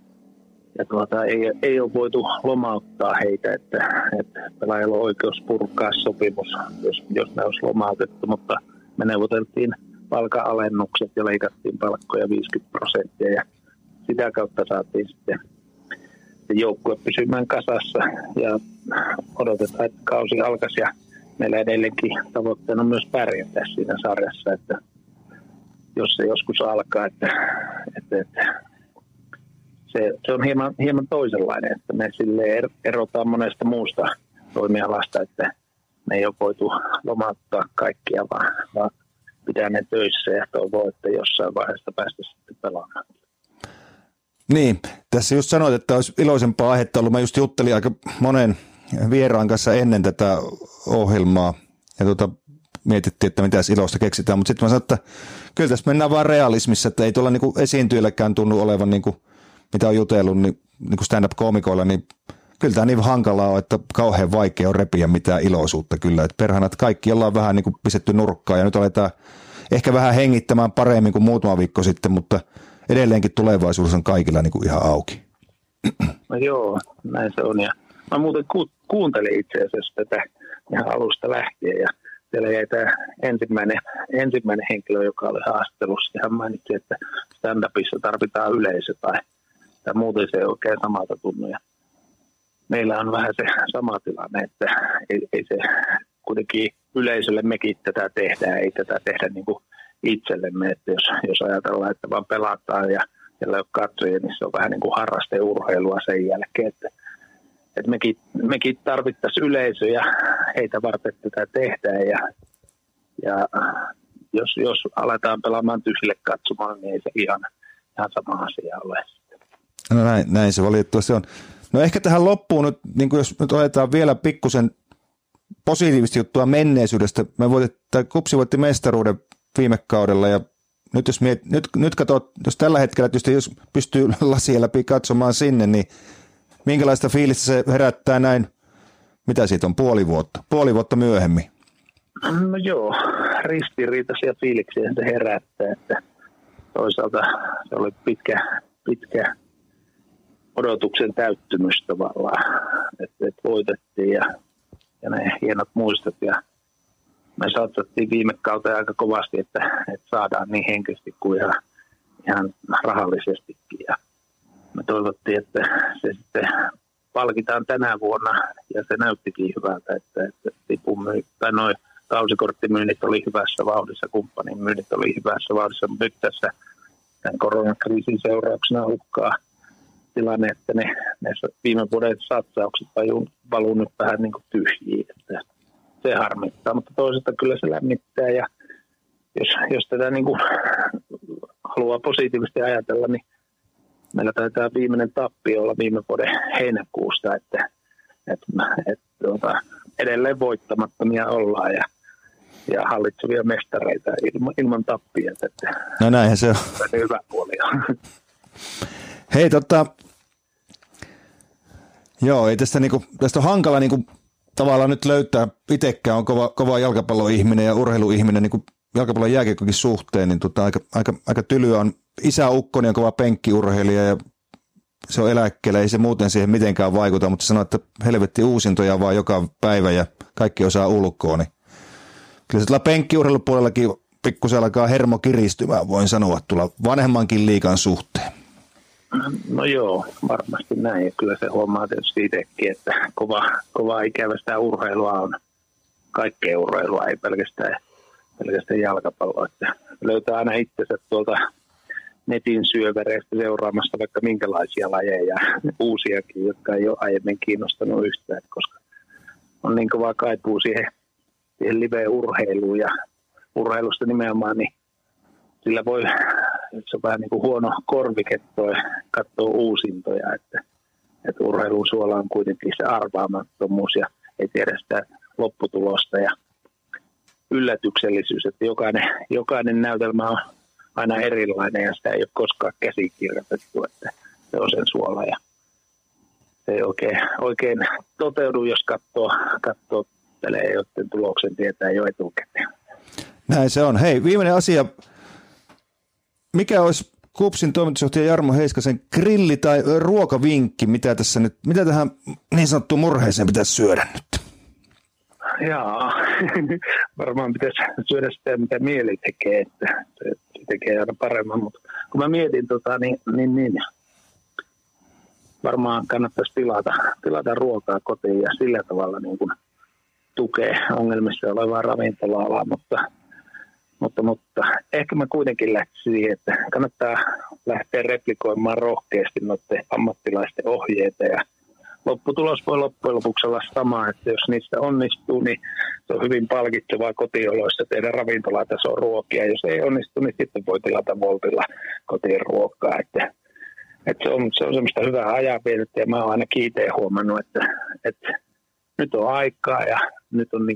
ei ole voitu lomauttaa heitä, että pelaajilla on oikeus purkaa sopimus, jos ne olisi lomautettu, mutta me neuvoteltiin palkanalennukset ja leikattiin palkkoja 50% ja sitä kautta saatiin sitten joukkue pysymään kasassa ja odotetaan, että kausi alkaisi ja meillä edelleenkin tavoitteena on myös pärjätä siinä sarjassa, että jos se joskus alkaa, että se on hieman toisenlainen, että me silleen erotaan monesta muusta toimialasta, että me ei ole voitu lomauttaa kaikkia, vaan pitää ne töissä ja toivoo, että jossain vaiheessa päästä sitten pelaamaan. Niin, tässä just sanoit, että olisi iloisempaa aihetta ollut. Mä just juttelin aika monen vieraan kanssa ennen tätä ohjelmaa ja mietittiin, että mitäs iloista keksitään, mutta sitten mä sanoin, että kyllä tässä mennään vaan realismissa, että ei tuolla niinku esiintyjillekään tunnu olevan niinku mitä on jutellut niin kuin stand-up-koomikoilla, niin kyllä tämä niin hankalaa on, että kauhean vaikea on repiä mitään iloisuutta kyllä. Että perhana, että kaikki ollaan vähän niin kuin pistetty nurkkaan ja nyt aletaan ehkä vähän hengittämään paremmin kuin muutama viikko sitten, mutta edelleenkin tulevaisuus on kaikilla niin kuin ihan auki. No joo, näin se on. Ja mä muuten kuuntelin itse asiassa tätä ihan alusta lähtien ja siellä jäi tämä ensimmäinen henkilö, joka oli haastattelussa. Hän mainitsi, että stand-upissa tarvitaan yleisö tai muuten se ei oikein samalta tunnu. Ja meillä on vähän se sama tilanne, että ei se kuitenkin yleisölle mekin tätä tehdään, ei tätä tehdä niin kuin itsellemme. Että jos ajatellaan, että vaan pelataan ja siellä ei ole katsojia, niin se on vähän niin kuin harrasteurheilua sen jälkeen. Että mekin tarvittaisiin yleisö ja heitä varten tätä tehdään ja jos aletaan pelaamaan tyhjille katsomaan, niin ei se ihan sama asia ole. No näin se valitettavasti on. No ehkä tähän loppuun nyt, niin kuin jos nyt otetaan vielä pikkusen positiivista juttua menneisyydestä. KuPS voitti mestaruuden viime kaudella ja nyt jos nyt katsot, jos tällä hetkellä tietysti jos pystyy lasien läpi katsomaan sinne, niin minkälaista fiilistä se herättää näin, mitä siitä on, puoli vuotta myöhemmin? No joo, ristiriitaisia fiiliksiä se herättää, että toisaalta se oli pitkä odotuksen täyttymys tavallaan, että voitettiin ja ne hienot muistot ja me satsattiin viime kautta aika kovasti, että saadaan niin henkisesti kuin ihan rahallisestikin ja me toivottiin, että se sitten palkitaan tänä vuonna ja se näyttikin hyvältä, että kausikorttimyynnit oli hyvässä vauhdissa, kumppanin myynnit oli hyvässä vauhdissa, mutta nyt tässä tämän koronakriisin seurauksena uhkaa tilanne, että ne viime vuoden satsaukset valuu nyt vähän niin kuin tyhjiin, että se harmittaa, mutta toisaalta kyllä se lämmittää ja jos tätä niin kuin haluaa positiivisesti ajatella, niin meillä taitaa viimeinen tappio olla viime vuoden heinäkuusta, että edelleen voittamattomia ollaan ja hallitsevia mestareita ilman tappioita. No näinhän se on. Se hyvä puoli on. Hei joo, ei tästä on hankala tavallaan nyt löytää, itsekään on kova jalkapalloihminen ja urheiluihminen jalkapallon jääkiekkokin suhteen, niin aika tylyä on. Isä Ukkonen on kova penkkiurheilija ja se on eläkkeellä, ei se muuten siihen mitenkään vaikuta, mutta sanoo, että helvetti uusintoja vaan joka päivä ja kaikki osaa ulkoa, niin kyllä se tuolla penkkiurheilupuolellakin pikkusen alkaa hermo kiristymään, voin sanoa, tulla vanhemmankin liigan suhteen. No joo, varmasti näin. Ja kyllä se huomaa tietysti itsekin, että kova ikävästä urheilua on kaikkea urheilua, ei pelkästään jalkapalloa. Että löytää aina itsensä tuolta netin syövereistä seuraamasta vaikka minkälaisia lajeja, uusiakin, jotka ei ole aiemmin kiinnostanut yhtään, koska on niin kova kaipuu siihen live-urheiluun ja urheilusta nimenomaan, niin sillä voi, se on vähän niin kuin huono korvike katsoa uusintoja, että urheilun suola on kuitenkin se arvaamattomuus ja ei tiedä sitä lopputulosta ja yllätyksellisyys, että jokainen näytelmä on aina erilainen ja sitä ei ole koskaan käsikirjoitettu, että se on sen suola ja se ei oikein toteudu, jos katsoo pelejä, joiden tuloksen tietää jo etukäteen. Näin se on. Hei, viimeinen asia. Mikä olisi KuPSin toimitusjohtaja Jarmo Heiskasen grilli- tai ruokavinkki, mitä tähän niin sanottuun murheeseen pitäisi syödä nyt? Jaa, varmaan pitäisi syödä sitä, mitä mieli tekee, että se tekee aina paremmin, mutta kun mä mietin, niin varmaan kannattaisi tilata ruokaa kotiin ja sillä tavalla niin kuin tukee ongelmissa olevaa ravintola-alaa, mutta ehkä mä kuitenkin lähtisin siihen, että kannattaa lähteä replikoimaan rohkeasti noiden ammattilaisten ohjeita ja lopputulos voi loppujen lopuksi olla sama, että jos niistä onnistuu, niin se on hyvin palkitsevaa kotioloissa tehdä ravintolatason ruokia. Jos ei onnistu, niin sitten voi tilata Voltilla kotiin ruokaa. Että se on semmoista hyvää ajanvietettä ja mä oon aina kiiteen huomannut, että nyt on aikaa ja nyt on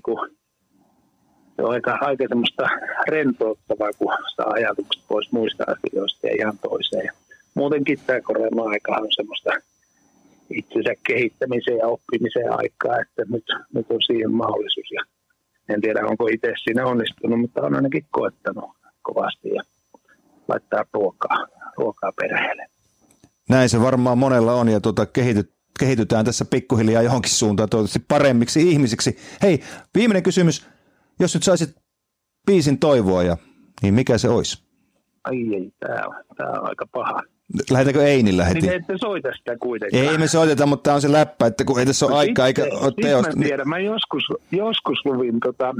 se on aika semmoista rentouttavaa, kun saa ajatukset pois muista asioista ja ihan toiseen. Muutenkin tämä korona-aika on semmoista itsensä kehittämiseen ja oppimiseen aikaa, että nyt on siihen mahdollisuus. Ja en tiedä, onko itse siinä onnistunut, mutta on ainakin koettanut kovasti ja laittaa ruokaa perheelle. Näin se varmaan monella on ja kehitytään tässä pikkuhiljaa johonkin suuntaan toivottavasti paremmiksi ihmisiksi. Hei, viimeinen kysymys. Jos nyt saisit biisin toivoa, niin mikä se olisi? Ai, tää on aika paha. Lähdetäänkö Einillä heti? Niin ette soita sitä kuitenkaan. Ei me soiteta, mutta tämä on se läppä, että kun ei tässä ole aikaa eikä ole teosta. Mä tiedän, mä joskus luvin,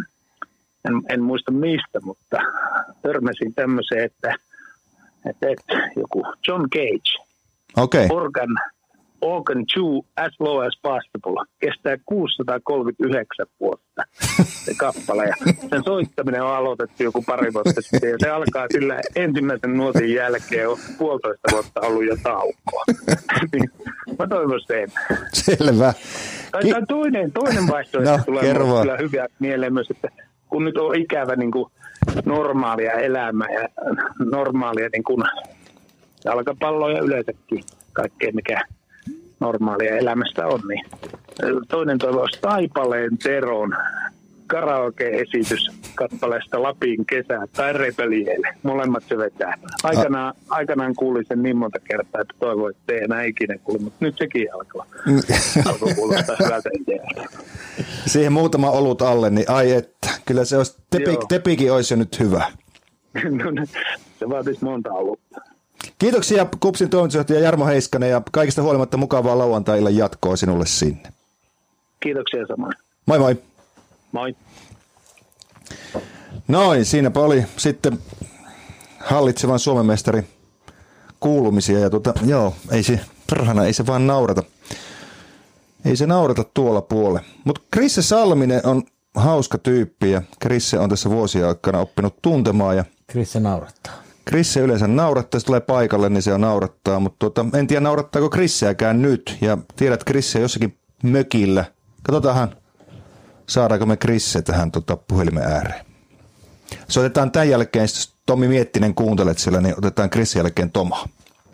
en muista mistä, mutta törmäsin tämmöiseen, että joku John Cage. Okay. Organ chew as low as possible. Kestää 639 vuotta se kappale. Ja sen soittaminen on aloitettu joku pari vuotta sitten. Ja se alkaa sillä ensimmäisen nuotin jälkeen on 1,5 vuotta ollut jo taukoa. Mä toivon sen. Selvä. Tai toinen vaihtoehto tulee kyllä hyvä mieleen myös, että kun nyt on ikävä niin kuin normaalia elämää ja normaalia niin kuin jalkapalloa ja yleensäkin kaikkea mikä normaalia elämästä on, niin toinen toivo olisi Taipaleen Teron karaoke-esitys kappaleesta Lapin kesä tai Rebelielle. Molemmat se vetää. Aikanaan kuulin sen niin monta kertaa, että toivoin, että ei enää ikinä kuulu, mutta nyt sekin alkoi kuulostaa hyvältä idealta. Siihen muutama olut alle, niin ai että. Kyllä se olisi, Tepikin olisi jo nyt hyvä. No, se vaatisi monta olutta. Kiitoksia KuPSin toimitusjohtaja Jarmo Heiskanen ja kaikista huolimatta mukavaa lauantai-illan jatkoa sinulle sinne. Kiitoksia samoin. Moi moi. Moi. Noin, siinäpä oli sitten hallitsevan Suomen mestari kuulumisia. Ja joo, ei se vaan naurata. Ei se naurata tuolla puolella. Mutta Krisse Salminen on hauska tyyppi ja Krisse on tässä vuosien aikana oppinut tuntemaan. Ja Krisse naurattaa. Krisse yleensä naurattaa, jos tulee paikalle, niin se on naurattaa. Mutta en tiedä naurattaako Krisseäkään nyt. Ja tiedät, että Krisse jossakin mökillä. Katsotaanhan, saadaanko me Krisse tähän puhelimen ääreen. Soitetaan tämän jälkeen, jos Tommi Miettinen kuuntelet siellä, niin otetaan Krissin jälkeen Tomaa.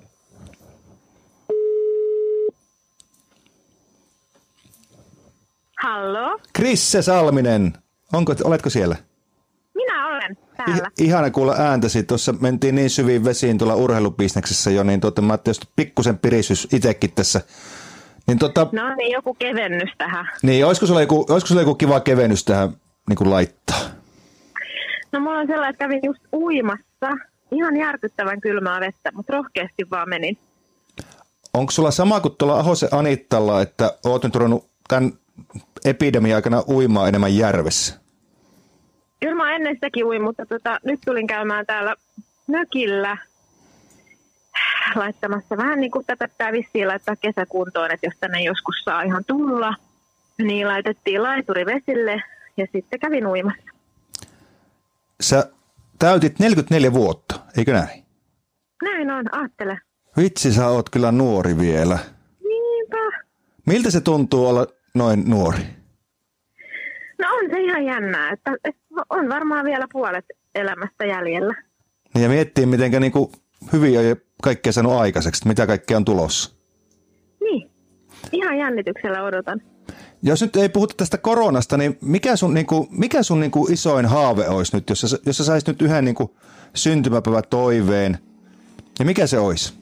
Hallo? Krisse Salminen, oletko siellä? Minä olen täällä. Ihana kuulla ääntäsi. Tuossa mentiin niin syviin vesiin tuolla urheilubisneksessä jo, niin mä ajattelin, että pikkusen pirisys itsekin tässä. Niin no niin, joku kevennys tähän. Niin, olisiko sulla joku kiva kevennys tähän niin kuin laittaa? No mulla on sellainen, että kävin just uimassa. Ihan järkyttävän kylmää vettä, mutta rohkeasti vaan menin. Onko sulla sama kuin tuolla Ahosen Anittalla, että oot nyt ruvennut tämän epidemian aikana uimaan enemmän järvessä? Kyllä mä ennen sitäkin uin, mutta nyt tulin käymään täällä mökillä laittamassa vähän niin kuin tätä pitää vissiin laittaa kesäkuntoon, että jos tänne joskus saa ihan tulla, niin laitettiin laituri vesille ja sitten kävin uimassa. Sä täytit 44 vuotta, eikö näin? Näin on, aattele. Vitsi, sä oot kyllä nuori vielä. Niinpä. Miltä se tuntuu olla noin nuori? No on se ihan jännää, että on varmaan vielä puolet elämästä jäljellä. Ja miettii, mitenkä niinku hyvin on jo kaikkea saanut aikaiseksi, mitä kaikkea on tulossa. Niin, ihan jännityksellä odotan. Jos nyt ei puhuta tästä koronasta, niin mikä sun isoin haave olisi nyt, jos sä saisit nyt yhden niinku syntymäpäivä toiveen, niin mikä se olisi?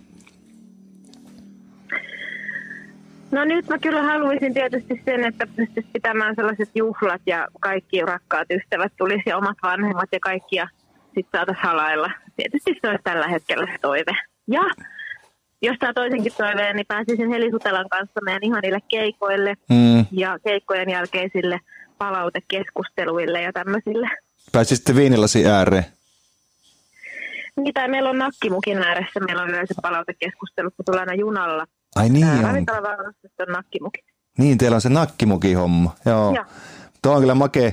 No nyt mä kyllä haluaisin tietysti sen, että pystyisi pitämään sellaiset juhlat ja kaikki rakkaat ystävät tulisi ja omat vanhemmat ja kaikki ja sitten saataisiin halailla. Tietysti se olisi tällä hetkellä se toive. Ja jos tämä toisenkin toiveen, niin pääsisin Heli Sutelan kanssa meidän ihanille keikoille ja keikkojen jälkeisille palautekeskusteluille ja tämmöisille. Pääsisitte viinilasi ääreen? Niin, tai meillä on Nakkimukin ääressä. Meillä on yleensä palautekeskustelut, kun tullaan aina junalla. Ai niin on. Ravintolavarauksessa on Nakkimuki. Niin, teillä on se Nakkimuki-homma. Joo. Tuo on kyllä makea.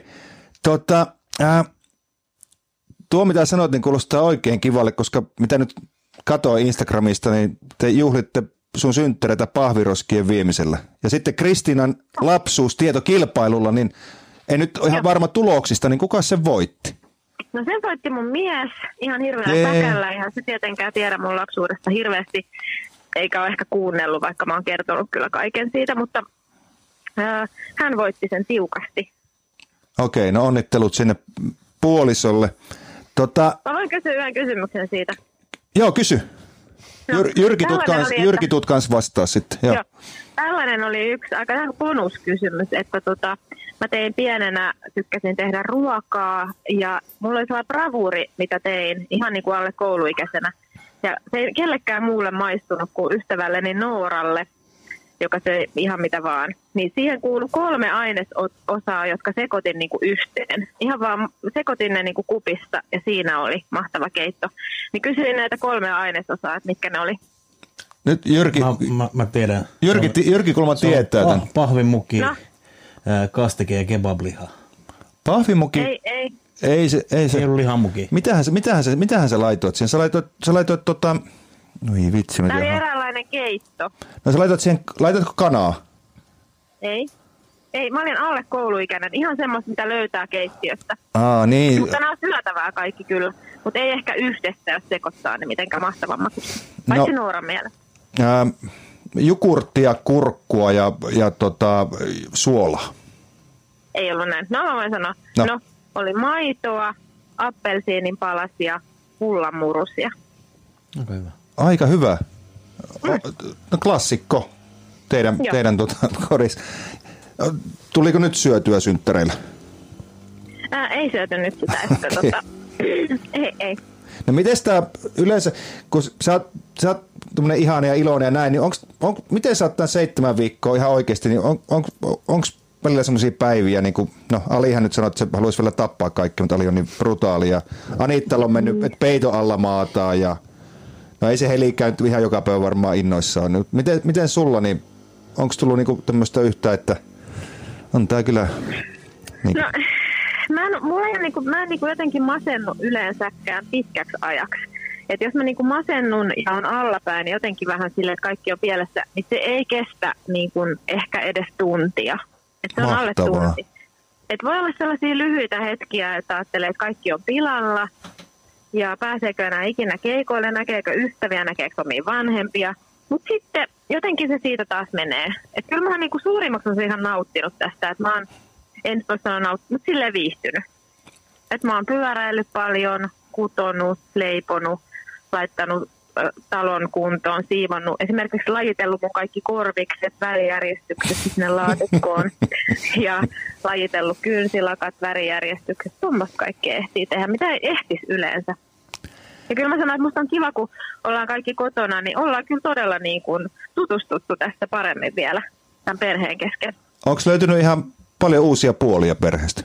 Tuo mitä sanoit, niin kuulostaa oikein kivalle, koska mitä nyt katsoin Instagramista, niin te juhlitte sun synttäreitä pahviroskien viemisellä. Ja sitten Kristiinan lapsuustietokilpailulla, niin ei nyt ole ihan varma tuloksista, niin kuka sen voitti? No sen voitti mun mies ihan hirveällä päkällä. Ihan se tietenkään tiedä mun lapsuudesta hirveästi, eikä ole ehkä kuunnellut, vaikka mä oon kertonut kyllä kaiken siitä, mutta hän voitti sen tiukasti. Okei, no onnittelut sinne puolisolle. Mä voin kysyä yhden kysymyksen siitä. Joo, kysy. No, Jyrki tut kans vastaa sitten. Joo. Tällainen oli yksi aika bonuskysymys, että mä tein pienenä, tykkäsin tehdä ruokaa ja mulla oli sellainen bravuuri, mitä tein ihan niin kuin alle kouluikäisenä. Ja se ei kellekään muulle maistunut kuin ystävälleni Nooralle, joka se ihan mitä vaan. Niin siihen kuului 3 ainesosaa, jotka sekoitin niin kuin yhteen. Ihan vaan sekoitin ne niin kuin kupista ja siinä oli mahtava keitto. Niin kysyin näitä 3 ainesosaa, että mitkä ne oli. Nyt Jyrki, mä tiedän. Jyrki kulma tietää tämän. Pahvimuki, kastike ja kebabliha. Pahvimuki? Ei. Ei se. Ei ollut lihamuki. Mitähän sä laitoit siihen? Sä laitoit no ei vitsi. Tämä oli eräänlainen keitto. No sä laitatko kanaa? Ei, mä olin alle kouluikäinen. Ihan semmoista, mitä löytää keittiöstä. Niin. Mutta nämä on syötävää kaikki kyllä. Mutta ei ehkä yhdessä, jos sekoittaa ne mitenkään mahtavammaksi. Paitsi Nooran mielestä. Jukurttia, kurkkua ja suolaa. Ei ollut näin. No mä voin sanoa. No oli maitoa, appelsiinin palasia, pullanmurusia. Okay, hyvä. Aika hyvä. No klassikko teidän kodissa. Tuliko nyt syötyä synttäreillä? Ei syöty nyt sitä. Että ei. No miten tää yleensä, kun sä oot tämmönen ihana ja iloinen ja näin, niin miten sä oot tämän 7 viikkoa ihan oikeasti, niin välillä semmoisia päiviä, niin kuin, no Alihan nyt sanoi, että se haluaisi vielä tappaa kaikki, mutta Ali on niin brutaali. Ja Aniittalla on mennyt, että peito alla maataan ja no ei se Heli käynyt ihan joka päivä varmaan innoissaan. Miten sulla, niin onko tullut niinku tämmöistä yhtä, että on tää kyllä... Niin. No, mä en jotenkin masennut yleensäkään pitkäksi ajaksi. Et jos mä niinku masennun ja on allapäin, niin jotenkin vähän silleen, että kaikki on pielessä, niin se ei kestä niinku ehkä edes tuntia. Et se on alle tunti. Et voi olla sellaisia lyhyitä hetkiä, että ajattelee, että kaikki on pilalla ja pääseekö enää ikinä keikoille, näkeekö ystäviä, näkeekö omia vanhempia. Mutta sitten jotenkin se siitä taas menee. Et kyllä mä oon niinku suurimmaksi on ihan nauttinut tästä, että mä oon en voi sanoa nauttinut, mutta silleen viihtynyt. Että mä oon pyöräillyt paljon, kutonut, leiponut, laittanut talon kuntoon, siivonnut, esimerkiksi lajitellut mun kaikki korvikset värijärjestyksessä sinne laatikkoon ja lajitellut kynsilakat värijärjestyksessä. Tuommoista kaikkea ehtii tehdä, mitä ei ehtisi yleensä. Ja kyllä mä sanon, että musta on kiva, kun ollaan kaikki kotona, niin ollaan kyllä todella niin kuin tutustuttu tästä paremmin vielä tämän perheen kesken. Onko löytynyt ihan paljon uusia puolia perheestä?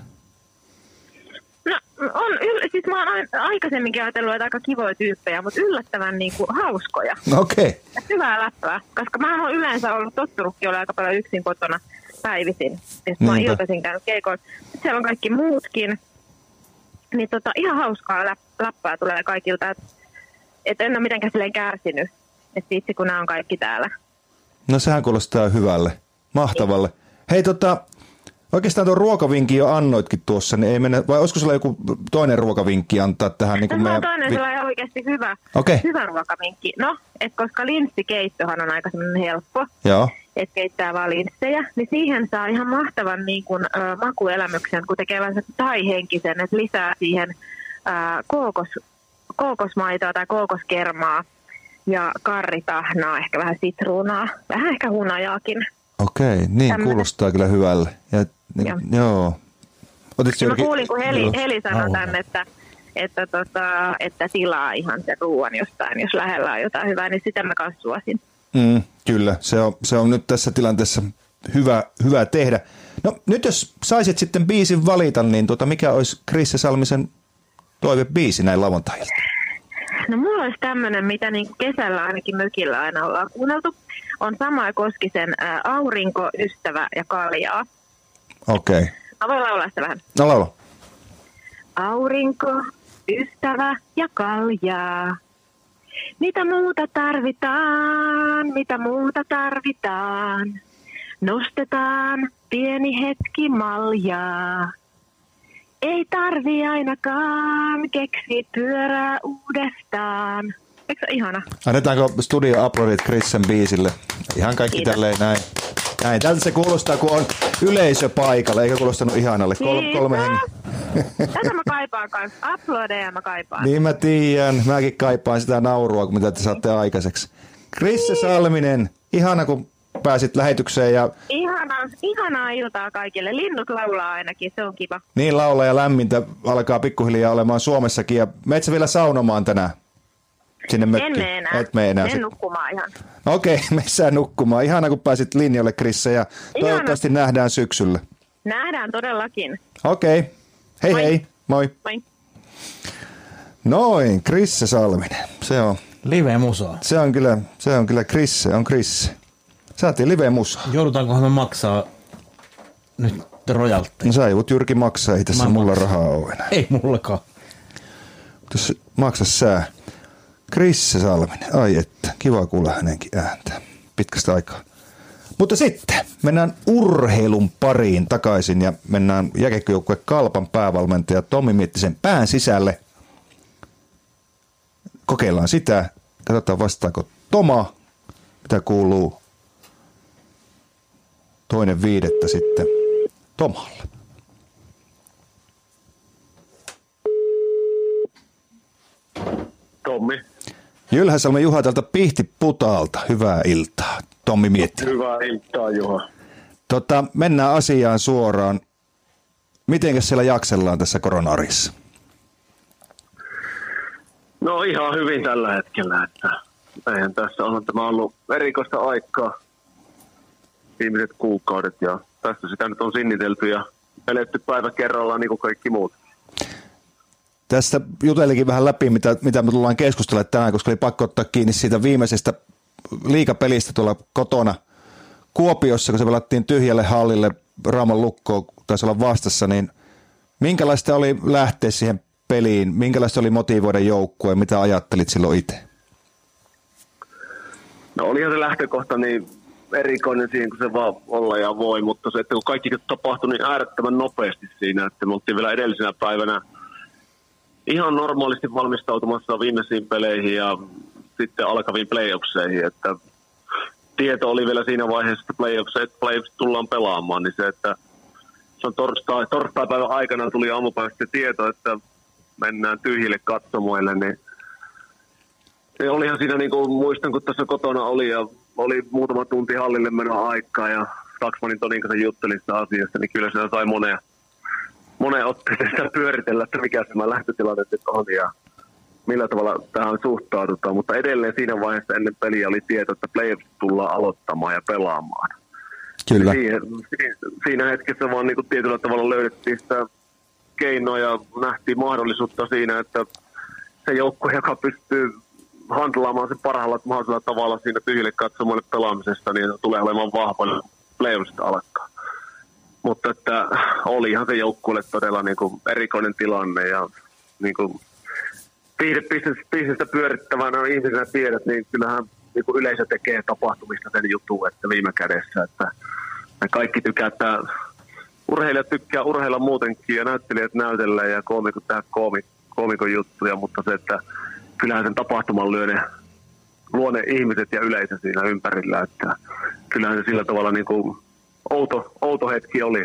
No siis mä oon aikaisemminkin ajatellut, että aika kivoja tyyppejä, mutta yllättävän niin kuin hauskoja. Okei. Okay. Hyvää läppää, koska mä oon yleensä ollut tottunutkin olla aika paljon yksin kotona päivisin. Mä oon iltaisin käynyt keikoilla. Siellä on kaikki muutkin. Niin ihan hauskaa läppää tulee kaikilta, että en ole mitenkään silleen kärsinyt, että itse kun nämä on kaikki täällä. No sehän kuulostaa hyvälle, mahtavalle. Hei oikeastaan tuon ruokavinkin jo annoitkin tuossa, niin ei mennä, vai olisiko sulla joku toinen ruokavinkki antaa tähän? Niin kuin meidän... toinen sellainen oikeasti hyvä ruokavinkki. No, että koska linssikeittohan on aika semmoinen helppo, että keittää vaan linssejä, niin siihen saa ihan mahtavan niin kuin, makuelämyksen, kun tekee vähän thai-henkisen, että lisää siihen kookosmaitoa tai kookoskermaa ja karritahnaa, ehkä vähän sitruunaa, vähän ehkä hunajaakin. Okei, niin kuulostaa kyllä hyvälle. Joo. Mä kuulin, kun Heli sanoi tänne, että tilaa ihan sen ruoan jostain, jos lähellä on jotain hyvää, niin sitä mä kanssa suosin. Kyllä, se on nyt tässä tilanteessa hyvä tehdä. No nyt jos saisit sitten biisin valita, niin mikä olisi Krisse Salmisen toivebiisi näin lauantailta? No mulla olisi tämmöinen, mitä niin kesällä ainakin mökillä aina ollaan kuunneltu. On Samoja Koskisen Aurinko, Ystävä ja Kaljaa. Okei. Mä voin laulaa sitä vähän. No laula. Aurinko, ystävä ja kaljaa. Mitä muuta tarvitaan? Nostetaan pieni hetki maljaa. Ei tarvi ainakaan keksiä pyörää uudestaan. Eikö se ihana? Annetaanko studio-aplodit Krissen biisille? Ihan kaikki Kiitos. Tälleen näin. Tältä se kuulostaa, kun on yleisö paikalla, eikä kuulostanut ihanalle. Kolme hengen. Tätä mä kaipaan kanssa. Aplodeja mä kaipaan. Niin mä tiedän. Mäkin kaipaan sitä naurua, kun mitä te saatte aikaiseksi. Krisse Salminen, ihana kun pääsit lähetykseen. Ja... Ihanaa iltaa kaikille. Linnut laulaa ainakin, se on kiva. Niin laulaa ja lämmintä alkaa pikkuhiljaa olemaan Suomessakin. Ja meet sä vielä saunomaan tänään? Sinne mökkiin. En mene enää. En nukkumaan ihan. Okei, messään nukkumaan. Ihana, kun pääsit linjalle, Krisse, ja toivottavasti nähdään syksyllä. Nähdään todellakin. Okei. Hei. Moi. Moi. Noin, Krisse Salminen. Se on live-musaa. Se on kyllä Krisse. Saatiin live-musaa. Joudutaankohan me maksaa nyt rojalteja? No sä joudut Jyrki maksaa, ei tässä mulla rahaa ole enää. Ei mullakaan. Jos maksa sää. Krisse Salminen, ai että, kiva kuulla hänenkin ääntä pitkästä aikaa. Mutta sitten mennään urheilun pariin takaisin ja mennään jääkiekkojoukkueen Kalpan päävalmentaja Tommi Miettisen pään sisälle. Kokeillaan sitä, katsotaan vastaako Toma, mitä kuuluu 2.5. sitten Tomalle. Tommi. Jylhäsalmen Juha täältä Pihtiputaalta. Hyvää iltaa. Tommi Miettinen. Hyvää iltaa, Juha. Mennään asiaan suoraan. Mitenkäs siellä jaksellaan tässä korona-arissa? No ihan hyvin tällä hetkellä. Että eihän tässä on tämä ollut erikoista aikaa viimeiset kuukaudet ja tästä sitä nyt on sinnitelty ja eletty päivä kerrallaan niin kuin kaikki muut. Tässä jutellikin vähän läpi, mitä me tullaan keskustelemaan tänään, koska oli pakko ottaa kiinni siitä viimeisestä liigapelistä tuolla kotona Kuopiossa, kun se pelattiin tyhjälle hallille, Rauman Lukkoon taisi olla vastassa, niin minkälaista oli lähteä siihen peliin, minkälaista oli motivoida joukkue, mitä ajattelit silloin itse? No olihan se lähtökohta niin erikoinen siinä, kun se vaan olla ja voi, mutta se, että kun kaikki tapahtui niin äärettömän nopeasti siinä, että me oltiin vielä edellisenä päivänä ihan normaalisti valmistautumassa viimeisiin peleihin ja sitten alkaviin playoffseihin, että tieto oli vielä siinä vaiheessa, että playoffs tullaan pelaamaan, niin se, että se on torstai-päivän aikana tuli aamupäivästä tieto, että mennään tyhjille katsomoille, niin olihan siinä, niin kuin muistan, kun tässä kotona oli ja oli muutama tunti hallille menoa aikaa ja Saksmanin Tonin kanssa juttelin sitä asiasta, niin kyllä se sai moneen otteeseen sitä pyöritellä, että mikä tämä lähtötilanne nyt on ja millä tavalla tähän suhtaudutaan, mutta edelleen siinä vaiheessa ennen peliä oli tieto, että playoffs tullaan aloittamaan ja pelaamaan. Kyllä. Siinä hetkessä vaan niin kuin tietyllä tavalla löydettiin sitä keinoa ja nähtiin mahdollisuutta siinä, että se joukkue, joka pystyy handlaamaan sen parhaalla mahdollisella tavalla siinä tyhjille katsomoille pelaamisesta, niin tulee olemaan vahvoilla playoffsista alkaa. Mutta että olihan se joukkueelle todella niin kuin erikoinen tilanne ja niin kuin viihdepisnestä pyörittävänä ihmisenä tiedät, niin kyllähän niin kuin yleisö tekee tapahtumista sen jutun, että viime kädessä, että me kaikki tykätään, urheilijat tykkää urheilla muutenkin ja näyttelijät näytellä ja koomikot tehdä koomikon juttuja, mutta se, että kyllähän sen tapahtuman luo ne ihmiset ja yleisö siinä ympärillä, että kyllähän se sillä tavalla niin kuin outo hetki oli.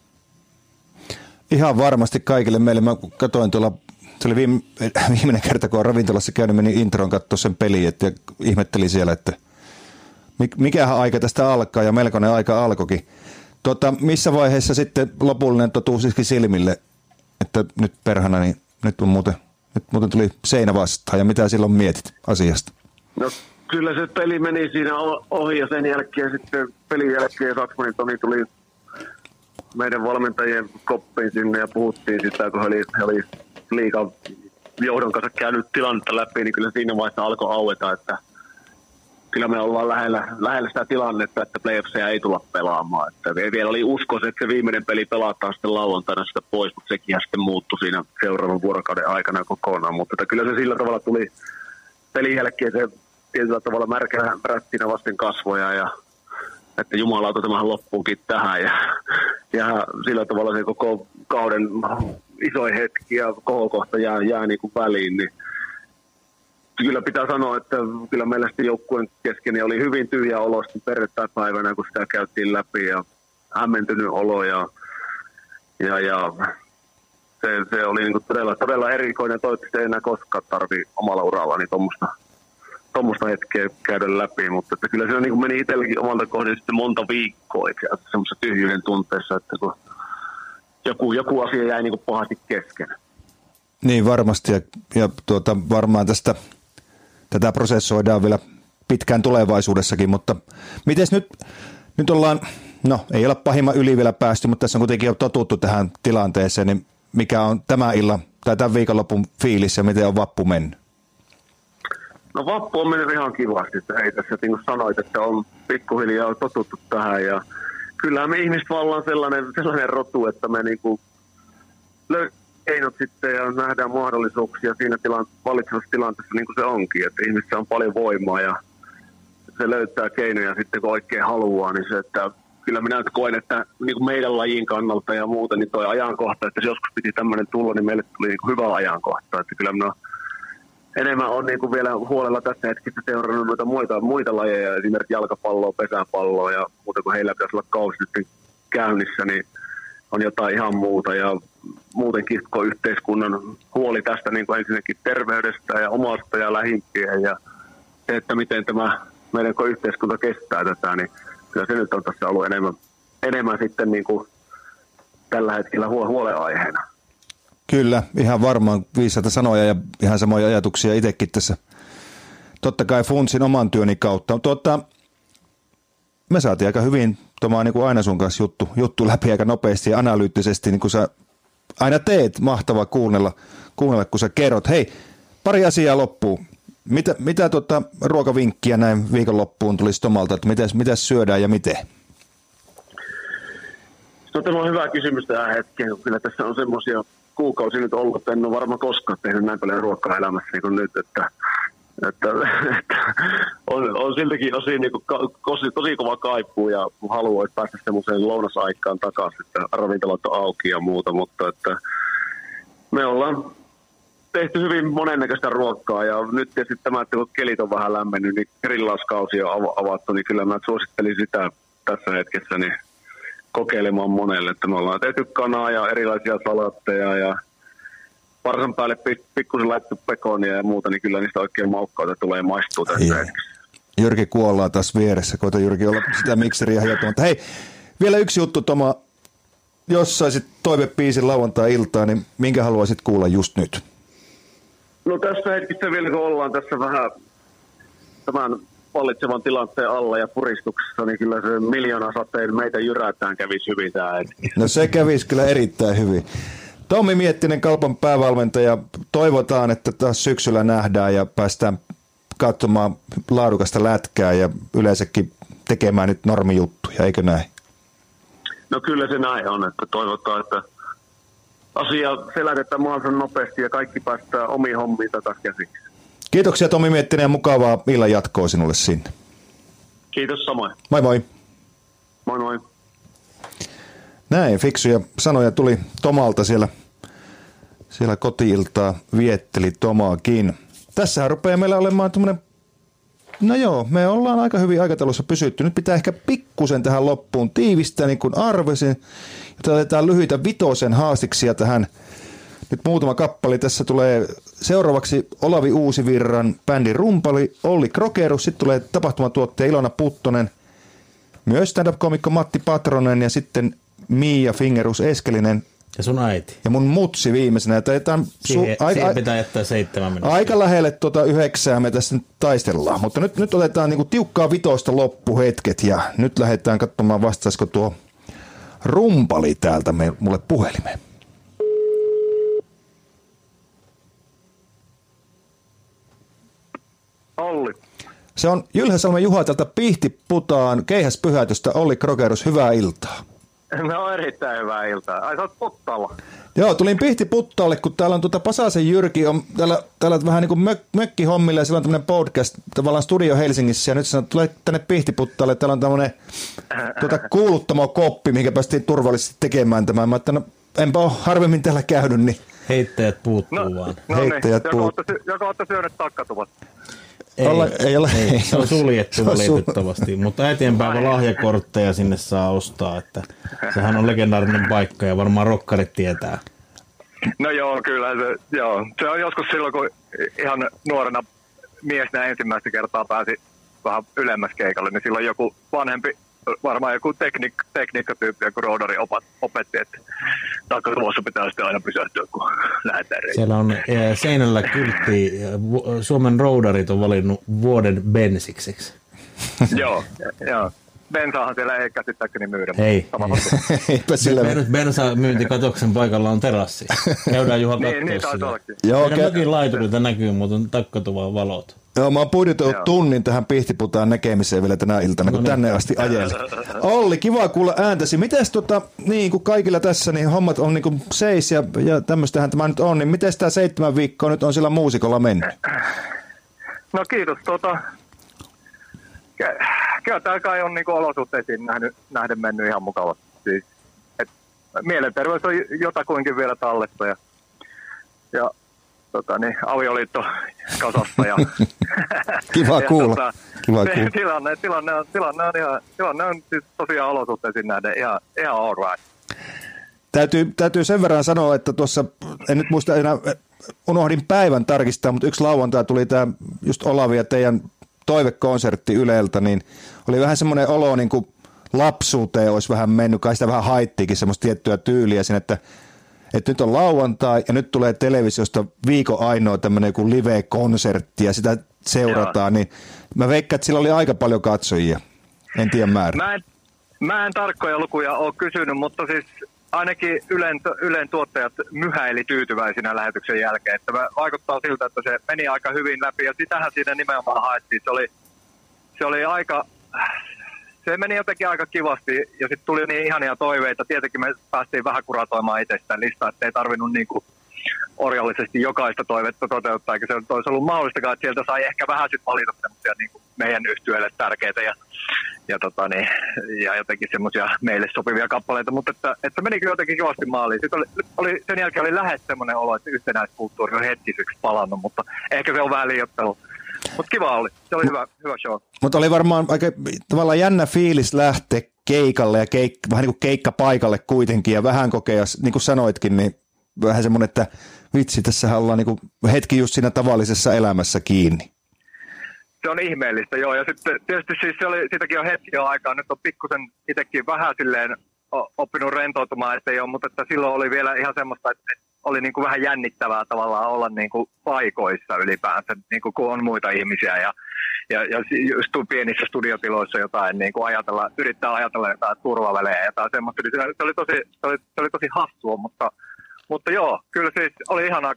Ihan varmasti kaikille meille. Mä katsoin tuolla, se oli viimeinen kerta, kun on ravintolassa käynyt, meni introon katsoa sen peliin, ja ihmettelin siellä, että mikähän aika tästä alkaa, ja melkoinen aika alkoikin. Missä vaiheessa sitten lopullinen totuus iski silmille, että nyt perhana, niin nyt muuten tuli seinä vastaan, ja mitä silloin mietit asiasta? No kyllä se peli meni siinä ohi, ja sen jälkeen sitten pelin jälkeen Saksmanin Toni tuli meidän valmentajien koppiin sinne ja puhuttiin sitä, kun he oli liigan johdon kanssa käynyt tilannetta läpi, niin kyllä siinä vaiheessa alkoi aueta, että kyllä me ollaan lähellä sitä tilannetta, että playoffseja ei tulla pelaamaan. Että vielä oli usko, että se viimeinen peli pelataan sitten lauantaina sitä pois, mutta sekin sitten muuttui siinä seuraavan vuorokauden aikana kokonaan. Mutta kyllä se sillä tavalla tuli pelin jälkeen se tietyllä tavalla märkänä rättinä vasten kasvoja ja että jumalauta tämähän loppuukin tähän ja sillä tavalla se koko kauden isoin hetki ja kohokohta jää niin kuin väliin, niin kyllä pitää sanoa, että kyllä meillä sitten joukkueen kesken oli hyvin tyhjä olo sitten perjantai-päivänä, kun sitä käytiin läpi ja hämmentynyt olo ja se oli niin kuin todella erikoinen ja toivottavasti ei enää koskaan tarvitse omalla urallani tuommoista hetkeä käydä läpi, mutta että kyllä se niin meni itselläkin omalta kohdalla sitten monta viikkoa itse asiassa semmoisessa tyhjyyden tunteessa, että kun joku asia jäi niin kuin pahasti kesken. Niin varmasti ja varmaan tätä prosessoidaan vielä pitkään tulevaisuudessakin, mutta miten nyt ollaan, no ei olla pahimman yli vielä päästy, mutta tässä on kuitenkin jo totuttu tähän tilanteeseen, niin mikä on tämän illan tai tämän viikonlopun fiilis ja miten on vappu mennyt? No vappu on mennyt ihan kivasti, että ei tässä niin kuin sanoit, että on pikkuhiljaa totuttu tähän ja kyllähän me ihmiset ollaan sellainen rotu, että me niin kuin löydetään keinot sitten ja nähdään mahdollisuuksia siinä valitsevassa tilanteessa niin kuin se onkin, että ihmisissä on paljon voimaa ja se löytää keinoja sitten kun oikein haluaa, niin se, että kyllä minä koen, että niin kuin meidän lajin kannalta ja muuten, niin toi ajankohta, että jos joskus piti tämmöinen tulla, niin meille tuli niin kuin hyvä ajankohta, että kyllä minä enemmän on niin kuin vielä huolella tässä hetkessä seurannut noita muita lajeja, esimerkiksi jalkapalloa, pesäpalloa ja muuta kuin heillä pitäisi olla kausi nyt käynnissä, niin on jotain ihan muuta ja muutenkin koko yhteiskunnan huoli tästä niin kuin ensinnäkin terveydestä ja omasta ja lähimpien ja se, että miten tämä meidän yhteiskunta kestää tätä, niin kyllä se nyt on tässä ollut enemmän sitten niin kuin tällä hetkellä huolenaiheena. Kyllä, ihan varmaan viisaita sanoja ja ihan samoja ajatuksia itsekin tässä. Totta kai funtsin oman työni kautta. Me saatiin aika hyvin Toma niin kuin aina sun kanssa juttu läpi aika nopeasti ja analyyttisesti, niin kuin sä aina teet. Mahtavaa kuunnella, kun sä kerrot. Hei, pari asiaa loppuun. Mitä ruokavinkkiä näin viikonloppuun tulisi Tomalta, että mitä syödään ja miten? No, tämä on hyvä kysymys tähän hetkeen, kun kyllä tässä on semmoisia kuukausia nyt ollut, että en ole varmaan koskaan tehnyt näin paljon ruokaa elämässä niin kuin nyt, että on siltäkin osin niin kuin tosi kova kaipuu ja haluaa päästä semmoiseen lounasaikaan takaisin, että ravintolat on auki ja muuta, mutta että me ollaan tehty hyvin monennäköistä ruokaa ja nyt tietysti tämä, että kun kelit on vähän lämmennyt, niin grillauskausi on avattu, niin kyllä mä suosittelin sitä tässä hetkessä niin kokeilemaan monelle, että me ollaan tehty kanaa ja erilaisia salatteja ja varsan päälle pikkusen laittu pekonia ja muuta, niin kyllä niistä oikein maukkaita tulee maistua tässä hetkessä. Jyrki kuollaa taas vieressä. Koita Jyrki olla sitä mikseriä hajottamaan. Hei, vielä yksi juttu, Toma. Jos saisit toivebiisin lauantai-iltaan, niin minkä haluaisit kuulla just nyt? No tässä hetkessä vielä, kun ollaan tässä vähän tämän vallitsevan tilanteen alla ja puristuksessa, niin kyllä se miljoonasateen meitä jyrätään kävisi hyvin tämä hetki. No se kävisi kyllä erittäin hyvin. Tommi Miettinen, Kalpan päävalmentaja. Toivotaan, että taas syksyllä nähdään ja päästään katsomaan laadukasta lätkää ja yleensäkin tekemään nyt normijuttuja, eikö näin? No kyllä se näin on, että toivotaan, että asia selätetään mahdollisimman nopeasti ja kaikki päästään omiin hommiin takaisin käsiksi. Kiitoksia Tommi Miettinen ja mukavaa illan jatkoa sinulle sinne. Kiitos samoin. Moi moi. Moi moi. Näin, fiksuja sanoja tuli Tomalta siellä koti-iltaa vietteli Tomaakin. Tässähän rupeaa meillä olemaan tämmöinen, no joo, me ollaan aika hyvin aikataulussa pysytty. Nyt pitää ehkä pikkusen tähän loppuun tiivistää, niin kuin arvesin. Joten otetaan lyhyitä vitosen haastiksia tähän. Nyt muutama kappale. Tässä tulee seuraavaksi Olavi Uusivirran bändin rumpali Olli Krokerus. Sitten tulee tapahtumatuottaja Ilona Puttonen. Myös stand-up-komikko Matti Patronen ja sitten Mia Fingerus Eskelinen. Ja sun äiti. Ja mun mutsi viimeisenä. Siihen pitää jättää 7 minuuttia. Aika lähelle 9 me tässä nyt taistellaan. Mutta nyt otetaan niinku tiukkaa vitoista loppuhetket ja nyt lähdetään katsomaan vastaisiko tuo rumpali täältä mulle puhelimeen. Olli. Se on Jylhäsalmen Juha täältä Pihtiputaan keihäspyhätystä. Olli Krokerus, hyvää iltaa. No erittäin hyvää iltaa. Ai sä oot Puttaalla. Joo, tulin Pihtiputtaalle, kun täällä on Pasasen Jyrki on täällä vähän niin kuin mökkihommilla ja siellä on tämmöinen podcast, tavallaan studio Helsingissä ja nyt sanoo, tulee tänne Pihtiputtaalle, täällä on tämmöinen kuuluttamo koppi, mihinkä päästiin turvallisesti tekemään tämän. Mä että no, enpä ole harvemmin täällä käynyt, niin heittäjät puuttuu vaan. No heittäjät niin, joko olette syöneet takkatuvat? Ei, se on suljettu valitettavasti, mutta äitienpäivä lahjakortteja sinne saa ostaa, että sehän on legendaarinen paikka ja varmaan rokkarit tietää. No joo, kyllä se on joskus silloin, kun ihan nuorena miehenä ensimmäistä kertaa pääsi vähän ylemmäs keikalle, niin silloin joku vanhempi, varmaan joku tekniikkatyyppi, joku roodari opetti, että takkatuvossa pitää sitten aina pysähtyä, kun lähdetään reihin. Siellä on seinällä kyltti, Suomen roudarit on valinnut vuoden bensikseksi. Joo. Bensaahan siellä ei käsittääkseni myydä. Hei. Eipä bensamyyntikatoksen paikalla on terassi. Käydään Juha katsoa niin sitä. Meidän mökin laiturilta näkyy, mutta on takkatuvan valot. Joo, mä oon budjetoinut tunnin tähän Pihtiputaan näkemiseen vielä tänä iltana, kun tänne asti ajelin. Olli, kiva kuulla ääntäsi. Mites niin kuin kaikilla tässä, niin hommat on niin kuin seis ja tämmöistähän tämä nyt on, niin mites tää 7 viikkoa nyt on sillä muusikolla mennyt? No kiitos, kyllä tää kai on niinku olosuhteisiin nähden mennyt ihan mukavasti. Siis, mielenterveys on jotakuinkin vielä tallessa ja avioliitto kasassa ja kiva kuulla. Tilanne on siis tosiaan olosuhteisiin nähden ihan all right. Täytyy sen verran sanoa, että tuossa, en nyt muista enää, unohdin päivän tarkistaa, mutta yksi lauantai tuli tämä just Olavi ja teidän toivekonsertti Yleltä, niin oli vähän semmoinen olo niin kuin lapsuuteen olisi vähän mennyt, kai sitä vähän haittiinkin semmoista tiettyä tyyliä siinä, että nyt on lauantai ja nyt tulee televisiosta viikon ainoa tämmöinen joku live-konsertti ja sitä seurataan, niin mä veikkaan, että sillä oli aika paljon katsojia. En tiedä määrä. Mä en tarkkoja lukuja ole kysynyt, mutta siis ainakin Ylen tuottajat myhäili tyytyväisinä lähetyksen jälkeen. Että vaikuttaa siltä, että se meni aika hyvin läpi ja sitähän siinä nimenomaan haettiin. Se oli aika... Se meni jotenkin aika kivasti ja sitten tuli niin ihania toiveita. Tietenkin me päästiin vähän kuratoimaan itsestään listaa, että ei tarvinnut niinku orjallisesti jokaista toivetta toteuttaa, eikä se olisi ollut mahdollistakaan, että sieltä sai ehkä vähän sitten valita semmoisia niinku meidän yhtyeelle tärkeitä ja jotenkin semmoisia meille sopivia kappaleita, mutta että meni kyllä jotenkin kivasti maaliin. Sitten sen jälkeen oli lähes semmoinen olo, että yhtenäiskulttuuri on hetkiseksi palannut, mutta ehkä se on vähän liioittelu. Mutta kiva oli. Se oli hyvä show. Mutta oli varmaan aika tavallaan jännä fiilis lähteä keikalle ja vähän niin kuin keikkapaikalle kuitenkin ja vähän kokea, niin kuin sanoitkin, niin vähän semmoinen, että vitsi, tässähän ollaan niin kuin hetki just siinä tavallisessa elämässä kiinni. Se on ihmeellistä, joo. Ja sitten tietysti siis siitäkin on hetki jo aikaa. Nyt on pikkusen itsekin vähän silleen oppinut rentoutumaan, ettei ole, mutta että silloin oli vielä ihan semmoista, että oli niin kuin vähän jännittävää tavallaan olla niin kuin paikoissa ylipäänsä, niin kuin kun on muita ihmisiä ja just pienissä studiotiloissa jotain niin kuin yrittää ajatella jotain turvavälejä ja jotain semmoista. Se oli tosi hassua, mutta joo, kyllä siis oli ihanaa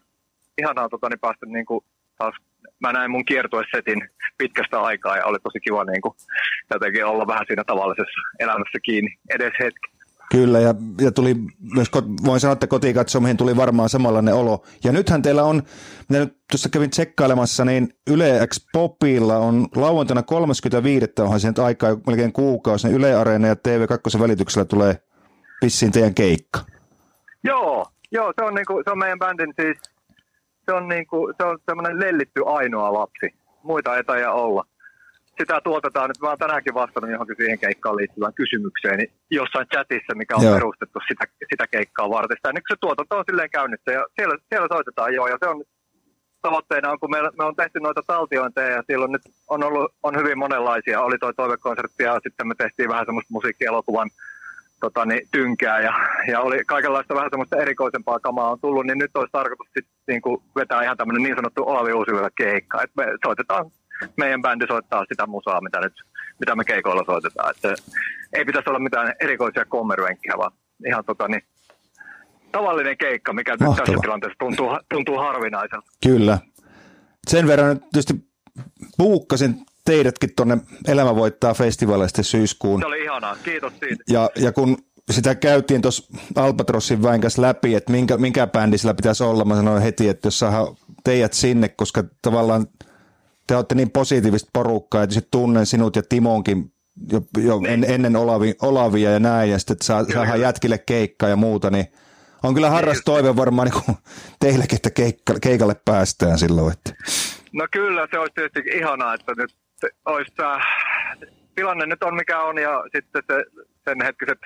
päästä niin kuin taas. Mä näin mun kiertuesetin pitkästä aikaa ja oli tosi kiva niin kuin jotenkin olla vähän siinä tavallisessa elämässä kiinni edes hetki. Kyllä, ja tuli myös, voin sanoa, että kotikatsomiin tuli varmaan samanlainen olo. Ja nythän teillä on, mitä nyt tuossa kävin tsekkailemassa, niin Yle X Popilla on lauantaina 35. onhan se nyt aikaa melkein kuukausi, niin Yle Areena ja TV2 välityksellä tulee vissiin teidän keikka. Joo, se on meidän bändin siis, se on semmoinen lellitty ainoa lapsi, muita ei taida olla. Sitä tuotetaan nyt, mä oon tänäänkin vastannut johonkin siihen keikkaan liittyvään kysymykseen, niin jossain chatissa, mikä on perustettu sitä keikkaa varten. Sitä, niin se tuotanto on silleen käynnissä ja siellä soitetaan joo, ja se on tavoitteena on, kun me on tehty noita taltiointeja ja silloin nyt on hyvin monenlaisia. Oli toi toivekonsertti ja sitten me tehtiin vähän semmoista musiikkielokuvan tynkää ja oli kaikenlaista vähän semmoista erikoisempaa kamaa on tullut, niin nyt olisi tarkoitus sitten niin vetää ihan tämmöinen niin sanottu Olavi Uusivirta keikka, että me soitetaan. Meidän bändi soittaa sitä musaa, mitä me keikoilla soitetaan. Että ei pitäisi olla mitään erikoisia kommervenkkejä, vaan ihan tavallinen keikka, mikä tässä tilanteessa tuntuu harvinaiselta. Kyllä. Sen verran nyt tietysti buukkasin teidätkin tuonne Elämä voittaa -festivaleista syyskuun. Se oli ihanaa, kiitos siitä. Ja kun sitä käytiin tuossa Albatrossin väin kanssa läpi, että minkä bändi sillä pitäisi olla, mä sanoin heti, että jos saadaan teidät sinne, koska tavallaan te olette niin positiivista porukkaa, että sitten tunnen sinut ja Timonkin jo ennen Olavia ja näin, ja sitten että saadaan jätkille keikkaa ja muuta, niin on kyllä harras toive varmaan niin teillekin, että keikalle päästään silloin. Että. No kyllä, se olisi tietysti ihanaa, että nyt olisi tilanne nyt on mikä on, ja sitten sen hetkiset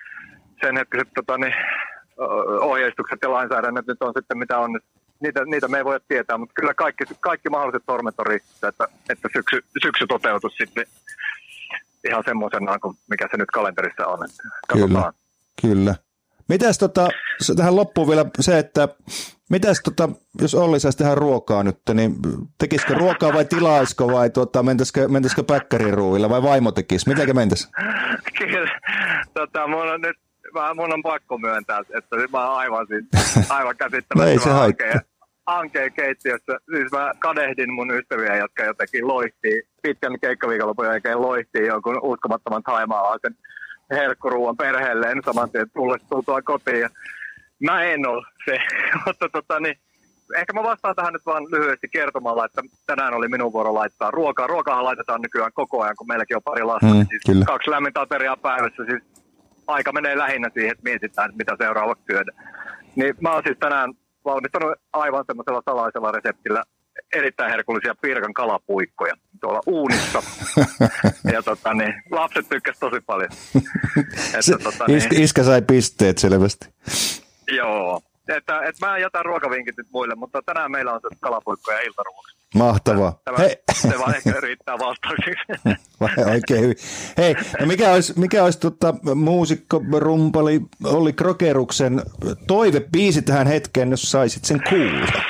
ohjeistukset ja lainsäädännöt nyt on sitten mitä on nyt. Niitä me ei voi tietää, mutta kyllä kaikki mahdolliset sormet on riittää, että syksy toteutus sitten ihan semmoisena kuin mikä se nyt kalenterissa on. Että Kyllä. Mitäs tähän loppuun vielä se, että jos Olli saisi tehdä ruokaa nyt, niin tekisikö ruokaa vai tilaisiko vai mentäisikö päkkäriruuilla vai vaimo tekisi? Mitenkä mentäisi? Kyllä. Mun on pakko myöntää, että mä oon aivan käsittämättömän ankeen keittiössä. Siis mä kadehdin mun ystäviä, jotka jotenkin loihtii, pitkän keikkaviikonlopun jälkeen loihtii jonkun uskomattoman thaimaalaisen herkkuruuan perheelleen saman tien tultua kotiin. Ja mä en ole se, mutta ehkä mä vastaan tähän nyt vaan lyhyesti kertomalla, että tänään oli minun vuoro laittaa ruokaa. Ruokaahan laitetaan nykyään koko ajan, kun meilläkin on pari lasta. Siis 2 lämmintä ateriaa päivässä, siis aika menee lähinnä siihen, että mietitään, mitä seuraavaksi syödä. Niin mä oon siis tänään valmistanut aivan semmoisella salaisella reseptillä erittäin herkullisia Pirkan kalapuikkoja tuolla uunissa. Ja lapset tykkäsivät tosi paljon. Iskä sai pisteet selvästi. Joo. Että mä jätän ruokavinkit nyt muille, mutta tänään meillä on se kalapuikkoja iltaruoksi. Mahtavaa. Se vaan ehkä riittää vastauksiksi. Oikein hyvin. Hei, no mikä olisi muusikko, rumpali Olli Krokeruksen toivebiisi tähän hetkeen, jos saisit sen kuulla?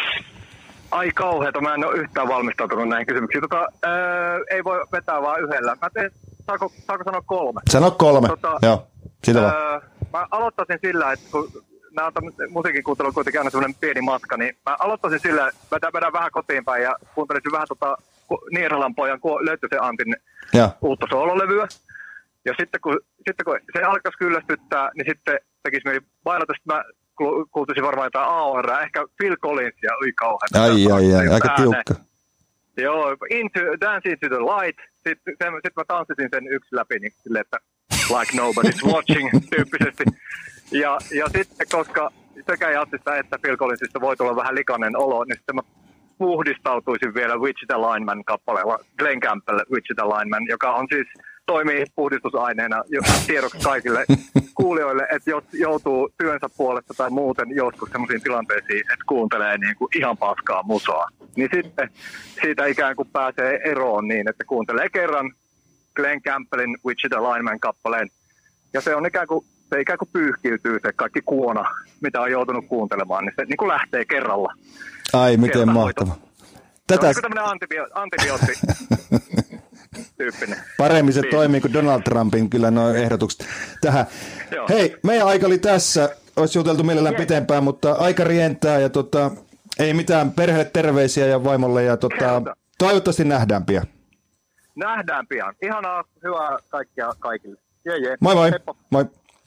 Ai kauheeta, mä en ole yhtään valmistautunut näihin kysymyksiin. Ei voi vetää vaan yhdellä. Mä teen saako sanoa 3? Sano 3, joo. Siitä vaan. Mä aloittaisin sillä, että kun musiikin kuuntelu on kuitenkin aina semmoinen pieni matka, niin mä aloittaisin sillä, että vedän vähän kotiin päin ja kuuntelisin vähän Niiralan pojan Löyttösen Antin uutta soololevyä. Ja sitten kun se alkaisi kyllästyttää, niin sitten tekisi mieli bailata, että mä kuultisin varmaan jotain AOR, ehkä Phil Collinsia, Ai, aika tiukka. Joo, Dance into the Light, sitten mä tanssisin sen yksi läpi niin silleen, että like nobody's watching tyyppisesti. Ja sitten, koska sekä Jatsista että Phil Collinsista voi tulla vähän likainen olo, niin sitten mä puhdistautuisin vielä Wichita Lineman kappaleella, Glenn Campbell Wichita Lineman, joka on siis toimii puhdistusaineena tiedoksi kaikille kuulijoille, että jos joutuu työnsä puolesta tai muuten joskus sellaisiin tilanteisiin, että kuuntelee niin kuin ihan paskaa musaa, niin sitten siitä ikään kuin pääsee eroon niin, että kuuntelee kerran Glenn Campbellin Wichita Lineman kappaleen, ja se on ikään kuin pyyhkiytyy se kaikki kuona, mitä on joutunut kuuntelemaan, niin se niin kuin lähtee kerralla. Ai, miten mahtava. Tätä... Se on tämmöinen antibiootti. Tyyppinen. Paremmin se toimii kuin Donald Trumpin kyllä nuo ehdotukset tähän. Joo. Hei, meidän aika oli tässä. Olisi juteltu mielellään pitempään, mutta aika rientää ja ei mitään, perheelle terveisiä ja vaimolle ja toivottavasti nähdään pian. Nähdään pian. Ihanaa, hyvää kaikkia kaikille. Jee. Moi moi. Heppo. Moi.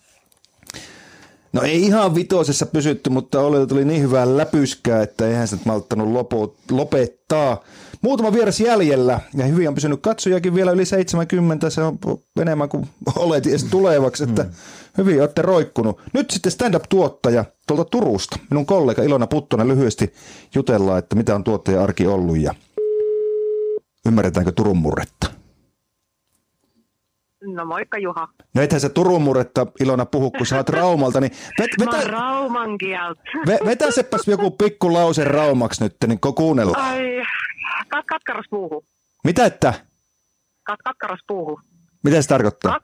No ei ihan vitosessa pysytty, mutta Ollilta tuli niin hyvää läpyskää, että eihän se malttanut lopettaa. Muutama vieras jäljellä ja hyvin on pysynyt katsojakin vielä yli 70. Se on enemmän kuin oletin edes tulevaksi, että hyvin olette roikkunut. Nyt sitten stand-up-tuottaja tuolta Turusta. Minun kollega Ilona Puttonen lyhyesti jutellaan, että mitä on tuottaja-arki ollut ja ymmärretäänkö Turun murretta. No moikka Juha. No ethän sä Turun murretta, Ilona, puhu, kun sä oot Raumalta, niin mä oon Rauman kieltä. Vetäsepäs joku pikku lause raumaksi nyt, niin kuunnellaan. Ai, katkaras puuhu. Mitä että? Katkaras puuhu. Mitä se tarkoittaa?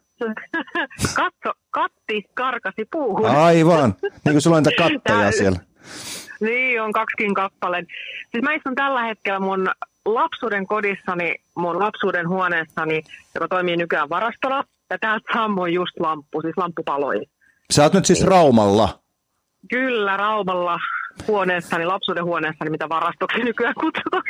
Katti karkasi puuhun. Aivan, niin kuin sulla on niitä katteja siellä. Niin, on 2 kappaleen. Siis mä istun tällä hetkellä mun lapsuuden kodissani, mun lapsuuden huoneessani, joka toimii nykyään varastona. Ja täältä sammui just lamppu, siis lamppu paloi. Sä oot nyt siis Raumalla? Kyllä, Raumalla huoneessani, lapsuuden huoneessani, mitä varastoksi nykyään kutsutaan.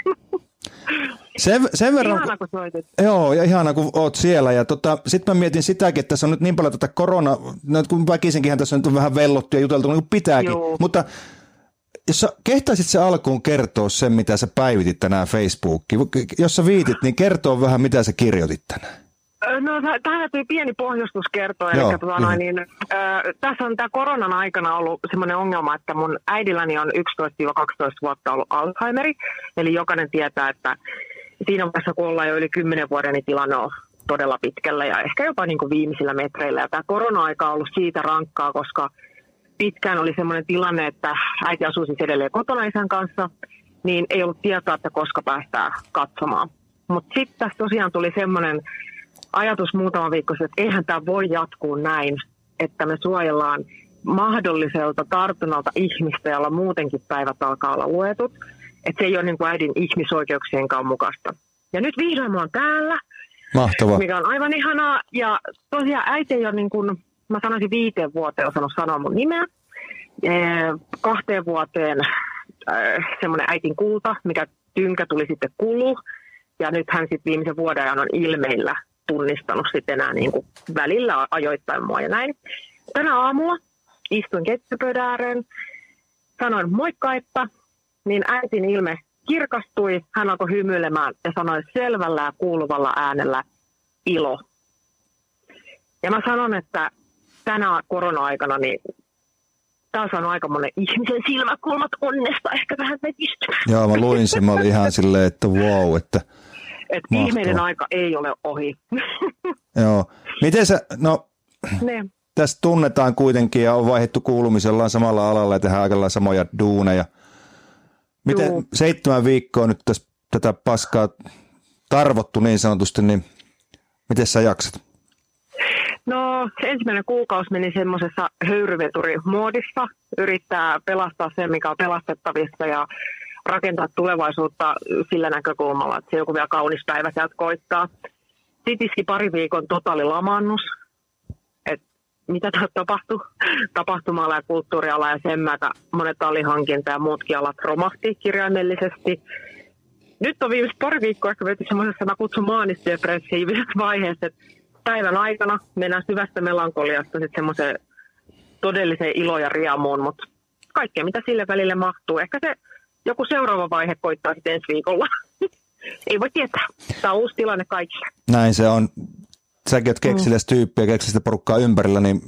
Sen verran, ihana, kun soitit. Joo, ja ihana, kun oot siellä. Ja sitten mä mietin sitäkin, että tässä on nyt niin paljon korona, kun väkisinkinhän tässä on nyt vähän vellottu ja juteltu, niin kuin pitääkin. Joo. Mutta jos sä kehtaisit se alkuun kertoa sen, mitä sä päivitit tänään Facebookiin, jos sä viitit, niin kertoo vähän, mitä sä kirjoitit tänään. No tähän täytyy pieni pohjustus kertoa. Joo, Eli tässä on tämä koronan aikana ollut semmoinen ongelma, että mun äidilläni on 11-12 vuotta ollut Alzheimeri. Eli jokainen tietää, että siinä vaiheessa kun ollaan jo yli 10 vuoden, niin tilanne on todella pitkällä ja ehkä jopa niin kuin viimeisillä metreillä. Ja tämä korona-aika on ollut siitä rankkaa, koska pitkään oli semmoinen tilanne, että äiti asui siis edelleen kotona isän kanssa, niin ei ollut tietoa, että koska päästään katsomaan. Mutta sitten tässä tosiaan tuli semmoinen ajatus muutama viikko sitten, että eihän tämä voi jatkuu näin, että me suojellaan mahdolliselta tartunnalta ihmistä, jolla muutenkin päivät alkaa olla luetut. Että se ei ole niin kuin äidin ihmisoikeuksienkaan mukaista. Ja nyt vihdoin mä oon täällä, mahtavaa, mikä on aivan ihanaa. Ja tosiaan äiti ei ole niin kuin, mä sanoisin 5 vuoteen osannut sanoa mun nimeä. 2 vuoteen semmoinen äitin kulta, mikä tynkä tuli sitten kulu. Ja nyt hän sitten viimeisen vuoden ajan on ilmeillä tunnistanut sitten enää niin kuin välillä ajoittain mua ja näin. Tänä aamulla istuin keittiöpöydän ääreen, sanoin moikka, että niin äitin ilme kirkastui, hän alkoi hymyilemään ja sanoi selvällä ja kuuluvalla äänellä ilo. Ja mä sanon, että tänä korona-aikana niin tämä on saanut aika monen ihmisen silmäkulmat onnesta ehkä vähän vetistymään. Joo, mä luin sen, mä olin ihan silleen, että wow, että ihmeiden aika ei ole ohi. Joo. Miten sä, tässä tunnetaan kuitenkin ja on vaihdettu kuulumisellaan samalla alalla ja tehdään aika samoja duuneja. Miten 7 viikkoa nyt tätä paskaa tarvottu niin sanotusti, niin miten sä jaksat? No ensimmäinen kuukausi meni semmoisessa höyryveturimoodissa, yrittää pelastaa sen, mikä on pelastettavissa ja rakentaa tulevaisuutta sillä näkökulmalla, että se joku vielä kaunis päivä sieltä koittaa. Sitiski pari viikon totaali lamaannus. Et mitä tapahtui? Tapahtumalla ja kulttuuriala ja sen myötä monet alihankinta ja muutkin alat romahti kirjaimellisesti. Nyt on viimeiset pari viikkoa ehkä vety semmoisessa, mä kutsun maanisdepressiivisessa vaiheessa, että päivän aikana mennään syvästä melankoliasta sitten semmoiseen todelliseen ilo ja riemuun, mutta kaikkea mitä sille välille mahtuu. Ehkä se joku seuraava vaihe koittaa sitten ensi viikolla. Ei voi tietää. Tämä on uusi tilanne kaikille. Näin se on. Säkin oot keksillistä tyyppiä, keksillistä porukkaa ympärillä, niin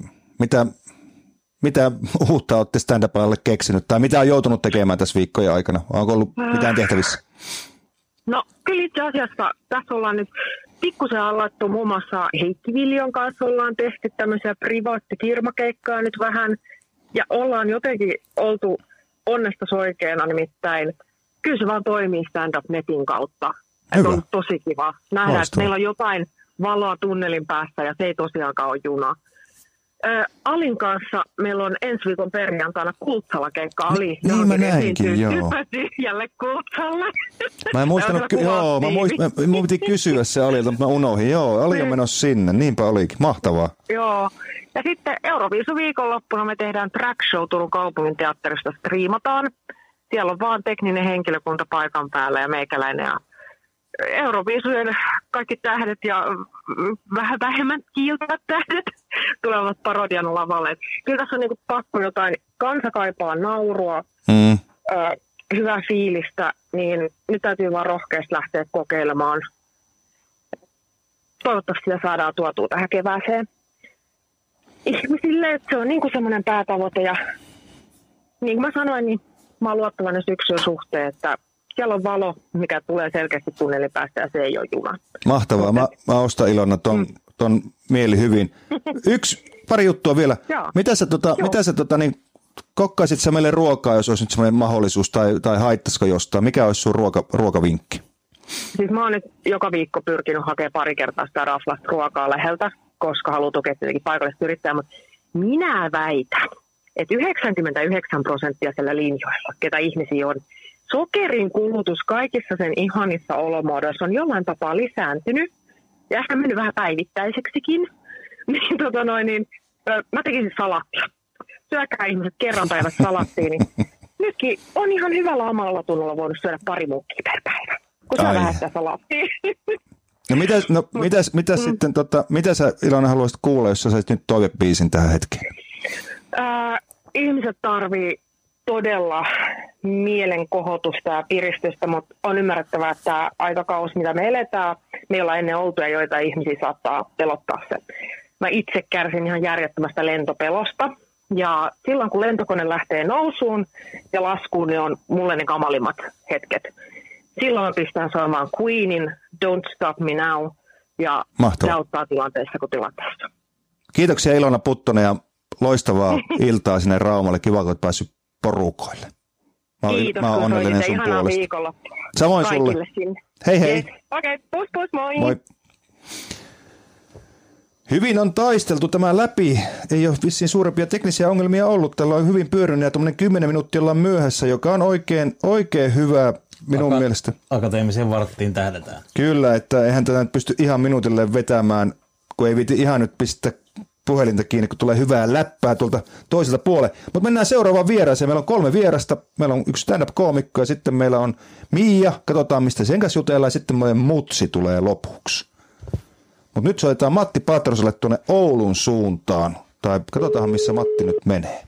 mitä uutta olette stand-upalle keksinyt? Tai mitä on joutunut tekemään tässä viikkojen aikana? Onko ollut mitään tehtävissä? No kyllä itse asiassa tässä ollaan nyt pikkusen alattu muun muassa Heikki Viljon kanssa ollaan tehty tämmöisiä privaattifirmakeikkaa nyt vähän. Ja ollaan jotenkin oltu onnesta soikeena nimittäin. Kyllä se vaan toimii stand-up netin kautta. Että on tosi kiva nähdä, että meillä on jotain valoa tunnelin päässä ja se ei tosiaankaan ole juna. Alin kanssa meillä on ensi viikon perjantaina Kultsala-keikka Ali. Niin mä näinkin, joo. Tyhjälle Kultsalle. Mä en muistanut, mun piti kysyä se Alilta, mutta mä unohdin. Joo, Ali on menossa sinne, niinpä olikin. Mahtavaa. Joo. Ja sitten Euroviisu viikonloppuna me tehdään track show Turun kaupunginteatterista, striimataan. Siellä on vaan tekninen henkilökunta paikan päällä ja meikäläinen ja Euroviisujen kaikki tähdet ja vähän vähemmän kiiltävät tähdet tulevat parodian lavalle. Kyllä tässä on niinku pakko jotain, kansa kaipaa naurua, hyvää fiilistä, niin nyt täytyy vaan rohkeasti lähteä kokeilemaan. Toivottavasti sitä saadaan tuotua tähän kevääseen ihmisille, että se on niinku semmoinen päätavoite ja niin kuin mä sanoin, niin mä oon luottavainen syksyn suhteen, että siellä on valo, mikä tulee selkeästi tunnelin päästä ja se ei ole juna. Mahtavaa. Mä ostan Ilona ton mieli hyvin. Pari juttua vielä. Mitä sä niin kokkaisit sä meille ruokaa, jos olisi nyt semmoinen mahdollisuus tai haittaisiko jostain? Mikä olisi sun ruokavinkki? Siis mä oon nyt joka viikko pyrkinyt hakemaan pari kertaa sitä raflasta ruokaa läheltä, koska haluan tukea tietenkin paikallista yrittäjää, mutta minä väitän, että 99% siellä linjoilla, ketä ihmisiä on, sokerin kulutus kaikissa sen ihanissa olomuodoissa on jollain tapaa lisääntynyt ja ehkä mennyt vähän päivittäiseksikin. Niin, mä tekisin salattia. Syökää ihmiset kerran päivässä salattia, niin nytkin on ihan hyvällä omalla tunnolla voinut syödä pari muukkia per päivä, kun saa vähän sitä salattia. Mitäs sitten, mitä sä Ilona haluaisit kuulla, jos sä saisit nyt toivebiisin tähän hetkeen? Ihmiset tarvii todella mielenkohotusta ja piristystä, mutta on ymmärrettävää, että tämä aikakausi, mitä me eletään, meillä on ennen oltu ja joita ihmisiä saattaa pelottaa se. Mä itse kärsin ihan järjettömästä lentopelosta ja silloin kun lentokone lähtee nousuun ja laskuun, niin on mulle ne kamalimmat hetket. Silloin mä pistän soimaan Queenin Don't Stop Me Now ja se auttaa tilanteessa kuin tilanteessa. Kiitoksia Ilona Puttonen ja loistavaa iltaa sinne Raumalle. Kiva, kun olet päässyt porukoille. Kiitos, mä oon onnellinen sun ihanaa puolesta. Viikolla. Samoin sulle. Sinne. Hei hei. Yes. Okei, pus, moi. Moi. Hyvin on taisteltu tämä läpi. Ei ole vissiin suurempia teknisiä ongelmia ollut. Tällä on hyvin pyörinyt ja tuommoinen 10 minuuttia ollaan myöhässä, joka on oikein hyvä minun mielestä. Akateemiseen varttiin tähdetään. Kyllä, että eihän tätä nyt pysty ihan minuutille vetämään, kun ei viiti ihan nyt pistää puhelinta kiinni, kun tulee hyvää läppää tuolta toiselta puolelle. Mutta mennään seuraavaan vieraaseen. Meillä on 3 vierasta. Meillä on yksi stand-up-koomikko ja sitten meillä on Miia. Katsotaan, mistä sen kanssa jutellaan. Ja sitten meidän Mutsi tulee lopuksi. Mutta nyt soitetaan Matti Patroselle tuonne Oulun suuntaan. Tai katsotaan, missä Matti nyt menee.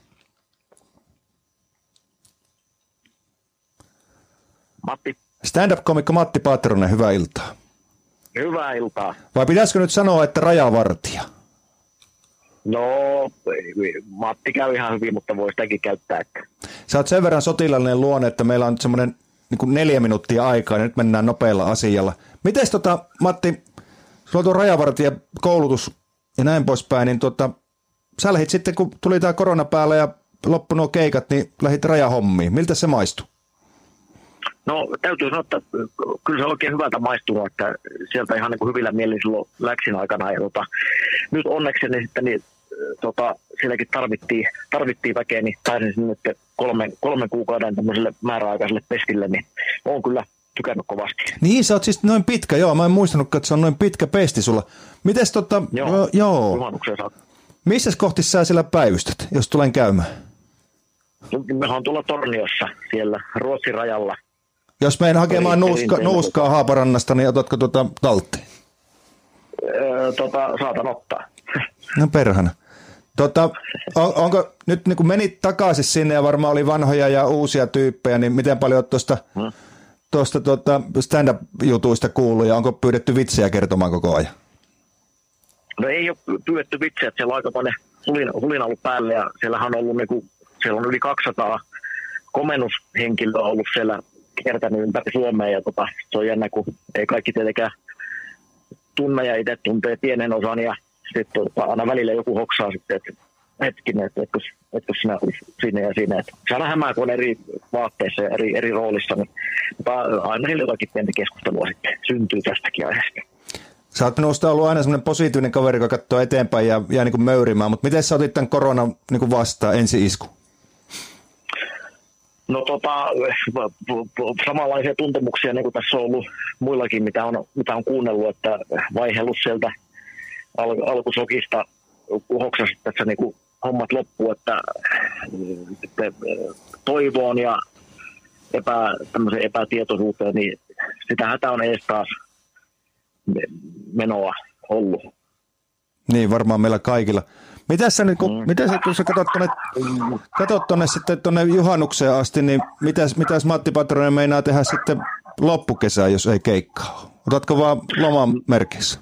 Matti. Stand-up-komikko Matti Patronen, hyvää iltaa. Hyvää iltaa. Vai pitäisikö nyt sanoa, että rajavartija? No, Matti käy ihan hyvin, mutta voi sitäkin käyttää. Sä oot sen verran sotilaallinen luonne, että meillä on semmoinen niin 4 minuuttia aikaa, ja nyt mennään nopealla asialla. Mites Matti, sulla on tuo rajavartijan koulutus ja näin poispäin, niin sä lähit sitten, kun tuli tää korona päällä ja loppu nuo keikat, niin lähit rajahommiin. Miltä se maistui? No täytyy sanoa, että kyllä se on oikein hyvältä maistunut, että sieltä ihan niin kuin hyvillä mielin silloin läksin aikana. Ja nyt onneksi niin sielläkin tarvittiin väkeä, niin pääsin sinne 3 kuukauden tämmöiselle määräaikaiselle testille, niin olen kyllä tykännyt kovasti. Niin, sä oot siis noin pitkä, joo. Mä en muistanutkaan, että se on noin pitkä pesti sulla. Mites Joo. Juhannukseen saat. Missäs kohti sä siellä päivystät, jos tulen käymään? Mehän on tuolla Torniossa, siellä Ruotsin rajalla. Jos menen hakemaan nuuskaa Haaparannasta, niin otatko talteen? Saatan ottaa. No perhana. Onko nyt niin kun menit takaisin sinne ja varmaan oli vanhoja ja uusia tyyppejä, niin miten paljon tuosta stand-up-jutuista kuullut ja onko pyydetty vitsejä kertomaan koko ajan? No ei ole pyydetty vitsejä, että siellä on aikamoinen hulina ollut päälle ja siellähän on ollut siellä on yli 200 komennushenkilöä ollut siellä kiertänyt ympäri Suomea ja se on jännä, kun ei kaikki tietenkään tunne ja itse tuntee pienen osan ja sitten aina välillä joku hoksaa sitten, että hetkinen, että etkö sinä olisi sinne ja sinne. Että se aina hämää, kun on eri vaatteissa ja eri roolissa, niin aina sillä jotakin pientä keskustelua sitten syntyy tästäkin aiheesta. Sä oot minusta ollut aina semmoinen positiivinen kaveri, joka katsoo eteenpäin ja jää niin kuin möyrimään, mutta miten sä otit tämän koronan niin kuin vastaan ensi-isku? No samanlaisia tuntemuksia, niin kuin tässä on ollut muillakin, mitä on kuunnellut, että vaihellut sieltä alkusokista, kun hoksasi tässä niin kuin hommat loppuu, että toivoon ja tämmöiseen epätietoisuuteen, niin sitä hätä on edes taas menoa ollut. Niin, varmaan meillä kaikilla. Miten sä kun sä katsot tuonne sitten tuonne juhannukseen asti, niin mitäs Matti Patronen meinaa tehdä sitten loppukesään, jos ei keikkaa? Otatko vaan loman merkissä?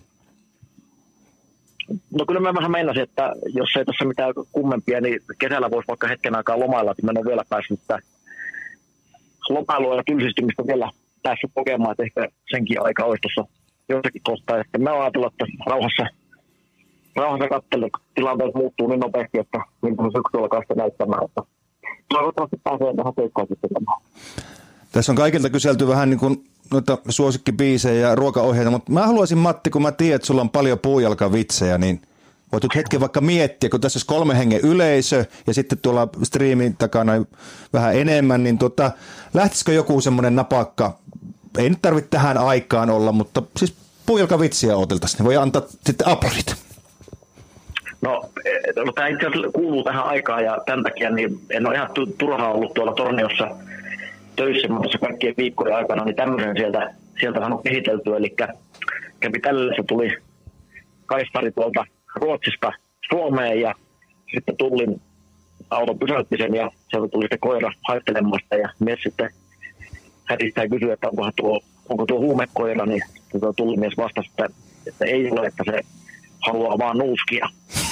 No kyllä mä vähän meinasin, että jos ei tässä mitään kummempia, niin kesällä voisi vaikka hetken aikaa lomailla, että mä en ole vielä päässyt sitä lomailua ja tylsistymistä vielä päässyt kokemaan, että ehkä senkin aika olisi tuossa jossakin kohtaa. Ja sitten mä oon ajatellut, että rauhassa katsella, kun tilanteet muuttuu niin nopeasti, että miltä se syksyllä alkaa sitä näyttämään. Että toivottavasti pääsee vähän keikkaakin tekemään. Tässä on kaikilta kyselty vähän niin kuin noita suosikkibiisejä ja ruokaohjeita, mutta mä haluaisin, Matti, kun mä tiedän, että sulla on paljon puujalkavitsejä, niin voit nyt hetken vaikka miettiä, kun tässä olisi 3 hengen yleisö ja sitten tuolla striimin takana vähän enemmän, niin lähtisikö joku semmoinen napakka, ei nyt tarvitse tähän aikaan olla, mutta siis puujalkavitsiä oteltaisiin, niin voi antaa sitten aplodit. No tämä itse asiassa kuuluu tähän aikaan ja tämän takia niin en ole ihan turhaa ollut tuolla Torniossa töissä tässä kaikkien viikkojen aikana, niin tämmöisen sieltä on kehitelty. Eli kävi tällä, se tuli kaistari tuolta Ruotsista Suomeen ja sitten tullin auto pysäytti sen ja sieltä tuli sitten koira haittelemasta ja mies sitten hädistää kysyä, että onko tuo huumekoira, niin tullimies vastasi, että ei ole, että se haluaa vaan nuuskia.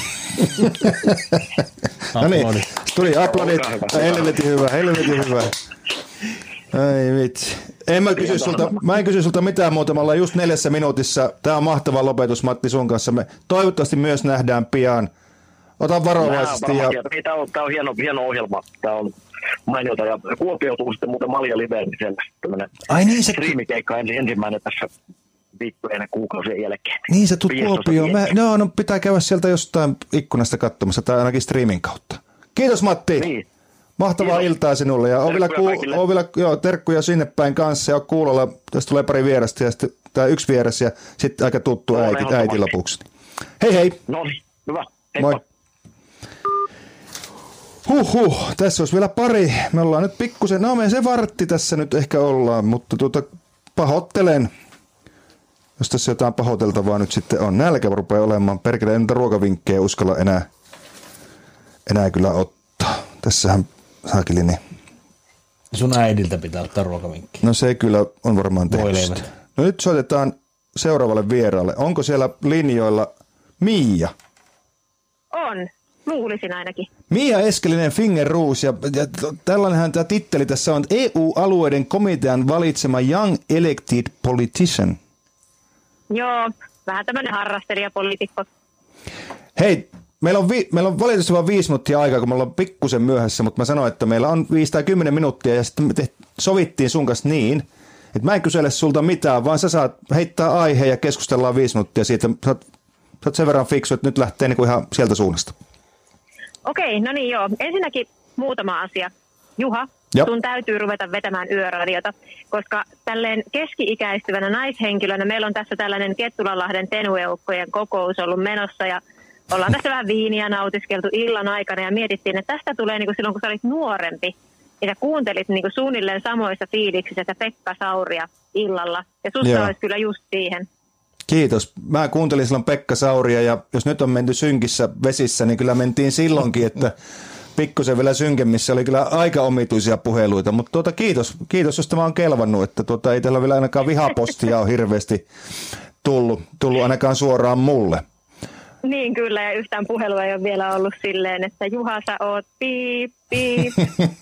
No niin, tuli aplodit. Helvetin hyvä. Ai vitsi. Mä en kysy sulta mitään muuta. Me ollaan just 4 minuutissa. Tää on mahtava lopetus, Matti, sun kanssa. Me toivottavasti myös nähdään pian. Ota varovaisesti. Tää on hieno ohjelma. Tää on mainiota. Ja Kuopio tuli sitten muuten Malja Liveen, niin siellä tämmönen striimikeikka ensimmäinen tässä viikkojen ja kuukausien jälkeen. Niin se tulet Kuopioon. No pitää käydä sieltä jostain ikkunasta katsomassa tai ainakin striimin kautta. Kiitos, Matti. Niin. Mahtavaa iltaa sinulle ja Ovila terkkuja sinne päin kanssa ja kuulolla. Tästä tulee pari vierasta ja sitten yksi vieras ja sitten aika tuttu äiti lopuksi. Hei. No niin, hyvä. Moi. Tässä olisi vielä pari. Me ollaan nyt pikkusen, me se vartti tässä nyt ehkä ollaan, mutta pahoittelen. Jos tässä jotain pahoiteltavaa nyt sitten on. Nälkä rupeaa olemaan. Perkele, en niitä ruokavinkkejä uskalla enää kyllä ottaa. Tässähän saakeli niin. Sun äidiltä pitää ottaa ruokavinkki. No se kyllä on varmaan tehty. No nyt soitetaan seuraavalle vieraalle. Onko siellä linjoilla Miia? On. Luulisin ainakin. Miia Eskelinen Fingerroos ja tällainenhan tämä titteli tässä on EU-alueiden komitean valitsema Young Elected Politician. Joo, vähän tämmöinen harrastelijapoliitikko. Hei, meillä on valitettavasti vain 5 minuuttia aikaa, kun me ollaan pikkusen myöhässä, mutta mä sanoin, että meillä on 5 tai 10 minuuttia ja sitten me sovittiin sun kanssa niin, että mä en kysele sulta mitään, vaan sä saat heittää aiheen ja keskustellaan 5 minuuttia siitä. Sä oot sen verran fiksu, että nyt lähtee niin kuin ihan sieltä suunnasta. Okei, no niin joo. Ensinnäkin muutama asia. Juha, sun täytyy ruveta vetämään yöradiota, koska tälleen keski-ikäistyvänä naishenkilönä meillä on tässä tällainen Kettulanlahden tenueukkojen kokous ollut menossa ja ollaan tässä vähän viiniä nautiskeltu illan aikana ja mietittiin, että tästä tulee niin kuin silloin, kun sä olit nuorempi, ja kuuntelit niin kuin suunnilleen samoissa fiiliksissä Pekka Sauria illalla ja susta olisi kyllä just siihen. Kiitos. Mä kuuntelin silloin Pekka Sauria ja jos nyt on menty synkissä vesissä, niin kyllä mentiin silloinkin, että pikkusen vielä synkemmissä oli kyllä aika omituisia puheluita, mutta kiitos, jos tämä on kelvannut, että ei täällä vielä ainakaan vihapostia ole hirveästi tullut ainakaan suoraan mulle. Niin kyllä, ja yhtään puhelua ei ole vielä ollut silleen, että Juha, sä oot piip. niin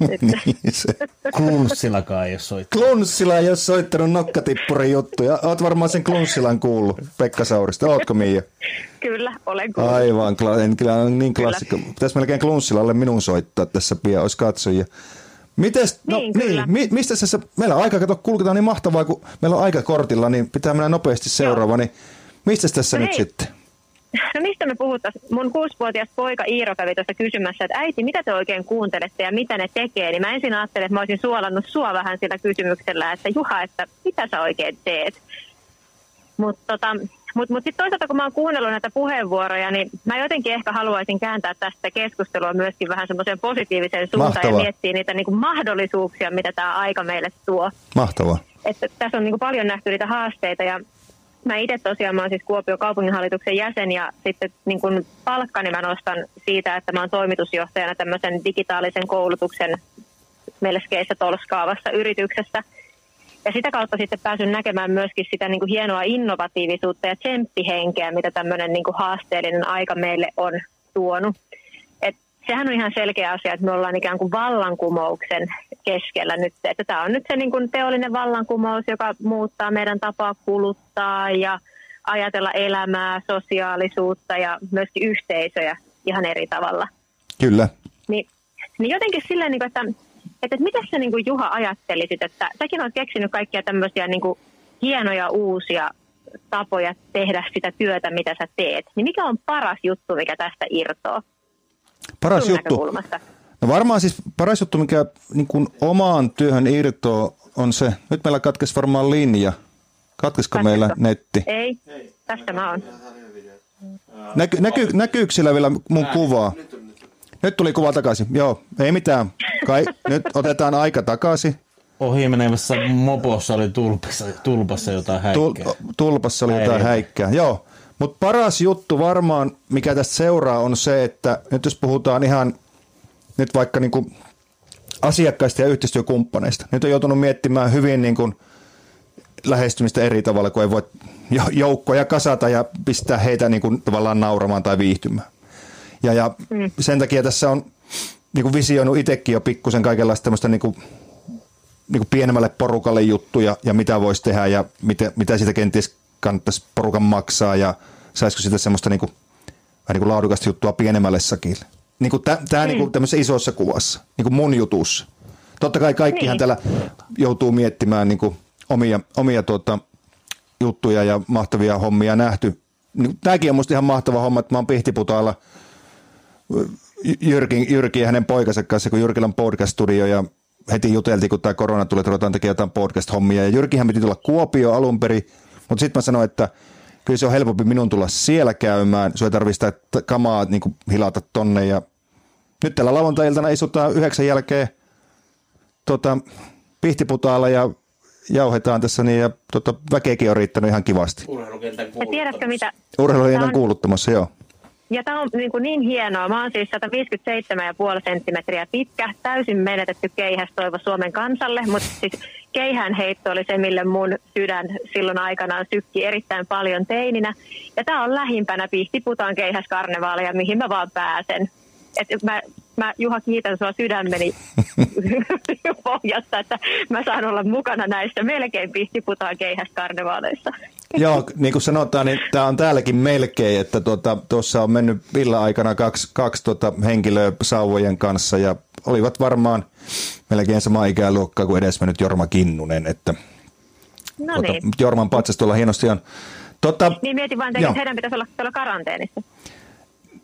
se. Klunssilakaan ei ole soittanut. Klunssila ei ole soittanut nokkatippurin juttuja. Oot varmaan sen Klunssilan kuullut Pekka Saurista. Ootko, Miia? Kyllä, olen kuullut. Aivan, kyllä on niin klassikko. Pitäisi melkein Klunssilalle minun soittaa tässä pian, olisi katsojia. Mites, mistä se, meillä on aika, kulketaan niin mahtavaa, kun meillä on aika kortilla, niin pitää mennä nopeasti seuraava, niin mistä tässä nyt sitten? No mistä me puhuttaisiin? Mun 6-vuotias poika Iiro kävi tuossa kysymässä, että äiti, mitä te oikein kuuntelette ja mitä ne tekee? Niin mä ensin ajattelin, että mä olisin suolannut sua vähän sillä kysymyksellä, että Juha, että mitä sä oikein teet? Mutta sitten toisaalta, kun mä oon kuunnellut näitä puheenvuoroja, niin mä jotenkin ehkä haluaisin kääntää tästä keskustelua myöskin vähän semmoiseen positiiviseen suuntaan. Mahtavaa. Ja miettiä niitä niin kuin mahdollisuuksia, mitä tämä aika meille tuo. Mahtavaa. Että tässä on niin kuin paljon nähty niitä haasteita ja mä itse tosiaan mä oon siis Kuopion kaupunginhallituksen jäsen ja sitten niin kun palkkani mä nostan siitä, että mä oon toimitusjohtajana tämmöisen digitaalisen koulutuksen melskeissä tolskaavassa yrityksessä. Ja sitä kautta sitten pääsyn näkemään myöskin sitä niin kuin hienoa innovatiivisuutta ja tsemppihenkeä, mitä tämmöinen niin kuin haasteellinen aika meille on tuonut. Et sehän on ihan selkeä asia, että me ollaan ikään kuin vallankumouksen keskellä nyt. Että tämä on nyt se niin kuin teollinen vallankumous, joka muuttaa meidän tapaa kuluttaa ja ajatella elämää, sosiaalisuutta ja myöskin yhteisöjä ihan eri tavalla. Kyllä. Niin jotenkin silleen, että mitä sä niin kuin Juha ajattelisit, että säkin olet keksinyt kaikkia tämmöisiä niin kuin hienoja uusia tapoja tehdä sitä työtä, mitä sä teet. Niin mikä on paras juttu, mikä tästä irtoaa? Paras juttu? No varmaan siis paras juttu, mikä niin kuin omaan työhön irtoaa, on se, nyt meillä katkesi varmaan linja. Katkesko meillä netti? Ei, tästä mä oon. Näkyykö sillä vielä mun kuvaa? Nyt tuli kuva takaisin. Joo, ei mitään. Nyt otetaan aika takaisin. Ohi menevässä mopossa oli tulpassa jotain häikkää. Tulpassa oli jotain häikkää, joo. Mutta paras juttu varmaan, mikä tästä seuraa, on se, että nyt jos puhutaan ihan nyt vaikka niin kuin asiakkaista ja yhteistyökumppaneista. Nyt on joutunut miettimään hyvin niin kuin lähestymistä eri tavalla, kun ei voi joukkoja kasata ja pistää heitä niin kuin tavallaan nauramaan tai viihtymään. Ja sen takia tässä on niin kuin visioinut itsekin jo pikkusen kaikenlaista tämmöistä niin kuin pienemmälle porukalle juttuja ja mitä voisi tehdä ja mitä siitä kenties kannattaisi porukan maksaa ja saisiko sitä semmoista niin kuin laadukasta juttua pienemmälle sakille. Niin kuin tämä niin kuin tämmöisessä isossa kuvassa, niin kuin mun jutussa. Totta kai kaikkihan täällä joutuu miettimään niin kuin omia juttuja ja mahtavia hommia nähty. Tämäkin on musta ihan mahtava homma, että mä oon Pihtiputaalla Jyrki ja hänen poikansa kanssa, kun Jyrkillä on podcast-studio ja heti juteltiin, kun tämä korona tuli, että ruvetaan tekemään jotain podcast-hommia. Ja Jyrkihän piti tulla Kuopioon alun perin, mutta sitten mä sanoin, että kyllä se on helpompi minun tulla siellä käymään. Sinua ei tarvitse sitä kamaa niin kuin hilata tonne. Ja nyt tällä lauantai-iltana istutaan 9 jälkeen Pihtiputaalla ja jauhetaan tässä niin, ja väkeäkin on riittänyt ihan kivasti. Urheilukentän kuuluttamassa. Ja tiedätkö mitä? Urheilukentän kuuluttamassa, joo. Ja tämä on niin hienoa. Mä oon siis 157,5 senttimetriä pitkä, täysin menetetty keihästoivo Suomen kansalle, mutta siis keihäänheitto oli se, mille mun sydän silloin aikanaan sykki erittäin paljon teininä. Ja tämä on lähimpänä Pihtiputaan keihäskarnevaaleja, mihin mä vaan pääsen. Et mä Juha kiitän sua sydämeni pohjasta, että mä saan olla mukana näissä melkein Pihtiputaan keihäskarnevaaleissa. Joo, niin kuin sanotaan, niin tämä on täälläkin melkein, että tuossa on mennyt illan aikana kaksi henkilöä sauvojen kanssa ja olivat varmaan melkein samaa ikäluokkaa kuin edesmennyt Jorma Kinnunen, että Jorman patsas tuolla hienosti on. Niin mietin vaan, että heidän pitäisi olla tuolla karanteenissa.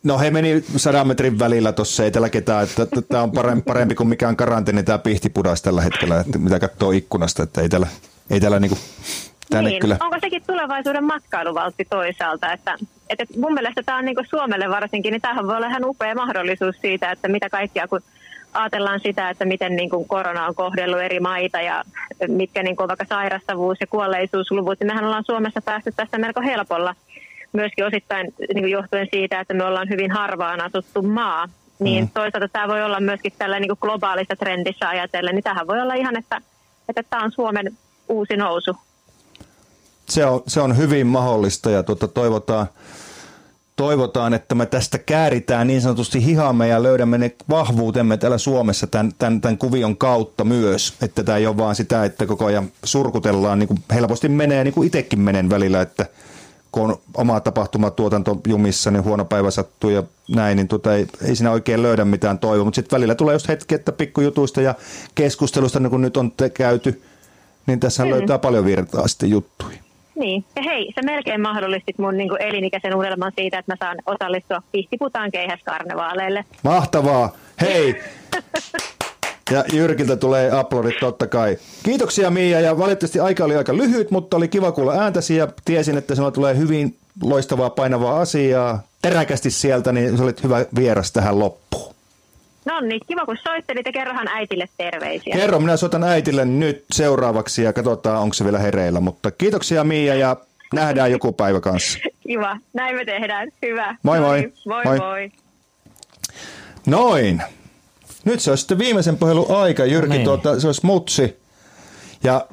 No he meni 100 metrin välillä tuossa, ei tällä ketään, että tämä on parempi kuin mikään karanteeni tämä Pihtipudas tällä hetkellä, että mitä katsoo ikkunasta, että ei täällä niinku tänne niin. kyllä. Onko sekin tulevaisuuden matkailuvaltti toisaalta, että mun mielestä tämä on niinku Suomelle varsinkin, niin tämähän voi olla ihan upea mahdollisuus siitä, että mitä kaikkia, kun ajatellaan sitä, että miten niinku korona on kohdellut eri maita ja mitkä niinku vaikka sairastavuus- ja kuolleisuusluvut, niin mehän ollaan Suomessa päästy tästä melko helpolla. Myöskin osittain niin johtuen siitä, että me ollaan hyvin harvaan asuttu maa, niin toisaalta tämä voi olla myöskin tällä niin globaalista trendissä ajatellen, niin tämähän voi olla ihan, että tämä on Suomen uusi nousu. Se on hyvin mahdollista ja toivotaan, että me tästä kääritään niin sanotusti hihamme ja löydämme ne vahvuutemme täällä Suomessa tämän kuvion kautta myös, että tämä ei ole vaan sitä, että koko ajan surkutellaan, niin kuin helposti menee, niin kuin itsekin menen välillä, että kun on oma tapahtumatuotanto jumissa, niin huono päivä sattuu ja näin, niin ei siinä oikein löydä mitään toivoa. Mutta sitten välillä tulee just hetki, että pikkujutuista ja keskustelusta, niin kun nyt on käyty, niin tässä löytää paljon virtaa sitten juttuja. Niin, ja hei, sä melkein mahdollistit mun niin kuin elinikäisen unelman siitä, että mä saan osallistua Pihtiputaan keihäskarnevaaleille. Mahtavaa! Hei! Ja Jyrkiltä tulee aplodit totta kai. Kiitoksia Miia ja valitettavasti aika oli aika lyhyt, mutta oli kiva kuulla ääntäsi ja tiesin, että sinulla tulee hyvin loistavaa painavaa asiaa teräkästi sieltä, niin se olit hyvä vieras tähän loppuun. No niin, kiva kun soittelit ja kerrohan äitille terveisiä. Kerro, minä soitan äitille nyt seuraavaksi ja katsotaan onko se vielä hereillä, mutta kiitoksia Miia ja nähdään joku päivä kanssa. Kiva, näin me tehdään. Hyvä. Moi moi. Moi. Noin. Nyt se olisi sitten viimeisen puhelun aika. Jyrki, se olisi mutsi. Ja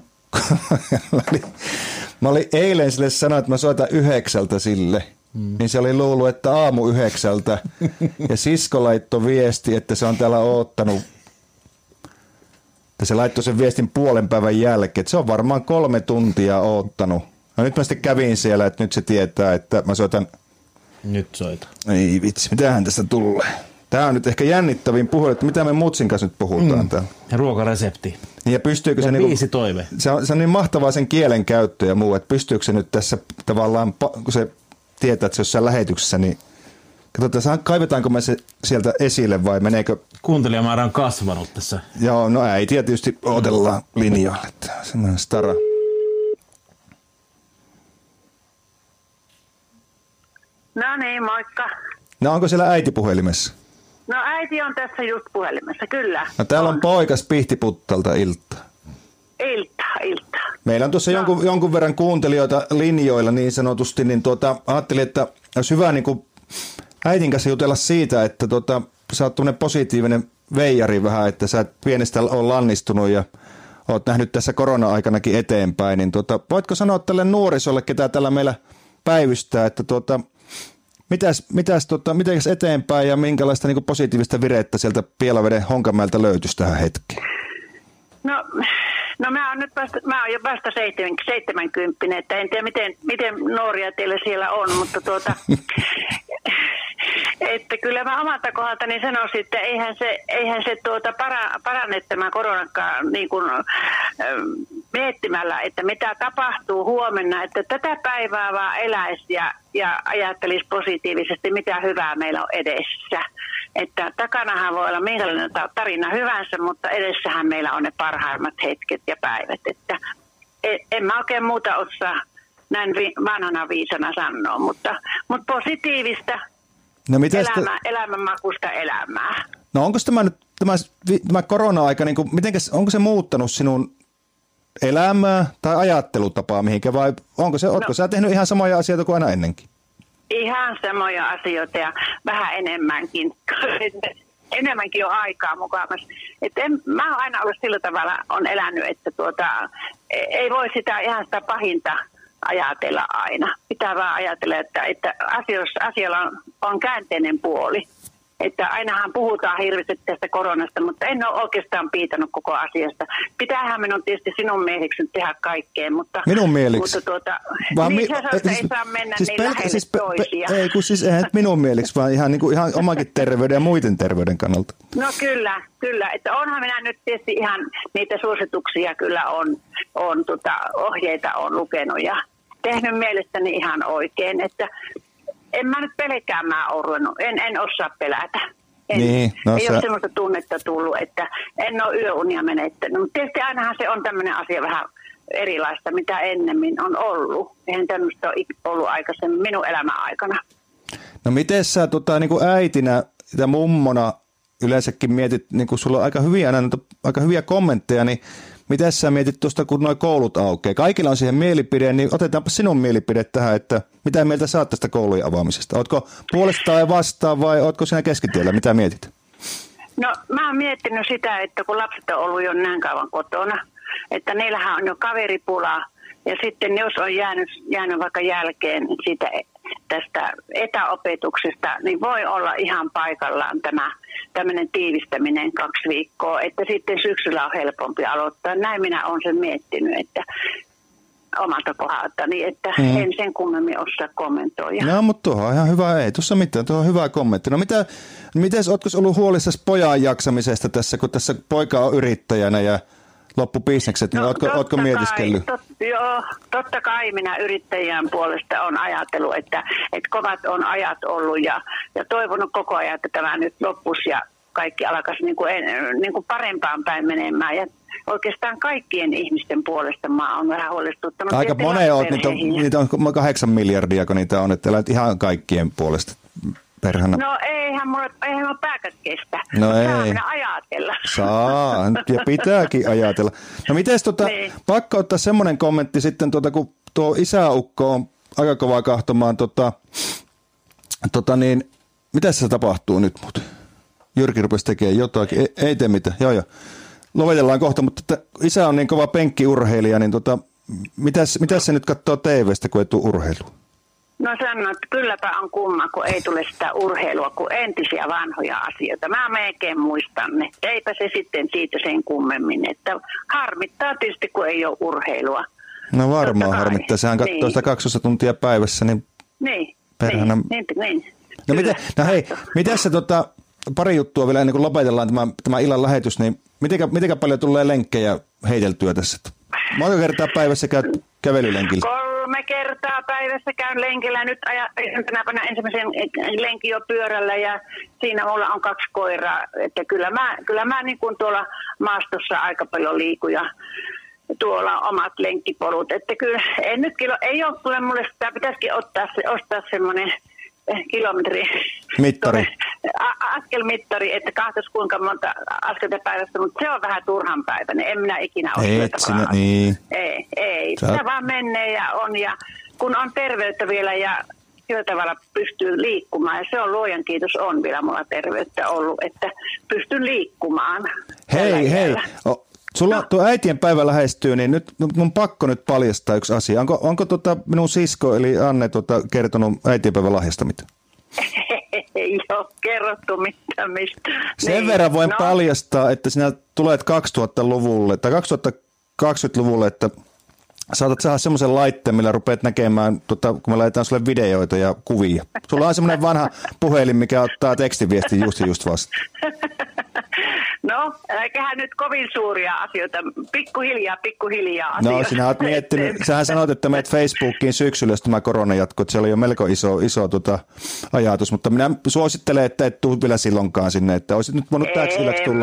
mä olin eilen sille sanoa, että mä soitan 9 sille. Niin se oli luullut, että aamu 9. Ja sisko laittoi viesti, että se on täällä oottanut. Että se laittoi sen viestin puolen päivän jälkeen. Että se on varmaan 3 tuntia oottanut. No nyt mä sitten kävin siellä, että nyt se tietää, että mä soitan. Nyt soita. Ei vitsi, mitähän tästä tulee. Tämä on nyt ehkä jännittävin puhelu, että mitä me Mutsin kanssa nyt puhutaan täällä. Ja ruokaresepti. Ja pystyykö se biisi toive. Se on niin mahtavaa sen kielen käyttö ja muu, että pystyykö se nyt tässä tavallaan, kun se tietää, että se on jossain lähetyksessä, niin katsotaan, kaivetaanko me se sieltä esille vai meneekö? Kuuntelijamäärä on kasvanut tässä. Joo, no äitiä tietysti odotellaan linjoille. Semmoinen stara. No niin, moikka. No onko siellä äiti puhelimessa? No äiti on tässä just puhelimessa, kyllä. No täällä on poikas Pihtiputtalta Ilta. Ilta. Meillä on tuossa jonkun verran kuuntelijoita linjoilla niin sanotusti, niin ajattelin, että olisi hyvä niin kuin äitin kanssa jutella siitä, että sä oot tämmöinen positiivinen veijari vähän, että sä et pienestä ole lannistunut ja oot nähnyt tässä korona-aikanakin eteenpäin, niin voitko sanoa tälle nuorisolle, ketä tällä meillä päivystää, että mitäs eteenpäin ja minkälaista niin kuin positiivista virettä sieltä Pielaveden Honkamäeltä löytyisi tähän hetkeen? No mä oon jo vasta 70, että en tiedä miten nuoria teillä siellä on, mutta että kyllä mä omalta kohdaltani sanoisin, että eihän se paranne tämä koronakaan niin kuin miettimällä, että mitä tapahtuu huomenna, että tätä päivää vaan eläisi ja ajattelisi positiivisesti, mitä hyvää meillä on edessä. Että takanahan voi olla minkälainen tarina hyvänsä, mutta edessähän meillä on ne parhaimmat hetket ja päivät. Että en mä oikein muuta osaa näin vanhana viisana sanoa, mutta positiivista elämänmakuista elämää. No onko tämä korona-aika, niin onko se muuttanut sinun elämää tai ajattelutapaa mihinkä vai ootko sä tehnyt ihan samoja asioita kuin aina ennenkin? Ihan samoja asioita ja vähän enemmänkin. Enemmänkin on aikaa mukavasti. Mä oon aina ollut sillä tavalla, on elänyt, että ei voi ihan sitä pahinta ajatella aina. Pitää vaan ajatella, että asialla on käänteinen puoli. Että ainahan puhutaan hirveästi tästä koronasta, mutta en ole oikeastaan piitannut koko asiasta. Pitäähän minun tietysti sinun mieleksi tehdä kaikkea, mutta... Minun mieleksi? Mutta ei saa mennä niin lähelle toisia. Ei, kun siis eihän minun mieleksi, vaan ihan omankin terveyden ja muiden terveyden kannalta. No kyllä. Että onhan minä nyt tietysti ihan niitä suosituksia kyllä on ohjeita on lukenut ja tehnyt mielestäni ihan oikein, että en mä nyt pelkäämään ole ruvennut. En osaa pelätä. Niin, no ei ole sellaista tunnetta tullut, että en ole yöunia menettänyt. Mutta tietysti ainahan se on tämmöinen asia vähän erilaista, mitä ennemmin on ollut. Eihän tämmöistä ole ollut aikaisemmin minun elämän aikana. No miten sä niin kuin äitinä ja mummona yleensäkin mietit, niin kun sulla on aika hyviä kommentteja, niin miten sä mietit tuosta, kun nuo koulut aukeaa? Kaikilla on siihen mielipide, niin otetaanpa sinun mielipide tähän, että mitä mieltä sä oot tästä koulujen avaamisesta? Ootko puolesta tai vastaan vai ootko siinä keskitiellä? Mitä mietit? No mä oon miettinyt sitä, että kun lapset on ollut jo näin kauan kotona, että niillähän on jo kaveripula ja sitten jos on jäänyt vaikka jälkeen siitä tästä etäopetuksesta, niin voi olla ihan paikallaan tämä tämmöinen tiivistäminen 2 viikkoa, että sitten syksyllä on helpompi aloittaa. Näin minä olen sen miettinyt, että omalta kohdaltani, että en sen kummemmin osaa kommentoida. No, mutta tuohon on ihan hyvä, ei tuossa mitään, tuohon on hyvä kommentti. No mites ootko ollut huolissasi pojan jaksamisesta tässä, kun tässä poika on yrittäjänä ja loppubisnekset, niin ootko mietiskellyt? Joo, totta kai minä yrittäjän puolesta on ajatellut, että kovat on ajat ollut ja toivonut koko ajan, että tämä nyt loppuisi ja kaikki alkaisi niin kuin parempaan päin menemään. Ja oikeastaan kaikkien ihmisten puolesta mä oon vähän huolestuttanut. Aika monen oot, niitä on 8 miljardia, kun niitä on, että ihan kaikkien puolesta. Perhana. No eihän mulla pääkät kestä. No saa ei. minä ajatella. Saa, ja pitääkin ajatella. No mites niin. Pakko ottaa semmoinen kommentti sitten, kun tuo isäukko on aika kovaa kahtomaan, niin mitä se tapahtuu nyt muuten? Jyrki rupesi tekemään jotakin, ei tee mitään, joo. Lopetellaan kohta, mutta että isä on niin kova penkkiurheilija, niin mitäs se nyt katsoo TV:stä, kun ei tule urheilua? No sanon, että kylläpä on kumma, kun ei tule sitä urheilua kuin entisiä vanhoja asioita. Mä melkein muistan ne. Eipä se sitten siitä sen kummemmin, että harmittaa tietysti, kun ei ole urheilua. No varmaan harmittaa. Sehän katsoo sitä 12 tuntia päivässä, niin perhana. Niin. No hei, miten se pari juttua vielä ennen kuin lopetellaan tämä illan lähetys, niin mitenkä paljon tulee lenkkejä heiteltyä tässä? Monta kertaa päivässä käyt kävelylenkillä? 3 kertaa päivässä käyn lenkillä. Nyt tänä ensimmäisen lenkin jo pyörällä ja siinä mulla on 2 koiraa. Että kyllä mä niin kuin tuolla maastossa aika paljon liikun ja tuolla omat lenkkipolut. Että kyllä ei ole kyllä mulle sitä, pitäisikin ostaa semmoinen kilometri mittari. Askelmittari, että kahtos kuinka monta askelta päivästä, mutta se on vähän turhanpäiväinen. En minä ikinä ole niin. Ei. Sitä vaan menee ja on. Ja kun on terveyttä vielä ja sillä tavalla pystyy liikkumaan. Ja se on luojan kiitos, on vielä mulla terveyttä ollut, että pystyn liikkumaan. Hei. Sulla tuo äitien päivä lähestyy, niin nyt mun pakko nyt paljastaa yksi asia. Onko minun sisko eli Anne kertonut äitienpäivän lahjasta mitään? Ei ole kerrottu mitään mistä. Sen verran voin paljastaa, että sinä tulet 2000-luvulle tai 2020-luvulle, että saatat saada semmoisen laitteen, millä rupeat näkemään, kun me laitetaan sulle videoita ja kuvia. Sulla on semmoinen vanha puhelin, mikä ottaa tekstiviestin just vastaan. No, eiköhän nyt kovin suuria asioita. Pikkuhiljaa asioita. No, sinä olet miettinyt, sähän sanoit, että menet Facebookiin syksyllä, jos tämä korona jatkuu, että se oli jo melko iso ajatus, mutta minä suosittelen, että et tule vielä silloinkaan sinne, että olisit nyt voinut täksi yläksi tulla.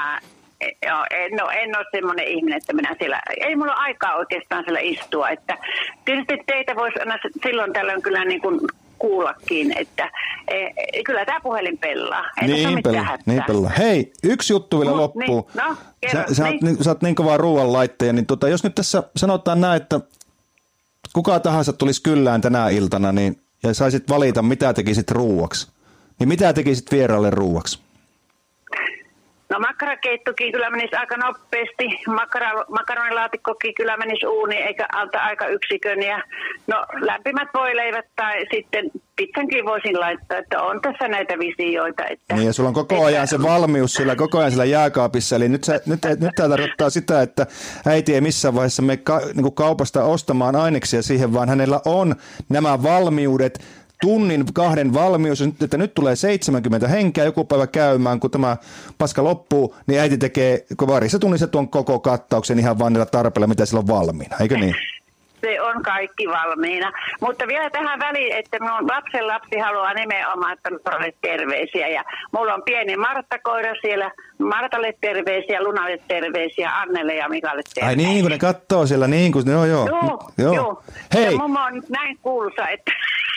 En ole semmoinen ihminen, että minä siellä, ei mulla aikaa oikeastaan siellä istua, että tietysti teitä voisi aina silloin tällöin kyllä niin kuin kuullakin, että kyllä tämä puhelin pelaa. Niin pelaa. Hei, yksi juttu vielä loppuu. Sä oot niin kovaa ruoanlaittaja, niin jos nyt tässä sanotaan näin, että kuka tahansa tulisi kyllään tänä iltana niin, ja saisit valita, mitä tekisit ruuaksi, niin mitä tekisit vieraalle ruuaksi? No makkarakeittokin kyllä menisi aika nopeasti, makaronilaatikkokin kyllä menisi uuniin eikä alta aika yksikön ja no lämpimät voileivät tai sitten pizzankin voisin laittaa, että on tässä näitä visioita. Että, niin ja sulla on koko ajan se valmius koko ajan siellä jääkaapissa, eli nyt tämä tarkoittaa sitä, että äiti ei missään vaiheessa mene niin kaupasta ostamaan aineksia siihen, vaan hänellä on nämä valmiudet, 1-2 valmius, että nyt tulee 70 henkeä joku päivä käymään, kun tämä paska loppuu, niin äiti tekee parissa tunnissa tuon koko kattauksen ihan vaan niillä tarpeilla, mitä sillä on valmiina, eikö niin? se on kaikki valmiina. Mutta vielä tähän väliin, että minun lapsi haluaa nimenomaan, että Lunalle terveisiä. Ja mulla on pieni Martta-koira siellä. Martalle terveisiä, Lunalle terveisiä, Annelle ja Mikalle terveisiä. Ai niin, kun ne kattoo siellä, niin kuin, Joo. Hei. Ja mummo on nyt näin kuuluisa, että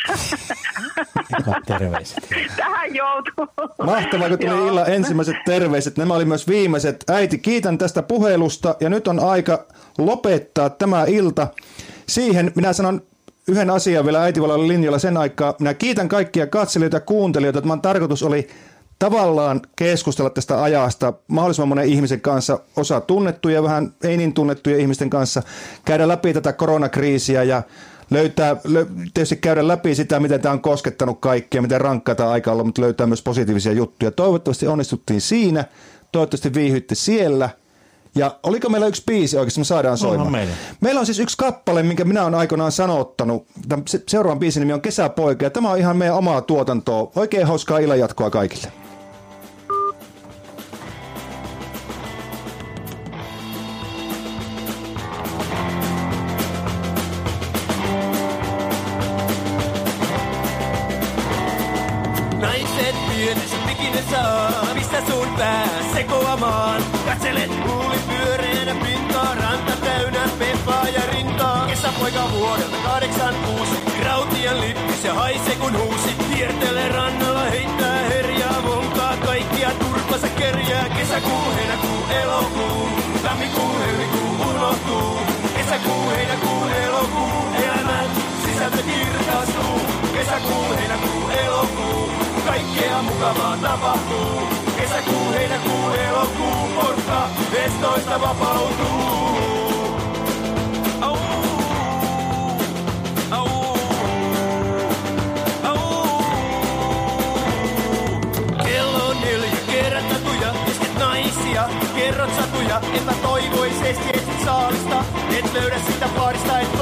terveiset. Tähän joutuu. Mahtavaa, kun tuli illan ensimmäiset terveiset. Nämä oli myös viimeiset. Äiti, kiitän tästä puhelusta ja nyt on aika lopettaa tämä ilta. Siihen minä sanon yhden asian vielä äitivallan linjalla sen aikaa. Minä kiitän kaikkia katselijoita ja kuuntelijoita. Tämän tarkoitus oli tavallaan keskustella tästä ajasta mahdollisimman monen ihmisen kanssa, osa tunnettuja, vähän ei niin tunnettuja ihmisten kanssa, käydä läpi tätä koronakriisiä ja tietysti käydä läpi sitä, miten tämä on koskettanut kaikkia, miten rankkaa tämä aika on ollut, mutta löytää myös positiivisia juttuja. Toivottavasti onnistuttiin siinä, toivottavasti viihdytte siellä. Ja oliko meillä yksi biisi oikeasti, me saadaan soimaan? Meillä on siis yksi kappale, minkä minä olen aikoinaan sanottanut. Seuraavan biisin nimi on Kesäpoika, ja tämä on ihan meidän omaa tuotantoa. Oikein hauskaa illanjatkoa kaikille. Naiset pienessä bikinessä, missä sun pää sekoamaan. Katselet huuli pyöreänä pintaa, ranta täynnä peppaa ja rintaa. Kesäpoika vuodelta 86, rautian lippis ja haise kun huusi. Kiertelee rannalla, heittää herjaa, vonkaa kaikkia turpansa kerjää. Kesäkuu, heinäkuu, elokuu, tammikuu, helmikuu unohtuu. Kesäkuu, heinäkuu, elokuu, elämän sisältö kirkastuu. Kesäkuu, heinäkuu, elokuu, kaikkea mukavaa tapahtuu. Kesäkuu, heinäkuu, elokuu, porkka estoista vapautuu. Au, au, au. Kello on 4, kerät tatuja, isket naisia, kerrot satuja, epätoivoisesti etsit saalista. Et löydä sitä baarista, et